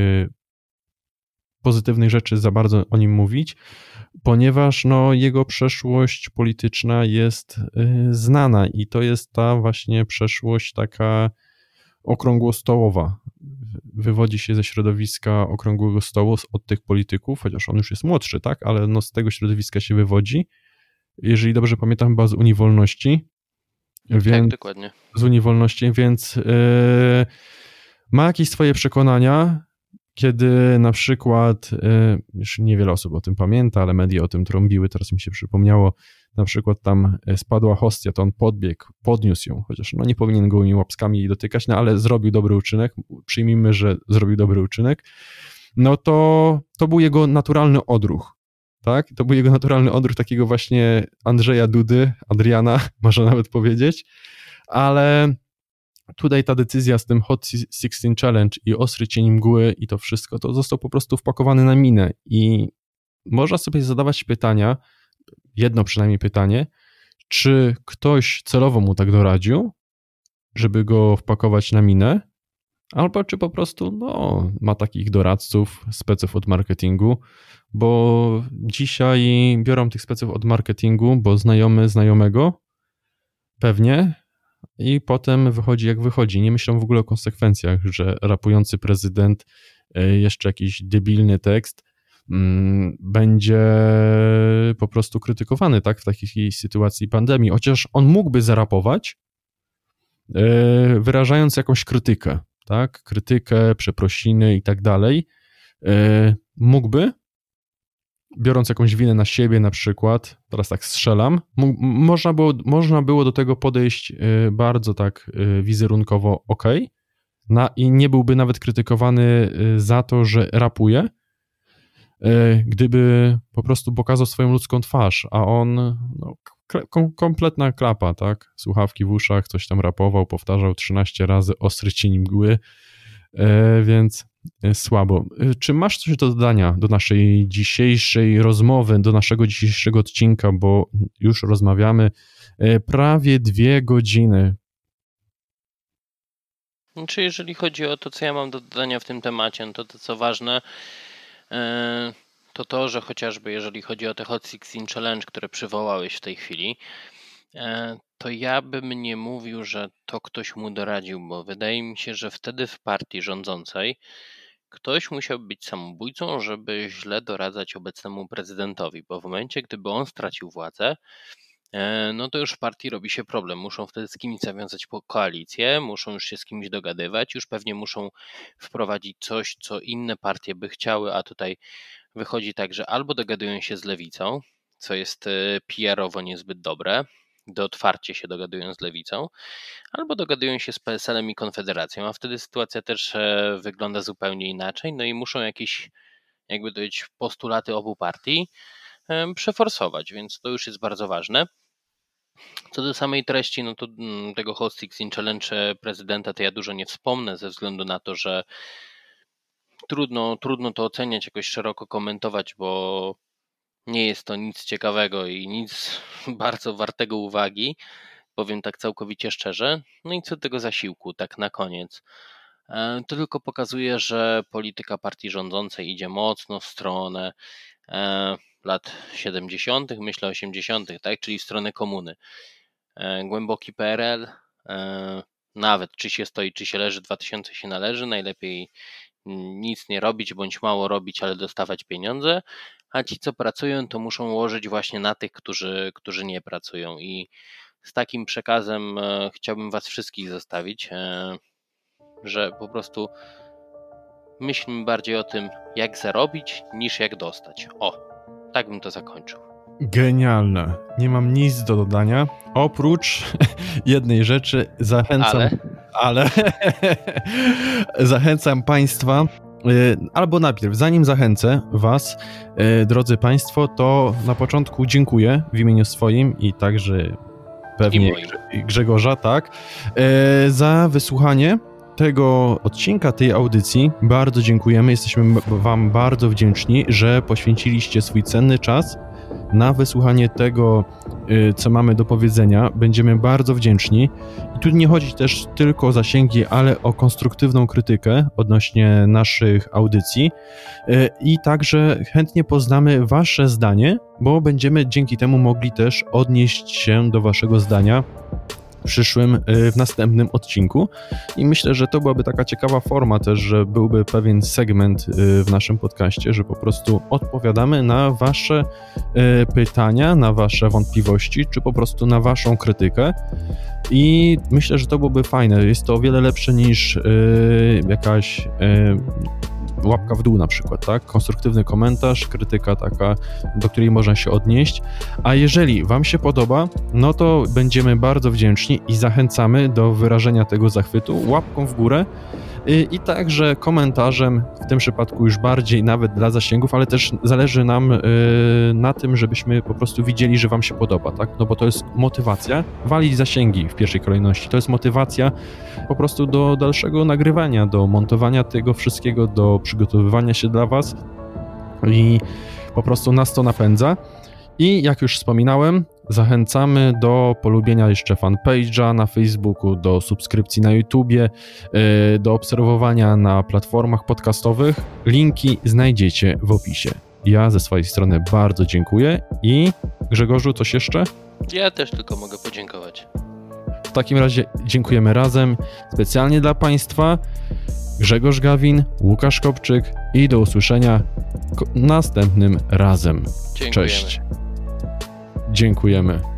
pozytywnych rzeczy za bardzo o nim mówić, ponieważ jego przeszłość polityczna jest znana i to jest ta właśnie przeszłość taka okrągłostołowa. Wywodzi się ze środowiska okrągłego stołu od tych polityków, chociaż on już jest młodszy, tak, ale z tego środowiska się wywodzi. Jeżeli dobrze pamiętam, chyba z Unii Wolności. Tak, dokładnie. Z Unii Wolności, więc ma jakieś swoje przekonania, kiedy na przykład, już niewiele osób o tym pamięta, ale media o tym trąbiły, teraz mi się przypomniało, na przykład tam spadła hostia, to on podbiegł, podniósł ją, chociaż nie powinien gołymi łapskami jej dotykać, ale zrobił dobry uczynek, przyjmijmy, że zrobił dobry uczynek, to był jego naturalny odruch, tak? To był jego naturalny odruch takiego właśnie Andrzeja Dudy, Adriana, można nawet powiedzieć, ale tutaj ta decyzja z tym Hot 16 Challenge i ostry cień mgły i to wszystko, to został po prostu wpakowany na minę i można sobie zadawać pytania, jedno przynajmniej pytanie, czy ktoś celowo mu tak doradził, żeby go wpakować na minę, albo czy po prostu ma takich doradców, speców od marketingu, bo dzisiaj biorą tych speców od marketingu, bo znajomy znajomego pewnie i potem wychodzi jak wychodzi. Nie myślą w ogóle o konsekwencjach, że rapujący prezydent, jeszcze jakiś debilny tekst będzie po prostu krytykowany, tak, w takiej sytuacji pandemii, chociaż on mógłby zarapować, wyrażając jakąś krytykę, tak, krytykę, przeprosiny i tak dalej, mógłby, biorąc jakąś winę na siebie na przykład, teraz tak strzelam, można było do tego podejść bardzo tak wizerunkowo i nie byłby nawet krytykowany za to, że rapuje, gdyby po prostu pokazał swoją ludzką twarz, a on kompletna klapa, tak, słuchawki w uszach, coś tam rapował, powtarzał 13 razy ostry cień mgły, więc słabo. Czy masz coś do dodania do naszej dzisiejszej rozmowy, do naszego dzisiejszego odcinka, bo już rozmawiamy prawie 2 godziny. Czy jeżeli chodzi o to, co ja mam do dodania w tym temacie, to co ważne, to, że chociażby jeżeli chodzi o te Hot 16 Challenge, które przywołałeś w tej chwili, to ja bym nie mówił, że to ktoś mu doradził, bo wydaje mi się, że wtedy w partii rządzącej ktoś musiał być samobójcą, żeby źle doradzać obecnemu prezydentowi, bo w momencie, gdyby on stracił władzę, to już w partii robi się problem. Muszą wtedy z kimś zawiązać koalicję, muszą już się z kimś dogadywać, już pewnie muszą wprowadzić coś, co inne partie by chciały, a tutaj wychodzi tak, że albo dogadują się z lewicą, co jest PR-owo niezbyt dobre, otwarcie się dogadują z lewicą, albo dogadują się z PSL-em i Konfederacją, a wtedy sytuacja też wygląda zupełnie inaczej, i muszą jakieś, jakby to powiedzieć, postulaty obu partii przeforsować, więc to już jest bardzo ważne. Co do samej treści, to tego Hot 16 Challenge prezydenta to ja dużo nie wspomnę, ze względu na to, że trudno to oceniać, jakoś szeroko komentować, bo nie jest to nic ciekawego i nic bardzo wartego uwagi, powiem tak całkowicie szczerze. I co do tego zasiłku, tak na koniec. To tylko pokazuje, że polityka partii rządzącej idzie mocno w stronę lat 70., myślę 80., tak, czyli w stronę komuny. Głęboki PRL, nawet czy się stoi, czy się leży, 2000 się należy, najlepiej nic nie robić, bądź mało robić, ale dostawać pieniądze, a ci, co pracują, to muszą łożyć właśnie na tych, którzy nie pracują. I z takim przekazem chciałbym was wszystkich zostawić, że po prostu myślmy bardziej o tym, jak zarobić, niż jak dostać. Tak bym to zakończył. Genialne. Nie mam nic do dodania, oprócz jednej rzeczy. Ale zachęcam Państwa, albo najpierw, zanim zachęcę Was, drodzy Państwo, to na początku dziękuję w imieniu swoim i także pewnie Grzegorza, tak, za wysłuchanie tego odcinka, tej audycji. Bardzo dziękujemy, jesteśmy wam bardzo wdzięczni, że poświęciliście swój cenny czas na wysłuchanie tego, co mamy do powiedzenia. Będziemy bardzo wdzięczni. I tu nie chodzi też tylko o zasięgi, ale o konstruktywną krytykę odnośnie naszych audycji. I także chętnie poznamy wasze zdanie, bo będziemy dzięki temu mogli też odnieść się do waszego zdania w następnym odcinku i myślę, że to byłaby taka ciekawa forma też, że byłby pewien segment w naszym podcaście, że po prostu odpowiadamy na wasze pytania, na wasze wątpliwości, czy po prostu na waszą krytykę i myślę, że to byłoby fajne. Jest to o wiele lepsze niż jakaś łapka w dół na przykład, tak? Konstruktywny komentarz, krytyka taka, do której można się odnieść. A jeżeli wam się podoba, no to będziemy bardzo wdzięczni i zachęcamy do wyrażenia tego zachwytu łapką w górę i także komentarzem, w tym przypadku już bardziej nawet dla zasięgów, ale też zależy nam na tym, żebyśmy po prostu widzieli, że wam się podoba, tak? No bo to jest motywacja, walić zasięgi w pierwszej kolejności, to jest motywacja po prostu do dalszego nagrywania, do montowania tego wszystkiego, do przygotowywania się dla was i po prostu nas to napędza. I jak już wspominałem, zachęcamy do polubienia jeszcze fanpage'a na Facebooku, do subskrypcji na YouTubie, do obserwowania na platformach podcastowych. Linki znajdziecie w opisie. Ja ze swojej strony bardzo dziękuję i Grzegorzu, coś jeszcze? Ja też tylko mogę podziękować. W takim razie dziękujemy razem, specjalnie dla Państwa. Grzegorz Gawin, Łukasz Kopczyk i do usłyszenia następnym razem. Dziękujemy. Cześć. Dziękujemy.